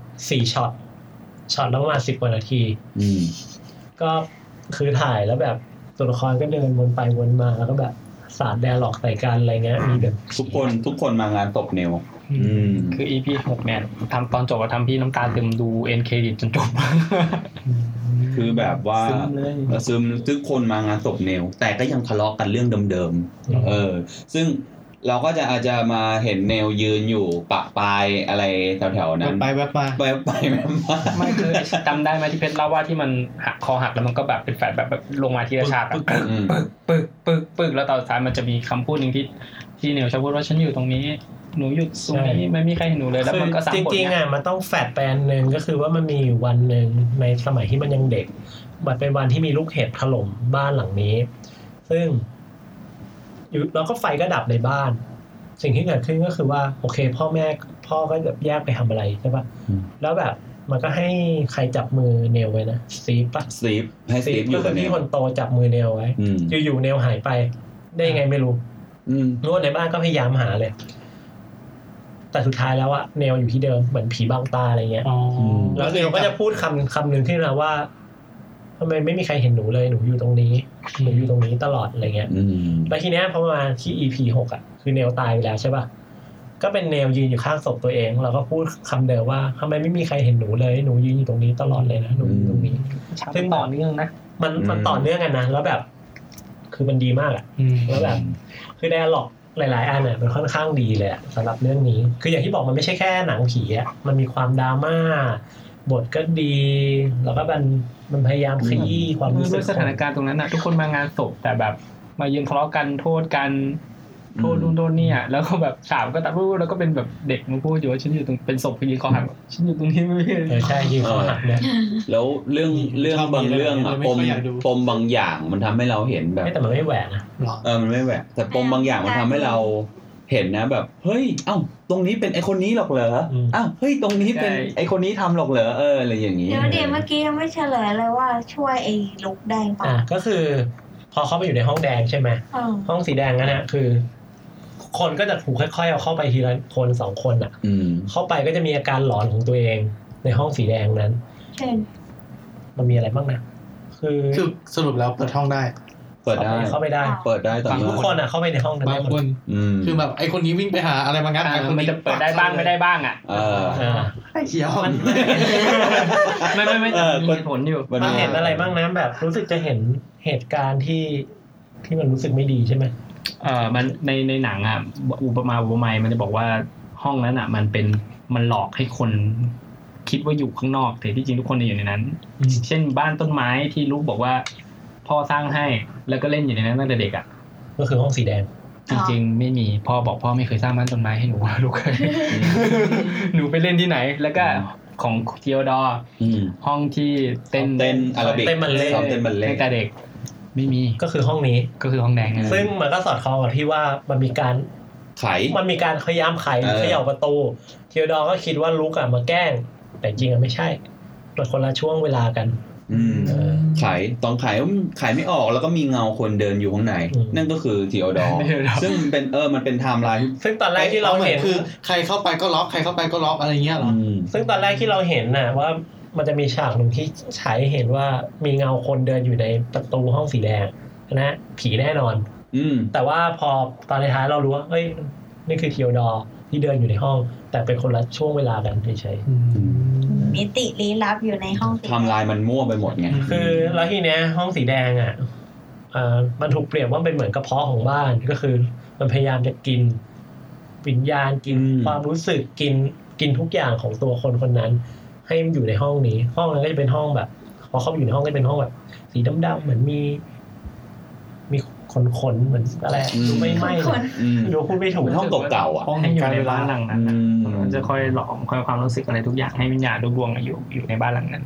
A: 4ช็อตละประมาณ10 กว่านาทีก็คือถ่ายแล้วแบบตัวละครก็เดินวนไปวนมาแล้วก็แบบสาดแดร์ล็อกใส่กันอะไรเงี้ยมีแบบ
B: ทุกคนมางานตบเนว
F: คือ EP 6เนี่ยทำตอนจบก็ทำพี่น้ำตาซึมดูเอ็นเครดิตจนจบ
B: คือแบบว่าซึมทุกคนมางานตบเนวแต่ก็ยังทะเลาะกันเรื่องเดิมๆซึ่งเราก็จะอาจจะมาเห็นเนวยืนอยู่ปะปลายอะไรแถวๆนั้น
C: ไปแบบมา
F: ไม่เคยจำได้ไหมที่เพชรเล่าว่าที่มันหักคอหักแล้วมันก็แบบเป็นแฝดแบบลงมาทีละฉากปึกแล้วตอนท้ายมันจะมีคำพูดนึงที่เนวชอบพูดว่าฉันอยู่ตรงนี้หนูอยู่ตรงนี้ไม่มีใครเห็นหนูเลยแล้วมันก็ซ้ำบท
A: จริงๆอ่ะมันต้องแฟดแปลนนึงก็คือว่ามันมีวันนึงในสมัยที่มันยังเด็กมันเป็นวันที่มีลูกเห็บถล่มบ้านหลังนี้ซึ่งแล้วก็ไฟก็ดับในบ้านสิ่งที่เกิดขึ้นก็คือว่าโอเคพ่อก็แบบแยกไปทำอะไรใช่ป่ะแล้วแบบมันก็ให้ใครจับมือเนลไว้นะสตีฟป่ะ
B: สตีฟให้สตีฟอยู่กับเนล
A: ที่คนโตจับมือเนลไว้อยู่ๆเนลหายไปได้ยังไงไม่รู้รู้ในบ้านก็พยายามหาเลยแต่สุดท้ายแล้วอะเนลอยู่ที่เดิมเหมือนผีบังตาอะไรเงี้ยแล้วเนลก็จะพูดคำหนึ่งที่นะว่าทำไมไม่มีใครเห็นหนูเลยหนูอยู่ตรงนี้ตลอดอะไรเงี้ยแล้วทีเนี้ยพอมาที่ EP 6อ่ะคือเนลตายไปแล้วใช่ป่ะก็เป็นเนลยืนอยู่ข้างศพตัวเองแล้วก็พูดคำเดิมว่าทำไมไม่มีใครเห็นหนูเลยหนูยืนอยู่ตรงนี้ตลอดเลยนะหนูอยู่ตรงนี้
F: ซึ่งต่อเนื่องนะ
A: มันต่อเนื่องกันนะแล้วแบบคือมันดีมากอ่ะแล้วแบบคือไดอะล็อกหลายๆอันเนี่ยมันค่อนข้างดีเลยสำหรับเรื่องนี้คืออย่างที่บอกมันไม่ใช่แค่หนังผีอ่ะมันมีความดราม่าบทก็ดีแล้วก็มันพยายามขยี้ความรู้สึก
F: สถานการณ์ตรงนั้นนะทุกคนมางานศพแต่แบบมายืนทะเลาะกันโทษกันโทษนู่นโทษนี่อ่ะแล้วก็แบบฉากก็ตัดรูปแล้วก็เป็นแบบเด็กมาพูดอยู่ว่าฉันอยู่ตรงเป็นศพยืนคอหักฉันอยู่ตรงนี้ไม่
A: ใช่ยืนคอหักเนี่ย
B: แล้วเรื่องบางเรื่องอ่ะปมบางอย่างมันทำให้เราเห็นแบบ
A: แต่มันไม่แหวกนะ
B: มันไม่แหวกแต่ปมบางอย่างมันทำให้เราเห็นนะแบบเฮ้ยเอ้าตรงนี้เป็นไอคนนี้หรอกเหรออ้าวเฮ้ยตรงนี้เป็นไอคนนี้ทำหรอกเหรออะไรอย่างนี้
D: เดี๋ยวเมื่อกี้ยังไม่เฉลยเลยว่าช่วยไอ้ลูกแดงป่ะ
A: ก็คือพอเข้าไปอยู่ในห้องแดงใช่ไหมห้องสีแดงนั่นน่ะคือคนก็จะถูกค่อยๆเอาเข้าไปทีละคน2คนอ่ะเข้าไปก็จะมีอาการหลอนของตัวเองในห้องสีแดงนั้น
D: เช่น
A: มันมีอะไรบ้างนะ
C: คือสรุปแล้วเปิดห้องได้
A: เข้าไปได้
B: เปิดได้ตอน
A: ทุกคนอ่ะเข้าไปในห้องนั้น
C: บางคนคือแบบไอคนนี้วิ่งไปหาอะไรบางอย่าง
F: มันจะเปิดได้บ้างไม่ได้บ้างอ่ะ
C: เขียว
F: ไม่มีผลอยู่
A: มันเห็นอะไรบ้างนะแบบรู้สึกจะเห็นเหตุการณ์ที่มันรู้สึกไม่ดีใช่ไหม
F: มันในหนังอ่ะอุปมามันจะบอกว่าห้องนั้นอ่ะมันหลอกให้คนคิดว่าอยู่ข้างนอกแต่ที่จริงทุกคนอยู่ในนั้นเช่นบ้านต้นไม้ที่ลูกบอกว่าพ่อสร้างให้แล้วก็เล่นอยู่ในนั้นตั้งแต่เด็กอ่ะ
A: ก็คือห้องสีแดง
F: จริงๆไม่มีพ่อบอกพ่อไม่เคยสร้างบ้านต้นไม้ให้หนูลูกเคยหนูไปเล่นที่ไหนแล้วก็ของเทียดอห้องที่เต้น
B: อาราบิก
A: เต้นบัลเล่
F: ตั้งแต่เด็กไม่มี
A: ก็คือห้องนี้
F: ก็คือห้องแดง
A: ซึ่งมันก็สอดคล้องกับที่ว่ามันมีการมันมีการพยายามไขเขย่าประตูเทียดอก็คิดว่าลูกอ่ะมาแกล้งแต่จริงอ่ะไม่ใช่มันคนละช่วงเวลากัน
B: ตอนขายไม่ออกแล้วก็มีเงาคนเดินอยู่ข้างในนั่นก็คือทีโอดอร์ซึ่งเป็นมันเป็นไทม์ไลน์
A: ซึ่งตอนแรกที่เราเห็น
C: คือใครเข้าไปก็ล็อกใครเข้าไปก็ล็อกอะไรเงี้ยหรอ
A: ซึ่งตอนแรกที่เราเห็นน่ะว่ามันจะมีฉากหนึ่งที่ฉายเห็นว่ามีเงาคนเดินอยู่ในประตูห้องสีแดงนะผีแน่นอนแต่ว่าพอตอนท้ายเรารู้ว่าเอ้ยนี่คือทีโอดอร์ที่เดินอยู่ในห้องแต่เป็นคนละช่วงเวลากันเฉย
D: มิติลี้ลับอยู่ในห้อง
B: ไทม์ไลน์มันมั่วไปหมดไง
A: คือแล้วทีเนี้ยห้องสีแดงอ่ะมันถูกเปรียบว่าเป็นเหมือนกระเพาะของบ้านก็คือมันพยายามจะกินวิญญาณกินความรู้สึกกินทุกอย่างของตัวคนคนนั้นให้มันอยู่ในห้องนี้ห้องนั้นก็จะเป็นห้องแบบพอเข้าไปอยู่ในห้องก็เป็นห้องแบบสีดำๆเหมือนมีขนเหมือนอะไรดูไม่ดูพูดไม่ถูก
B: ห้องเก่าๆอ่ะ
F: ให้อยู่ในบ้านหลังนั้นมันจะค่อยหลอมค่อยความรู้สึกอะไรทุกอย่างให้วิญญาณดวงอยู่ในบ้านหลังนั้น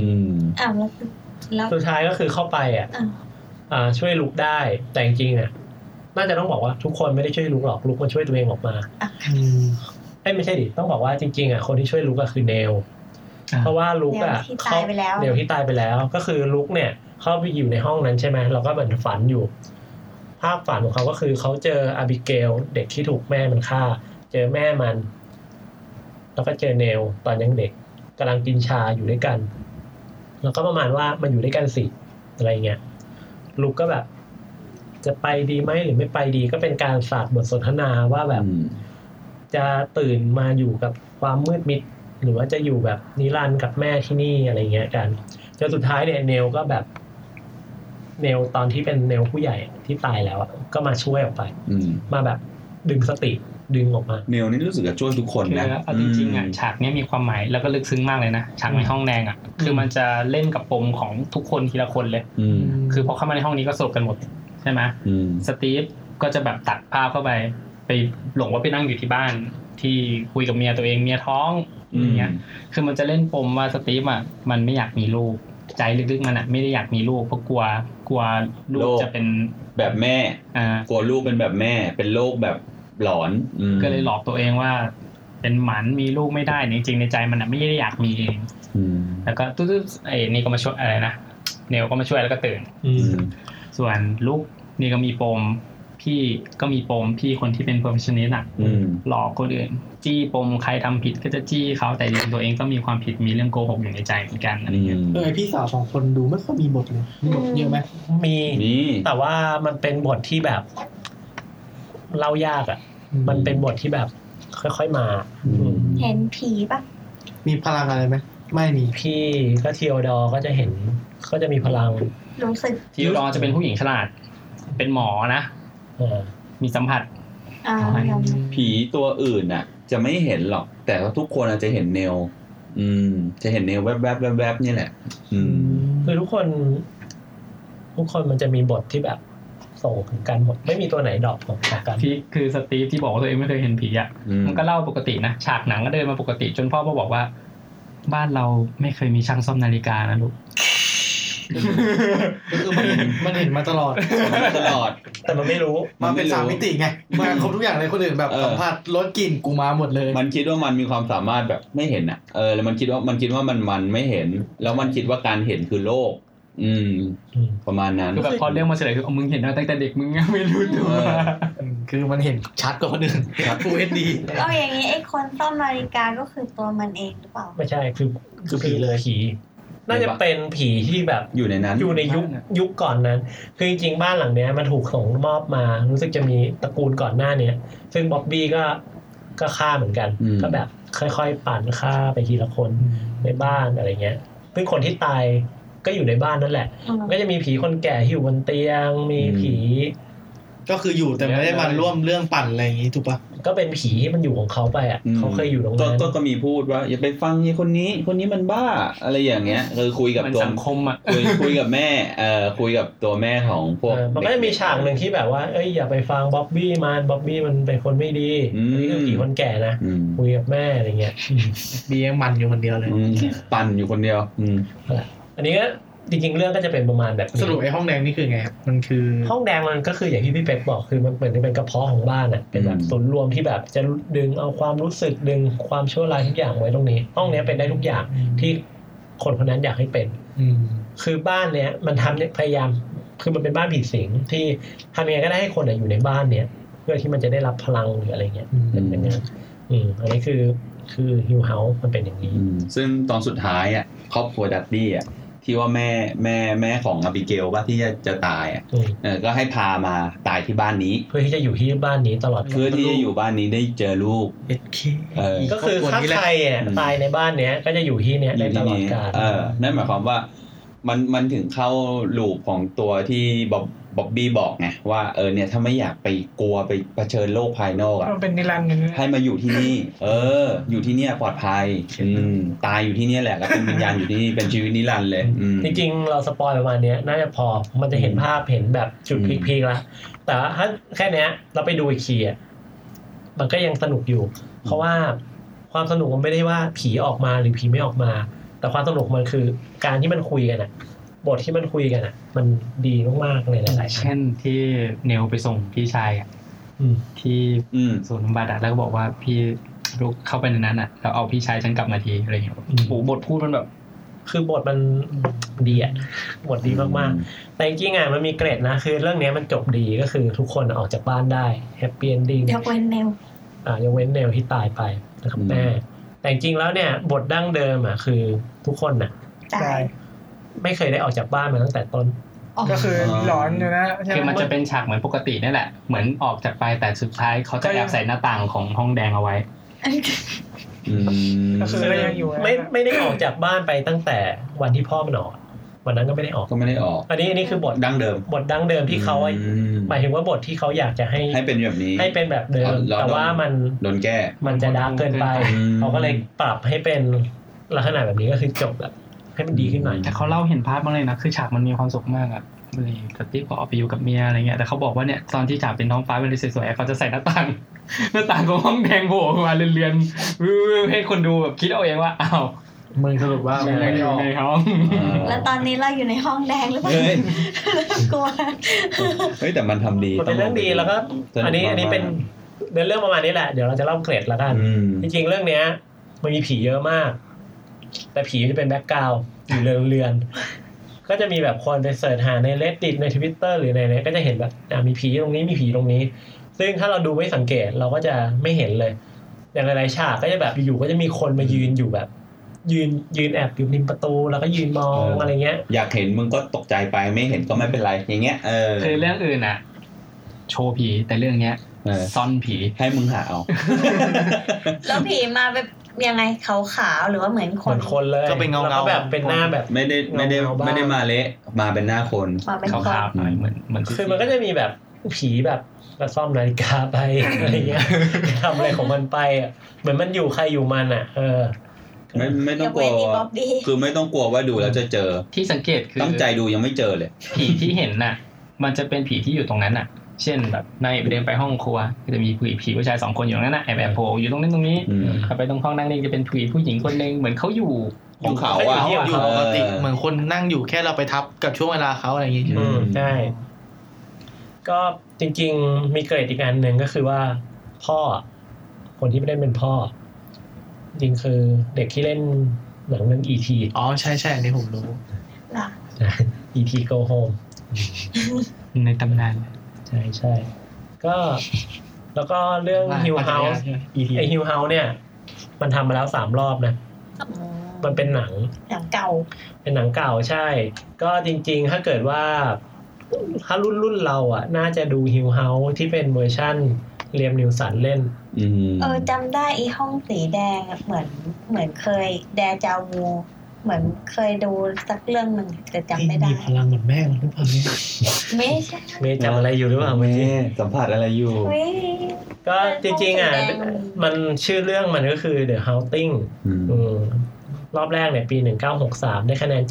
D: แล้ว
A: สุดท้ายก็คือเข้าไปช่วยลุกได้แต่จริงๆอ่ะน่าจะต้องบอกว่าทุกคนไม่ได้ช่วยลุกหรอกลุกมาช่วยตัวเองออกมาไม่ใช่ดิต้องบอกว่าจริงๆอ่ะคนที่ช่วยลุกก็คือเนลเพราะว่าลุกอ่ะเนลที่ตายไปแล้วก็คือลุกเนี่ยเข้าไปอยู่ในห้องนั้นใช่ไหมเราก็เหมือนฝันอยู่ภาพฝันของเขาก็คือเขาเจออาบิเกลเด็กที่ถูกแม่มันฆ่าเจอแม่มันแล้วก็เจอเนลตอนยังเด็กกำลังกินชาอยู่ด้วยกันแล้วก็ประมาณว่ามันอยู่ด้วยกันสิอะไรเงี้ยลุกก็แบบจะไปดีไหมหรือไม่ไปดีก็เป็นการสาดบทสนทนาว่าแบบจะตื่นมาอยู่กับความมืดมิดหรือว่าจะอยู่แบบนิรันดร์กับแม่ที่นี่อะไรเงี้ยกันจนสุดท้ายเนี่ยเนลก็แบบเนลตอนที่เป็นเนลผู้ใหญ่ที่ตายแล้วก็มาช่วยออกไปมาแบบดึงสติดึงออกมา
B: เนลนี่รู้สึกจะช่วยทุกคนนะ
F: เอาจริงๆอ่ะฉากนี้มีความหมายแล้วก็ลึกซึ้งมากเลยนะฉากในห้องแดงอ่ะคือมันจะเล่นกับปมของทุกคนทีละคนเลยคือพอเข้ามาในห้องนี้ก็สลบกันหมดใช่ไหมสตีฟก็จะแบบตัดภาพเข้าไปหลงว่าไปนั่งอยู่ที่บ้านที่คุยกับเมียตัวเองเมียท้องอย่างเงี้ยคือมันจะเล่นปมว่าสตีฟอ่ะมันไม่อยากมีลูกใจลึกๆมันอ่ะไม่ได้อยากมีลูกเพราะกลัวลูกจะเป็น
B: แบบแม่กลัวลูกเป็นแบบแม่เป็นโรคแบบหลอน
F: ก็เลยหลอกตัวเองว่าเป็นหมันมีลูกไม่ได้จริงๆในใจมันอ่ะไม่ได้อยากมีเองแล้วก็ตุ๊ดๆไอ้นี่ก็มาช่วยอะไรนะเนลก็มาช่วยแล้วก็ตื่นส่วนลูกนี่ก็มีปมพี่ก็มีปมพี่คนที่เป็น perfectionist อ่ะหลอกคนอื่นจี้ปมใครทำผิดก็จะจี้เขาแต่จริงตัวเองก็มีความผิดมีเรื่องโกหกอยู่ในใจเหมือนกันอะไรเงี้ย
C: พี่สาว2คนดูไม่ค่อยมีบทเลยมีบทเยอะไหม
A: มีแต่ว่ามันเป็นบทที่แบบเล่ายากอ่ะมันเป็นบทที่แบบค่อยๆมา
D: เห็นผีปะ
C: มีพลังอะไรไหมไม่มี
A: พี่ก็ทีโอดอร์ก็จะเห็นก็จะมีพลัง
D: รู้สึก
F: ทีโอดอร์จะเป็นผู้หญิงฉลาดเป็นหมอนะมีสัมผัส
B: ผีตัวอื่นน่ะจะไม่เห็นหรอกแต่ว่าทุกคนอาจจะเห็นเนลจะเห็นเนลแวบๆนี่แหละ
A: คือทุกคนมันจะมีบทที่แบบส่งกันหมดไม่มีตัวไหนดรอปของกัน
F: ที่คือสตีฟที่บอกว่าตัวเองไม่เคยเห็นผีอ่ะมันก็เล่าปกตินะฉากหนังก็เดินมาปกติจนพ่อมาบอกว่าบ้านเราไม่เคยมีช่างซ่อมนาฬิกานะลูก
C: ก็คือมันเห็นมาตลอด
A: แต่มันไม่รู้
C: มันเป็น3มิติไงมาครบทุกอย่างเลยคนอื่นแบบสัมผัสรสกลิ่นกูมาหมดเลย
B: มันคิดว่ามันมีความสามารถแบบไม่เห็นอ่ะแล้วมันคิดว่ามันไม่เห็นแล้วมันคิดว่าการเห็นคือโลกประมาณนั้น
F: คือแบบพอเรื่องมาเฉลยคือมึงเห็นมาตั้งแต่เด็กมึงยังไม่รู้ตัว
C: คือมันเห็นชัดกว่าคนอื่นชัด Full HD
D: ก็อย่างนี้ไอ้คนซ่อมนาฬิกาก็คือตัวมันเองหรือเปล่า
A: ไม่ใช่คือผีเลยผีน่าจะเป็นผีที่แบบ
B: อยู่ในนั้น
A: อยู่ในยุคก่อนนั้นคือจริงๆบ้านหลังเนี้ยมันถูกส่งมอบมารู้สึกจะมีตระกูลก่อนหน้านี้ซึ่งบ๊อบบี้ก็ฆ่าเหมือนกันก็แบบค่อยๆปั่นฆ่าไปทีละคนในบ้านอะไรเงี้ยซึ่งคนที่ตายก็อยู่ในบ้านนั่นแหละก็จะมีผีคนแก่ที่อยู่บนเตียงมีผี
C: ก็คืออยู่แต่ไม่ได้มาร่วมเรื่องปั่นอะไรอย่างงี้ถูกปะ
A: ก็เป็นผีที่มันอยู่ของเขาไปอ่ะเขาเคยอยู่ตรงนั้น
B: ก็มีพูดว่าอย่าไปฟังคนนี้มันบ้าอะไรอย่างเงี้ยคือคุยกับตัว
F: สังคมอ่ะ
B: คุยกับแม่คุยกับตัวแม่ของพวก
A: มันก็จะมีฉากนึงที่แบบว่าอย่าไปฟังบ๊อบบี้มันเป็นคนไม่ดีนี่คือผีคนแก่นะคุยกับแม่อะไรเงี้ย
C: บียังมันอยู่คนเดียวเลย
B: ปั่นอยู่คนเดียว
A: อันนี้ก็จริงๆเรื่องก็จะเป็นประมาณแบบ
C: สรุปไอ้ห้องแดงนี่คือไงครับมันคือ
A: ห้องแดงมันก็คืออย่างที่พี่เป็กบอกคือมันเหมือนเป็นกระเพาะของบ้านอ่ะเป็นแบบศูนย์รวมที่แบบจะดึงเอาความรู้สึกดึงความชั่วร้ายทุกอย่างไว้ตรงนี้ห้องนี้เป็นได้ทุกอย่างที่คนคนนั้นอยากให้เป็นคือบ้านเนี้ยมันทำพยายามคือมันเป็นบ้านผีสิงที่ทำยังไงก็ได้ให้คนอยู่ในบ้านเนี้ยเพื่อที่มันจะได้รับพลังหรืออะไรเงี้ยเป็นอย่างนั้นอันนี้คือฮิวเฮาส์มันเป็นอย่างนี้
B: ซึ่งตอนสุดท้ายอ่ะครอบครัวดัตตี้อ่ะที่ว่าแม่ของอบิเกลว่าที่จะตายก็ให้พามาตายที่บ้านนี้
A: เพื่อที่จะอยู่ที่บ้านนี้ตลอด
B: เพื่อที่จะอยู่บ้านนี้ได้เจอลูก
A: ก็คือถ้าใครตายในบ้านเนี้ยก็จะอยู่ที่เนี้ยได้ตลอดกาล
B: นั่นหมายความว่ามันถึงเข้าลูปของตัวที่บ๊อบบี้บอกไงว่าเนี่ยถ้าไม่อยากไปกลัวไปเผชิญโลกภายนอกอ่ะ
G: มันเป็นนิรันดร์
B: ให้มาอยู่ที่นี่อยู่ที่เนี่ยปลอดภัยตายอยู่ที่เนี่ยแหละแล้วเป็นวิญญาณอยู่ที่นี่เป็นชีวิตนิรันดร์เลย
A: จริงๆเราสปอยประมาณนี้น่าจะพอมันจะเห็นภาพเห็นแบบจุดพีคๆแล้วแต่ถ้าแค่เนี้ยเราไปดูอีกทีอ่ะมันก็ยังสนุกอยู่เพราะว่าความสนุกมันไม่ได้ว่าผีออกมาหรือผีไม่ออกมาแต่ความสนุกมันคือการที่มันคุยกันอ่ะบทที่มันคุยกันอ่ะมันดีมากๆเลยหลายๆ
F: เช่นที่เนลไปส่งพี่ชายอ่ะที่ศูนย์บำบัดแล้วก็บอกว่าพี่ลูกเข้าไปในนั้นอ่ะแล้วเอาพี่ชายฉันกลับมาทีอะไรอย่างเงี้ยโอ้บทพูดมันแบบ
A: คือบทมันดีอ่ะบทดีมากๆแต่จริงๆอ่ะมันมีเกรดนะคือเรื่องนี้มันจบดีก็คือทุกคนออกจากบ้านได้แฮปปี้เอนดิ้ง
D: ยกเว้นเนล
A: ยกเว้นเนลที่ตายไปนะครับแม่แต่จริงๆแล้วเนี่ยบทดั้งเดิมอ่ะคือทุกคนน่ะ
D: ตาย
A: ไม่เคยได้ออกจากบ้านมาตั้งแต่ต้น
G: ก็คือหลอนอยู่นะ
F: คือมันจะเป็นฉากเหมือนปกตินี่แหละเหมือนออกจากไปแต่สุดท้ายเขาจะแอบใส่หน้าต่างของห้องแดงเอาไว้
G: ก็คือยังอยู่
A: ไม่ได้ออกจากบ้านไปตั้งแต่วันที่พ่อมันออกวันนั้นก็ไม่ได้ออกอันนี้คือบท
B: ดั้งเดิม
A: ที่เขาหมายถึงว่าบทที่เขาอยากจะให้
B: เป็นแบบนี้
A: ให้เป็นแบบเดิมแต่ว่ามัน
B: โดนแก้
A: มันจะดาร์กเกินไปเขาก็เลยปรับให้เป็นลักษณะแบบนี้ก็คือจบแบบให้มันดีขึ้นหน่อย
F: แต่เขาเล่าเห็นภาพมากเลยนะคือฉากมันมีความสุขมากอ่ะเลยสตีฟก็ออกไปอยู่กับเมียอะไรเงี้ยแต่เขาบอกว่าเนี่ยตอนที่ฉากเป็นท้องฟ้าเป็นสวยๆเขาจะใส่หน้าต่างของห้องแดงโผล่มาเรือนๆให้คนดูแบบคิดเอาเองว่าอ้าว
C: มึงสรุปว่า
F: อยู่ในห้อง
D: แล้วตอนนี้เราอยู่ในห้องแดงหรือเปล่ากลัว
B: เฮ้ยแต่มันทำดี
A: เป็นเรื่องดีแล้วก็อันนี้เป็นเรื่องประมาณนี้แหละเดี๋ยวเราจะเล่าเกร็ดแล้วกันจริงๆเรื่องเนี้ยมันมีผีเยอะมากแต่ผีจะเป็นแบ็คกราวด์อยู่เรือนๆก็จะมีแบบคนไปเสิร์ชหาใน Reddit ใน Twitter หรือในไหนก็จะเห็นแบบมีผีตรงนี้มีผีตรงนี้ซึ่งถ้าเราดูไม่สังเกตเราก็จะไม่เห็นเลยอย่างหลายๆฉากก็จะแบบอยู่ก็จะมีคนมายืนอยู่แบบยืนแอบอยู่ริมประตูแล้วก็ยืนมองอะไรเงี้ย
B: อยากเห็นมึงก็ตกใจไปไม่เห็นก็ไม่เป็นไรอย่างเงี้ย
F: คือเรื่องอื่นน่ะโชว์ผีแต่เรื่องเนี้ยซ่อนผี
B: ให้มึงหาเอา
D: แล้วผีมาแบบยังไงขาวๆหรือว่าเหมือน
A: คนเลย
C: ก็เป็นเงา
A: แบบเป็นหน้าแบบ
B: ไม่ได้มาเละมาเป็นหน้าคน
F: ขาวๆหน่อยเหมือน
A: คือมันก็จะมีแบบผีแบบก็ซ่อมนาฬิกาไปอะไรเงี้ยทำอะไรของมันไปอ่ะเหมือนมันอยู่ใครอยู่มันอ่ะ
B: ไม่ต้องกลัวคือไม่ต้องกลัวว่าดูแล้วจะเจอ
F: ที่สังเกตคือ
B: ตั้งใจดูยังไม่เจอเลย
F: ผีที่เห็นน่ะมันจะเป็นผีที่อยู่ตรงนั้นอ่ะเช่นแบบนายเดินไปห้องครัวก็จะมีผีผู้ชาย2คนอยู่ตรงนั้นน่ะแอบโผล่อยู่ตรงนั้นตรงนี้ไปตรงห้องนั่งเล่นจะเป็นผีผู้หญิงคนนึงเหมือนเขาอยู่
B: ของเขาอ่ะ
C: อยู่ปกติเหมือนคนนั่งอยู่แค่เราไปทับกับช่วงเวลาเขาอะไรอย่างงี้
A: ใช่ก็จริงๆมีเกรดอีกอันนึงก็คือว่าพ่อคนที่ไม่ได้เป็นพ่อจริงคือเด็กที่เล่นหนังเรื่อง E.T.
C: อ๋อใช่ๆอันนี้ผมรู้
D: ล่ะ
A: E.T. Go Home
F: ในตำนาน
A: ใช่ก็แล้วก็เรื่อง Hill House ไอ้ Hill House เนี่ยมันทำมาแล้ว3รอบนะมันเป็นหนัง
D: เก่า
A: เป็นหนังเก่าใช่ก็จริงๆถ้าเกิดว่าถ้ารุ่นเราอ่ะน่าจะดู Hill House ที่เป็นเวอร์ชั่นเลียมนิวสันเล่น
D: จำได้อีห้องสีแดงเหมือนเคยแดจาวูเหมือนเคยดูสักเรื่องนึงแต่จำไม่ได้
C: พลังเหมือนแม่หรือเปล่า
D: ไม่ใช่
A: เมย์จำอะไรอยู่หรือเปล่า
B: เมย์สัมผัสอะไรอยู่
A: ก็จริงๆอ่ะมันชื่อเรื่องมันก็คือ The Haunting รอบแรกเนี่ยปี1963ได้คะแนน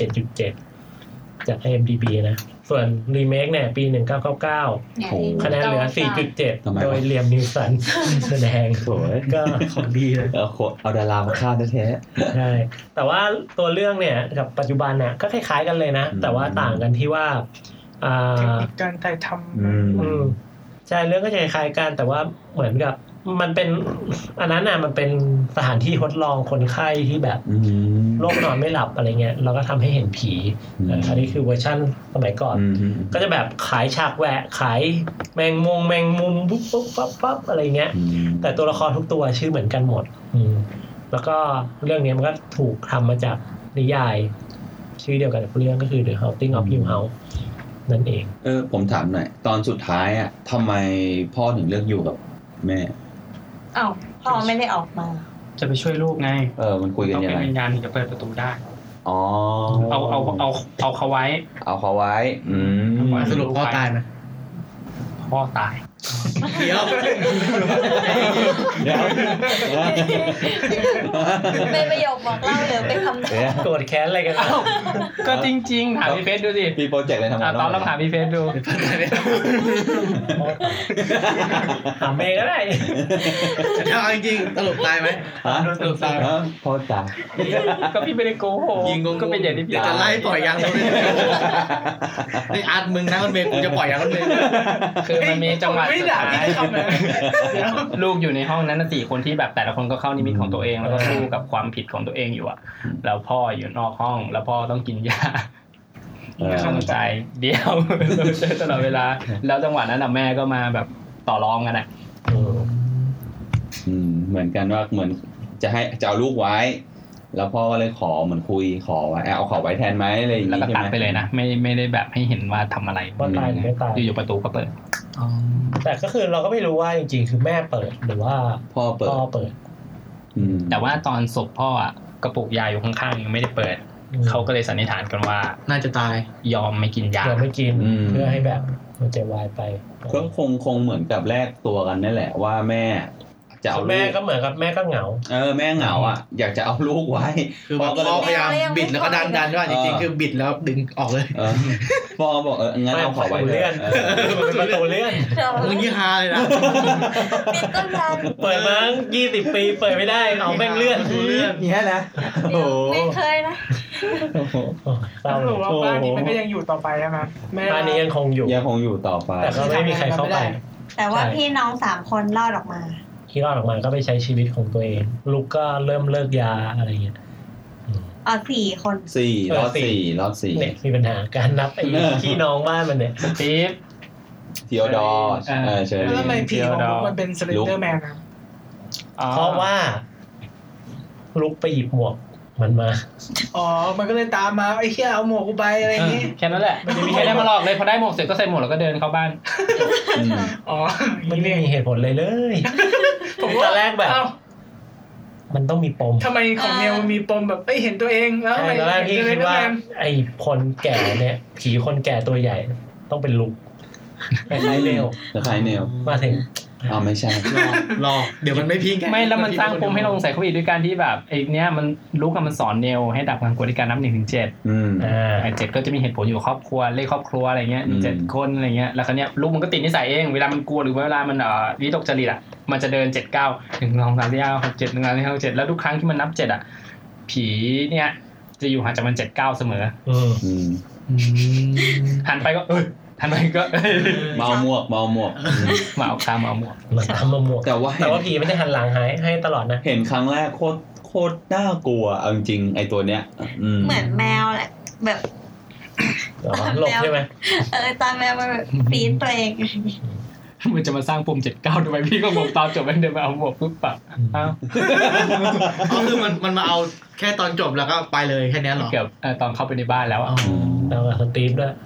A: 7.7 จาก IMDb นะส่วนรีเมคเนี่ยปี1999คะแนนเหลือ 4.7 โดยเลียมนิวสันแสดงก็ของดีเลย
B: เอาดารามาฆ่าแท้
A: ๆใช่แต่ว่าตัวเรื่องเนี่ยกับปัจจุบันน่ะก็คล้ายๆกันเลยนะแต่ว่าต่างกันที่ว่า
G: เทคนิคการถ่ายท
A: ำใช่เรื่องก็จะคล้ายๆกันแต่ว่าเหมือนกับมันเป็นอันนั้นน่ะมันเป็นสถานที่ทดลองคนไข้ที่แบบโรคนอนไม่หลับอะไรเงี้ยเราก็ทำให้เห็นผีอันนี้คือเวอร์ชั่นสมัยก่อนก็จะแบบขายฉากแหวะขายแมงมุมปุ๊บปุ๊บปั๊บปั๊บอะไรเงี้ยแต่ตัวละครทุกตัวชื่อเหมือนกันหมดแล้วก็เรื่องนี้มันก็ถูกทำมาจากนิยายชื่อเดียวกันกับเรื่องก็คือ The Haunting of Hill House นั่นเอง
B: ผมถามหน่อยตอนสุดท้ายอ่ะทำไมพ่อถึงเลือกอยู่กับแม่
D: อ้าวพ่อไม่ได้ออกมา
F: จะไปช่วยลูกไง
B: มันคุยกันยังไง
F: เป็นวิญญาณถึงจะเปิดประตูได้
B: อ๋อ
F: เอาเขาไว้
C: สรุปพ่อตายไหม
F: พ่อตาย
C: เดี๋ยว
D: เป็นประโยคบอกเล่าหรือเป็นคำ
A: โกรธแค้นอะไรกัน
F: ก็จริงๆถามพี่เฟซดูสิ
B: มีโปรเจกต์อะไรทำงาน
F: ตอนเราถามพี่เฟซดู
A: ถามเมย์ก็ได้
C: เอาจริงๆตลกตายไหม
B: ตลกตายพ่อตาย
F: ก็พี่ไม่ได้โกหกก็เป็นอย่างที่พี่
C: จะไล่ปล่อยยังไอ้อาร์ตมึงนะมันเมย์กูจะปล่อยยังมันเมย์
F: คือมันมีจังหวะลูกอยู่ในห้องนั้น4คนที่แบบแต่ละคนก็เข้านิมิตของตัวเองแล้วก็สู้กับความผิดของตัวเองอยู่อ่ะแล้วพ่ออยู่นอกห้องแล้วพ่อต้องกินยาเข้าใจเดียวตลอดเวลาแล้วจังหวะนั้นน่ะแม่ก็มาแบบต่อรองกันอ่ะ
B: เหมือนกันว่าเหมือนจะเอาลูกไว้แล้วพ่อก็เลยขอเหมือนคุยขอไว้เอาขอไว้แทนไหมอะไรอย่าง
F: งี้ใช่ไหมแล้วก็ตัดไปเลยนะไม่ได้แบบให้เห็นว่าทำอะไร
A: ว่าตายหรือไม่ตาย
F: อยู่ประตูก็เปิด
A: แต่ก็คือเราก็ไม่รู้ว่าจริงๆคือแม่เปิดหรือว่า
B: พ่อเปิด
F: แต่ว่าตอนศพพ่อกระปุกยาอยู่ข้างๆยังไม่ได้เปิดเขาก็เลยสันนิษฐานกันว่า
C: น่าจะตาย
F: ยอมไม่กินยาย
A: อมไม่กินเพื่อให้แบบมันจะวายไป
B: ก็คงเหมือนกับแลกตัวกันนั่นแหละว่าแม่จะเอา
A: แม่ก็เหมือนกับแม่ก็เหงา
B: แม่เหงาอ่ะอยากจะเอาลูกไว้
C: คือพ่อก็พยายามบิดแล้วก็ดันว่าจริงๆคือบิดแล้วดึงออกเลย
B: พ่อบอกงั้นเอาขอไว้
A: เลื่อนเป็นประตูเลื่อน
C: มึงยี่ห้าเลยนะ
D: บิดก็ดัน
A: เปิดมา20 ปีเปิดไม่ได้เอาแม่งเลื่อน
B: เนี้ยนะโอ้
D: ไม่เคยนะ
G: สรุปว่าบ้านนี้มันก็ยังอยู่ต่อไปใช่ไหม
A: บ้านนี้ยังคงอยู่
B: ต่อไป
A: แต่ก็ไม่มีใครเข้าไป
D: แต่ว่าพี่น้อง3คนรอดออกมา
A: ที่รอดออกมาก็ไปใช้ชีวิตของตัวเองลูกก็เริ่มเลิกยาอะไรเงี้ย
D: 4 คน
B: รอด4
A: เนี่ยมีปัญหาการนับไอ้พี่น้องบ้านมันเนี่ย
F: ทีฟ
B: ทีโอดอร์
G: เชอรี่แล้วทำไมพี่ของลูกมันเป็นสเลนเดอร์แมนนะ
A: เพราะว่าลูกไปหยิบหมวกมันมา
G: มันก็เลยตามมาไอ้เหี้ยเอาหมวกกูไปอะไรอย่างงี้
F: แค่นั้นแหละไม่มีใครได้มาหลอกเลยพอได้หมวกเสร็จก็ใส่หมวกแล้วก็เดินเข้าบ้าน
A: มันไม่มีเหตุผลเลยผมตอนแรกแบบมันต้องมีปม
G: ทำไมของเนวมีปมแบบเห็นตัวเองแล้วทำไม
A: ตอนแรกที่คิดว่าไอ้คนแก่เนี่ยผีคนแก่ตัวใหญ่ต้องเป็นลุกคล้ายๆเนว
B: คล้ายเนว
A: มาถึง
B: ไม่ใช่
C: รอเดี๋ยวมันไม่พิง
F: ไม่แล้วมันสร้างปมให้เราสงสัยเขาอีกด้วยการที่แบบไอ้เนี้ยมันรู้กันมันสอนเนลให้ดับความกลัวด้วยการนับ 1-7 ไอ้7ก็จะมีเหตุผลอยู่ครอบครัวเลขครอบครัวอะไรเงี้ยมี7คนอะไรเงี้ยแล้วคราวเนี้ยลูกมันก็ติดนิสัยเองเวลามันกลัวหรือเวลามันวิตกจริตอ่ะมันจะเดิน7 9 1 2 3 4 5 6 7 1 2 3 4 6 7แล้วทุกครั้งที่มันนับ7อ่ะผีเนี่ยจะอยู่ห่างจากมัน7 9เสมอหันไปก็ทันไปก็
B: เมาหมวก
F: มาเอาตามเมาหมวก
A: แต่ว่าผีไม่ได้หันหลังให้ตลอดนะ
B: เห็นครั้งแรกโคตรน่ากลัวเอาจริงไอ้ตัวเนี้ย
D: เหมือนแมวแหละแบบ
A: หลบใช่ไหม
D: ตามแมวมันแบบปีนตัวเอง
F: มันจะมาสร้างปุ่ม79ทำไมพี่ก็งงตอนจบมันเดินมาเอาหมวกปุ๊บปะ
C: ก็คือมันมาเอาแค่ตอนจบแล้วก็ไปเลยแค่นี้หรอ
F: เกือบตอนเข้าไปในบ้านแล้ว
A: แล้วสตีฟด้วย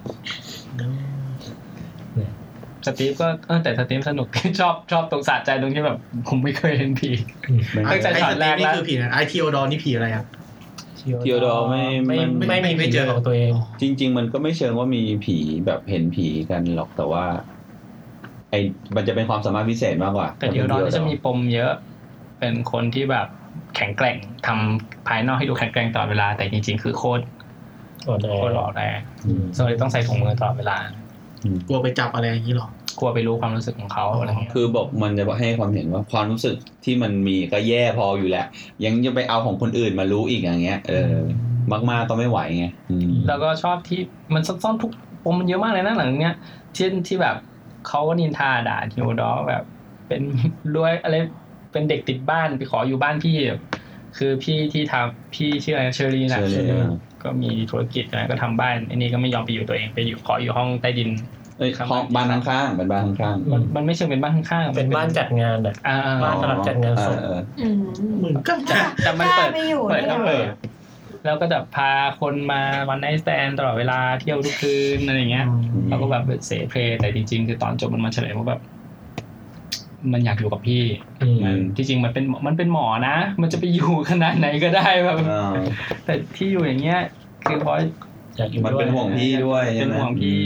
F: สตีฟก็แต่สตีฟสนุกชอบตรงสะใจตรงที่แบบผมไม่เคยเห็นผีตั้งแต่ช็อตแรก
C: นี่คือผีนะไอทีโอดอนี่ผีอะไรอ่ะ
B: ทีโอดอ
A: ไม่เจอของตัวเอง
B: จริงๆมันก็ไม่เชิงว่ามีผีแบบเห็นผีกันหรอกแต่ว่ามันจะเป็นความสามารถพิเศษมากกว่า
F: แต่ทีโอดอจะมีปมเยอะเป็นคนที่แบบแข็งแกร่งทำภายนอกให้ดูแข็งแกร่งตลอดเวลาแต่จริงๆคือโคตรหล่อแรงเลยต้องใส่ถุงมือตลอดเวลาก
C: ลัวไปจับอะไรอย่างนี้หร
F: อกลัวไปรู้ความรู้สึกของเขาอะไรเงี้ย
B: คือบอกมันจะให้ความเห็นว่าความรู้สึกที่มันมีก็แย่พออยู่แล้วยังจะไปเอาของคนอื่นมารู้อีกอย่างเงี้ยมากๆก็ไม่ไหวไง
F: แล้วก็ชอบที่มันซ่อนทุกปมมันเยอะมากเลยนะหลังเนี้ยเช่นที่แบบเขานินทาด่าทีโอดอแบบเป็นด้วยอะไรเป็นเด็กติดบ้านไปขออยู่บ้านพี่คือพี่ที่ทำพี่ชื่ออะไรเชอรี่นะก็มีธุรกิจนะก็ทำบ้านอันนี้ก็ไม่ยอมไปอยู่ตัวเองไปอยู่ขออยู่ห้องใต้ดิน
B: ห้องบ้านข้างๆเป็นบ้านข้าง
F: ๆมันไม่เชิงเป็นบ้านข้าง
A: ๆเป็นบ้านจัดงานแบบบ้านสำหรับจัดงานศพ
C: เหมือนกัน
F: แต่มันเปิดแล้วก็จะพาคนมาวันไนท์สแตนตลอดเวลาเที่ยวทุกคืนอะไรอย่างเงี้ยเราก็แบบเสเพลแต่จริงๆคือตอนจบมันมาเฉลยว่าแบบมันอยากอยู่กับพี่ที่จริงมันเป็นหมอนะมันจะไปอยู่ขนาดไหนก็ได้แบบแต่ที่อยู่อย่างเงี้ยคือเพราะ
B: อยากอยู่มันเป็นห่วงพี่ด้วย
F: เป็นห่วงพี่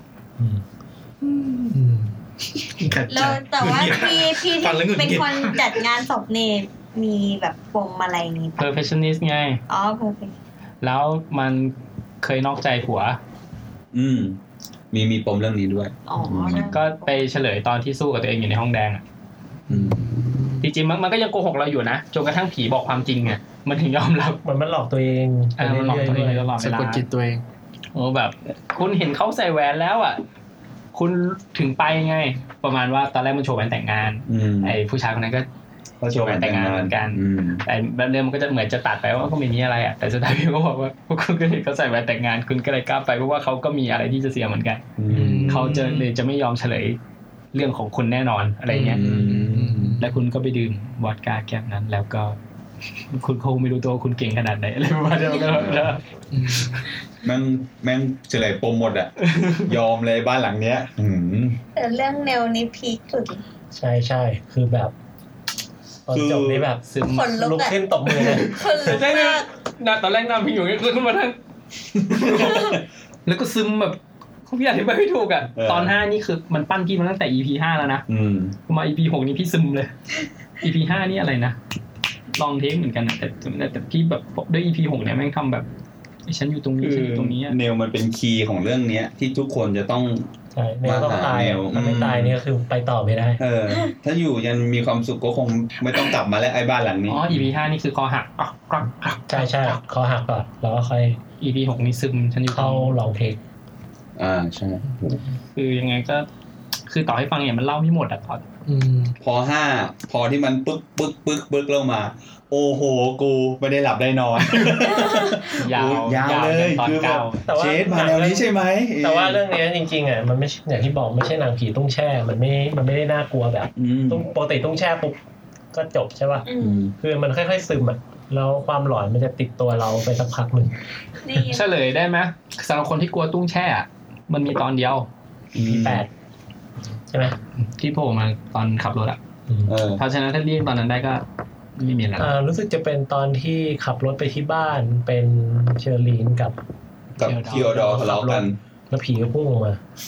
D: แล้วแต่ว่าพี่ที่เป็นคนจัดงานศพเนี่ยมีแบบปมอะไรนี้
F: perfectionist ไง
D: perfect
F: แล้วมันเคยนอกใจผัว
B: มีปมเรื่องนี้ด้วย
F: ก็ไปเฉลยตอนที่สู้กับตัวเองอยู่ในห้องแดงอ่ะจริงๆมันก็ยังโกหกเราอยู่นะจนกระทั่งผีบอกความจริงไงมันถึงยอมรับ
A: มันหลอกตัวเอง
F: มันหลอกตัวเองตลอดเวลา
C: สะกดจิตตัวเอง
F: แบบคุณเห็นเขาใส่แหวนแล้วอ่ะคุณถึงไปไงประมาณว่าตอนแรกมันโชว์แหวนแต่งงานไอ้ผู้ชายคนนั้นก็โชว์แหวนแต่งงานเหมือนกันแต่เรื่องมันก็จะเหมือนจะตัดไปว่าก็ไม่มีอะไรอ่ะแต่สุดท้ายพี่ก็บอกว่าพวกคุณก็เห็นเขาใส่แหวนแต่งงานคุณก็เลยกล้าไปเพราะว่าเขาก็มีอะไรที่จะเสียเหมือนกันเขาจะไม่ยอมเฉลยเรื่องของคุณแน่นอนอะไรเงี้ยแล้วคุณก็ไปดื่มวอดก้าแก้วนั้นแล้วก็คุณคงไม่รู้ตัวคุณเก่งขนาดไหนอะไรประมาณนั้นแล้ว
B: แม่งเฉลยปมหมดอ่ะยอมเลยบ้านหลังเนี้ย
D: แต่เรื่องแนวนี้พีคสุด
A: ใช่คือแบบตอนจบนี้แบบซึมลุกขึ้นตบมือเลย
F: ใช่ตอนแรกน้ำพิงอยู่นี่ขึ้นมาทั้งแล้วก็ซึมแบบพี่อธิบายไม่ถูกอ่ะตอน5นี่คือมันปั้นพี่มาตั้งแต่ EP 5แล้วนะมา EP 6นี่พี่ซึมเลย EP 5นี่อะไรนะลองเทคเหมือนกันนะแต่พี่แบบด้วย EP 6เนี่ยแม่งทำแบบฉันอยู่ตรงนี้ฉันอยู่ตรงนี้
B: เนลมันเป็นคีย์ของเรื่องนี้ที่ทุกคนจะต้อง
A: มาหาเนลถ้าไม่ตายนี่ก็คือไปต่อไม่ได้
B: ถ้าอยู่ยังมีความสุขก็คงไม่ต้องกลับมาแล้วไอ้บ้านหลังนี้
F: EP 5นี่คือคอหัก
A: ใช่คอหักก่อนแล้วก็ค่อย
F: EP 6นี่ซึมฉันอยู่
A: เข้าลองเทค
B: ใช่
F: คือยังไงก็คือต่อให้ฟังเนี่ยมันเล่าไม่หมดอ่ะ
B: พอ5พอที่มันปึ๊กลงมาโอ้โหกูไม่ได้หลับได้นอน
F: ยาว
B: เลยคือเชฟมาแนวนี้ใช่ไหม
A: แต่ว่าเรื่องนี้จริงๆอ่ะมันไม่อย่างที่บอกไม่ใช่หนังผีตุ้งแช่มันไม่ได้น่ากลัวแบบปกติตุ้งแช่ปุ๊บก็จบใช่ป่ะคือมันค่อยๆซึมอ่ะแล้วความหลอนมันจะติดตัวเราไปสักพักนึง
F: เฉลยได้ไหมสำหรับคนที่กลัวตุ้งแช่มันมีตอนเดียว
A: 8ใช่ไหม
F: ที่โผล่มาตอนขับรถอ่ะเพราะฉะนั้นถ้าเรียกตอนนั้นได้ก็ไม่มีแล้ว
A: รู้สึกจะเป็นตอนที่ขับรถไปที่บ้านเป็นเชอร์ลีนกับ
B: ทีโอดอร์ทะเลาะกัน
A: แล้วผีก็พุ่งออกมา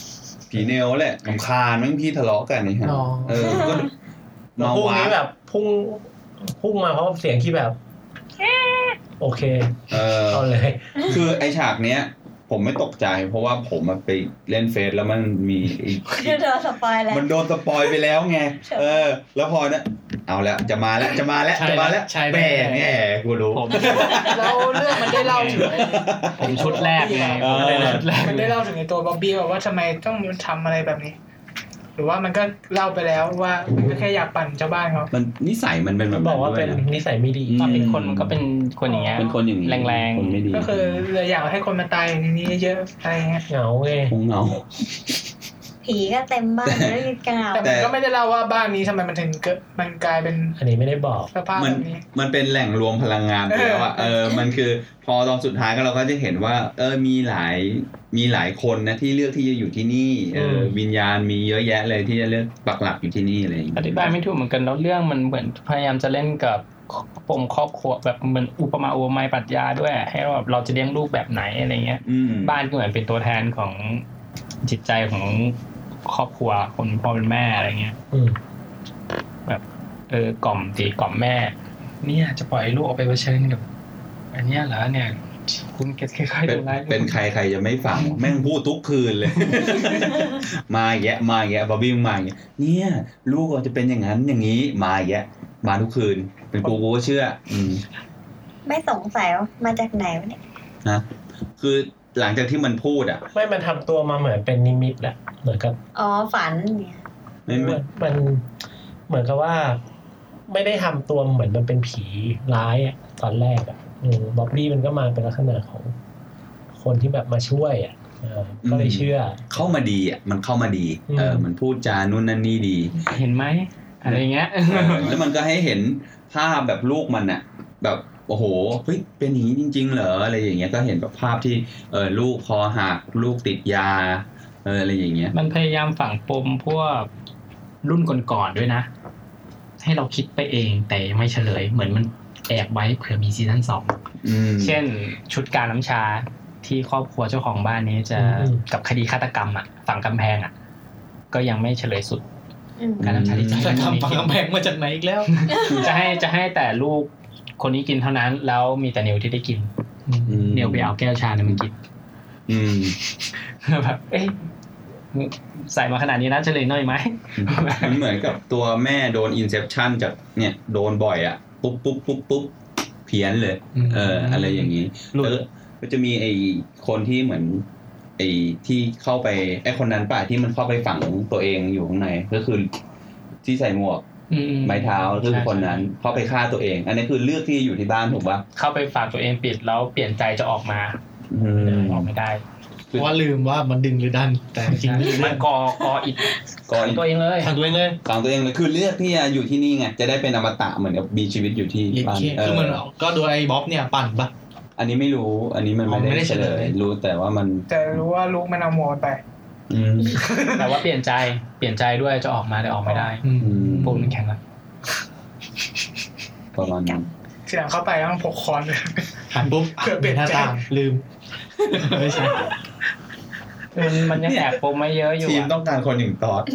B: ผีเนลแหละรำคาญแม่งพี่ทะเลาะกันนี่ฮะก็
A: มาพุ่งนี้แบบพุ่งมาเพราะเสียงที่แบบโอเคเอาเลย
B: คือไอฉากเนี้ยผมไม่ตกใจเพราะว่าผมไปเล่นเฟซแล้วมันมี
D: โดนสปอยแล้ว
B: มันโดนสปอยไปแล้วไงแล้วพอเนี่ยเอาแล้วจะมาแล้วแหม่แง่กูรู้
G: เราเรื่องมันได้เล่าถึง
F: ผมชุดแรกไง
G: มันได้เล่าถึงไอตัวบ๊อบบี้ว่าทำไมต้องทำอะไรแบบนี้หรือว่ามันก็เล่าไปแล้วว่าก็แค่อยากปั่นเจ้าบ้านเขา
B: มันนิสัยมันเป็นแบบ
A: บอกว่าเป็นนิสัยไม่ดี
F: ตอนเป็นคนมันก็เป็นคนอย่างเงี้ย
B: เป็นคนอย่าง
F: แรง
B: ๆคนไม่ดี
G: ก็คือเลยอยากให้คนมาตายในนี้เยอะอะไรเงี้ย
A: เหงาไง
B: เหงา
D: ผีก็เต็มบ้านไม่มีกาว
G: แต่มันก็ไม่ได้เล่าว่าบ้านนี้ทำไมมันถึงเกิดมันกลายเป็น
A: อันนี้ไม่ได้บอก
G: สภาพแบบนี้
B: มันเป็นแหล่งรวมพลังงานแล้วอ่ะมันคือพอตอนสุดท้ายก็เราก็จะเห็นว่ามีหลายคนนะที่เลือกที่จะอยู่ที่นี่วิญญาณมีเยอะแยะเลยที่จะเลือกปักหลักอยู่ที่นี่อะไรอย่างเงี้ย
F: อธิบายไม่ถูกเหมือนกันแล้วเรื่องมันเหมือนพยายามจะเล่นกับปมครอบครัวแบบเหมือนอุปมาอุปไมยปรัชญาด้วยให้เราจะเลี้ยงลูกแบบไหนอะไรเงี้ยบ้านก็เหมือนเป็นตัวแทนของจิตใจของครอบครัวคนพ่อเป็นแม่อะไรเงี้ยแบบกล่อมตีกล่อมแม่เนี่ยจะปล่อยลูกออกไปเผชิญกับอันนี้เหรอเนี่ยคุณค่อยๆดูไลฟ์
B: เป็นใครจะไม่ฟังแม่งพูดทุกคืนเลยมาแยะบอบบี้มาแยะเนี่ยลูกเราจะเป็นอย่างนั้นอย่างนี้มาแยะมาทุกคืนเป็นกูก็เชื่อ
D: ไม่สงสัยว่ามาจากไหนวะเนี่ย
B: นะคือหลังจากที่มันพูดอ่ะ
A: ไม่มันทำตัวมาเหมือนเป็นนิมิตแหละเหมือนกับ
D: ฝันเนี่ย
A: มันเหมือนกับว่าไม่ได้ทำตัวเหมือนมันเป็นผีร้ายอ่ะตอนแรกอ่ะบ๊อบบี้มันก็มาเป็นลักษณะของคนที่แบบมาช่วยอ่ะก็เลยเชื่อ
B: เข้ามาดีอ่ะมันเข้ามาดีมันพูดจานู่นนั่นนี่ดี
F: เห็นไหมอะไรเงี้ย
B: แล้วมันก็ให้เห็นภาพแบบลูกมันอ่ะแบบโอ้โหเฮ้ยเป็นอย่างนี้จริงๆเหรออะไรอย่างเงี้ยก็เห็นแบบภาพที่ลูกคอหักลูกติดยาอะไรอย่างเงี้ย
F: มันพยายามฝังปมพวกรุ่นก่อนๆด้วยนะให้เราคิดไปเองแต่ไม่เฉลยเหมือนมันแอบไว้เผื่อมีซีซั่น2เช่นชุดการน้ำชาที่ครอบครัวเจ้าของบ้านนี้จะกับคดีฆาตกรรมอ่ะฝั่งกำแพงอ่ะก็ยังไม่เฉลยสุด
C: การน้ำชาที่จะทำฝั่งกำแพงมาจากไหนอีกแล้ว
F: จะให้แต่ลูกคนนี้กินเท่านั้นแล้วมีแต่เนียวที่ได้กินเนียวไปเอาแก้วชาเนี่ยมันกินแบบใส่มาขนาดนี้นะเฉลยหน่อยไหม
B: มันเหมือนกับตัวแม่โดน Inception จากเนี่ยโดนบ่อยอ่ะปุ๊บเพี้ยนเลยอะไรอย่างนี้แล้วก็จะมีไอ้คนที่เหมือนไอ้ที่เข้าไปไอ้คนนั้นป่ะที่มันเข้าไปฝังตัวเองอยู่ข้างในก็คือที่ใส่หมวกไม้เท้าคือคนนั้นเข้าไปฆ่าตัวเองอันนี้คือเลือกที่อยู่ที่บ้านถูกป่ะ
F: เข้าไปฝากตัวเองปิดแล้วเปลี่ยนใจจะออกมาออกไม่ได้
C: เพราะว่าลืมว่ามันดึงหรือดันแต่จริง
F: มันกออิดตัวเองเลย
C: ขังตัวเอง
B: เลยคือเลือกที่จะอยู่ที่นี่ไงจะได้เป็นอมตะเหมือนกับมีชีวิตอยู่ที่บ้าน
C: คือมันก็โดยไอ้บ๊อบเนี่ยปั่นป่ะ
B: อันนี้ไม่รู้อันนี้มันไม่ได้เฉลยรู้แต่ว่ามัน
G: แต่รู้ว่าลูกมันเอาหมดไป
F: แต่ว่าเปลี่ยนใจด้วยจะออกมาแต่ออกไม่ได้ปูนแข็งแล้ว
B: ประมาณนั้น
G: ทีหลังเข้าไปต้องพกค้อนเลย
C: หันปุ๊บเปลี่ยนหน้าตาลืมไม่ใช่
F: มันยังแอบปมไม่เยอะอยู่
B: ทีมต้องการคนหนึ่งตอด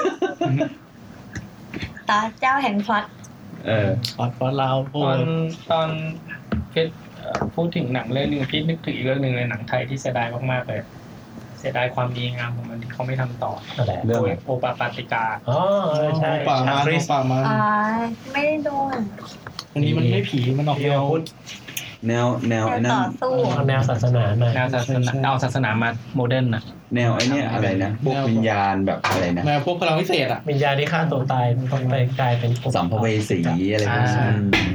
D: เจ้าแห่งพล็อต
C: พล็อตเรา
F: ตอนพีทพูดถึงหนังเรื่องนึงพีทนึกถึงอีกเรื่องนึงเลยหนังไทยที่เสียดายมากๆเลยเสียดายความดีงามของมันที่เขาไม่ทำต่อเรื่องโอปาปาติกา
A: ใช่
C: ป่ามา
D: ไม่ได้ดู
C: อันนี้มันไม่ผีมันออกแนว
B: แนวไอ้นั่น
A: แนวศาสนา
F: เอาศาสนามาโมเดิร์นน่ะ
B: แนวไอ้นี่อะไรนะพวกวิญญาณแบบอะไรนะ
C: แนวพวกพลังพิเศษอ่ะ
A: วิญญาณที่ฆ่าตัวตายต้องไปกลายเป็น
B: สัมภเวสีอะไรพวกนั้น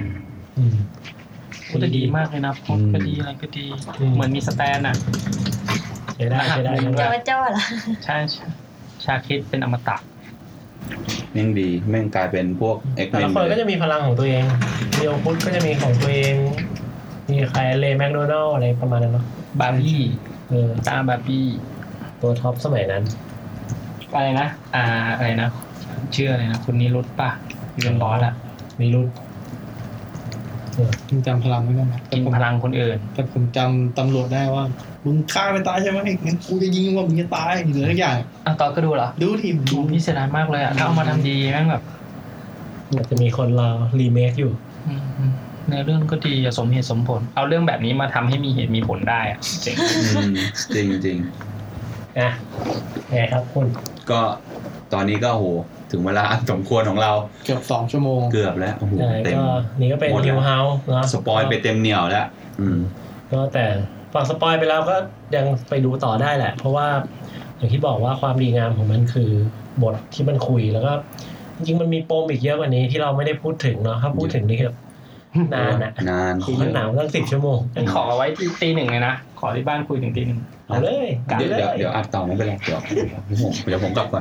F: ก็ดีมากเลยนะพวกก็ดีอะไรก็ดีเหมือนมีสแตนอ่ะ
A: ใช่ได้
D: เจ้าเหรอ
F: ใช่ชาคิดเป็นอมตะ
B: แม่งดีแม่งกลายเป็นพวกเอ็กเมน
A: แต่ละคนก็จะมีพลังของตัวเองเดียวพุทธก็จะมีของตัวเองมีใครเลแมคโดนัลอะไรประมาณนั้นเนาะ
F: บาร์บี้ตาบาร์บี้
A: ตัวท็อปสมัยนั้น
F: อะไรนะอะไรนะชื่ออะไรนะคุณนิรุตป่ะเป็นบอสอะ
A: นิรุต
C: มึงจำพลังไม่ได้ไหม
F: กินพลังคนอื่น
C: แต่ผมจำตำรวจได้ว่ามึงฆ่ามันตายใช่ไหมงั้นกูจะยิงว่ามึงจะตายหรือทุกอย่าง
F: ตอนก็ดูเหรอ
C: ดูทีม
F: ดูพี่เสียดายมากเลยถ้าเอามาทำดีแม่งแบบ
A: จะมีคนรอรีเมคอยู่
F: ในเรื่องก็ดีสมเหตุสมผลเอาเรื่องแบบนี้มาทำให้มีเหตุมีผลได้เจ๋ง
B: จริงจริง
A: ไงครับคุณ
B: ก็ตอนนี้ก็โหถึงเวลาสมควรของเรา
C: เกือบ2ชั่วโมง
B: เกือบแล้วโอ้โห
A: เต็มนี่ก็เป็นนิวเฮาส์เนาะ
B: สปอยไปเต็มเหนียวแล้ว
A: ก็แต่ฟังสปอยไปแล้วก็ยังไปดูต่อได้แหละเพราะว่าอย่างที่บอกว่าความดีงามของมันคือบทที่มันคุยแล้วก็จริงๆมันมีปมอีกเยอะกว่านี้ที่เราไม่ได้พูดถึงเนาะถ้าพูดถึงนี่คือนานมันหนาวตั้ง10 ชั่วโมง
F: ขอเอาไว้ที่ตี 1เลยนะขอที่บ้านคุยถึงตี 1
A: เอาเลย
B: เดี๋ยวอัดต่อไม่เป็นไรเดี๋ยวผมกลับก่อน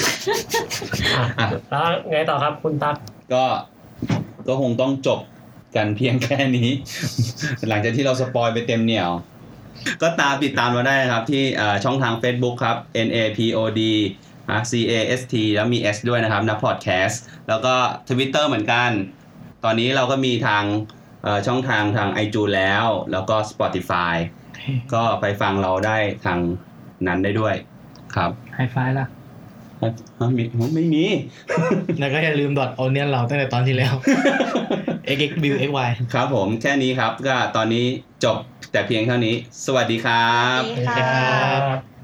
A: แล้วไงต่อครับคุณตั๊ก
B: ก็คงต้องจบกันเพียงแค่นี้หลังจากที่เราสปอยไปเต็มเหนี่ยวก็ติดตามเราได้ครับที่ช่องทาง Facebook ครับ NAPOD CAST แล้วมี S ด้วยนะครับนะพอดแคสต์แล้วก็ Twitter เหมือนกันตอนนี้เราก็มีทางช่องทาง iTunes แล้วก็ Spotify ก็ไปฟังเราได้ทางนั้นได้ด้วยครับ
F: ไฮไฟล่ะ
B: ไม่มี
C: แล้วก็อย่าลืม.onion เราตั้งแต่ตอนที่แล้ว xxbuxy
B: ครับผมแค่นี้ครับก็ตอนนี้จบแต่เพียงเท่านี้สวัสดีครับ
D: สวัสดีครับ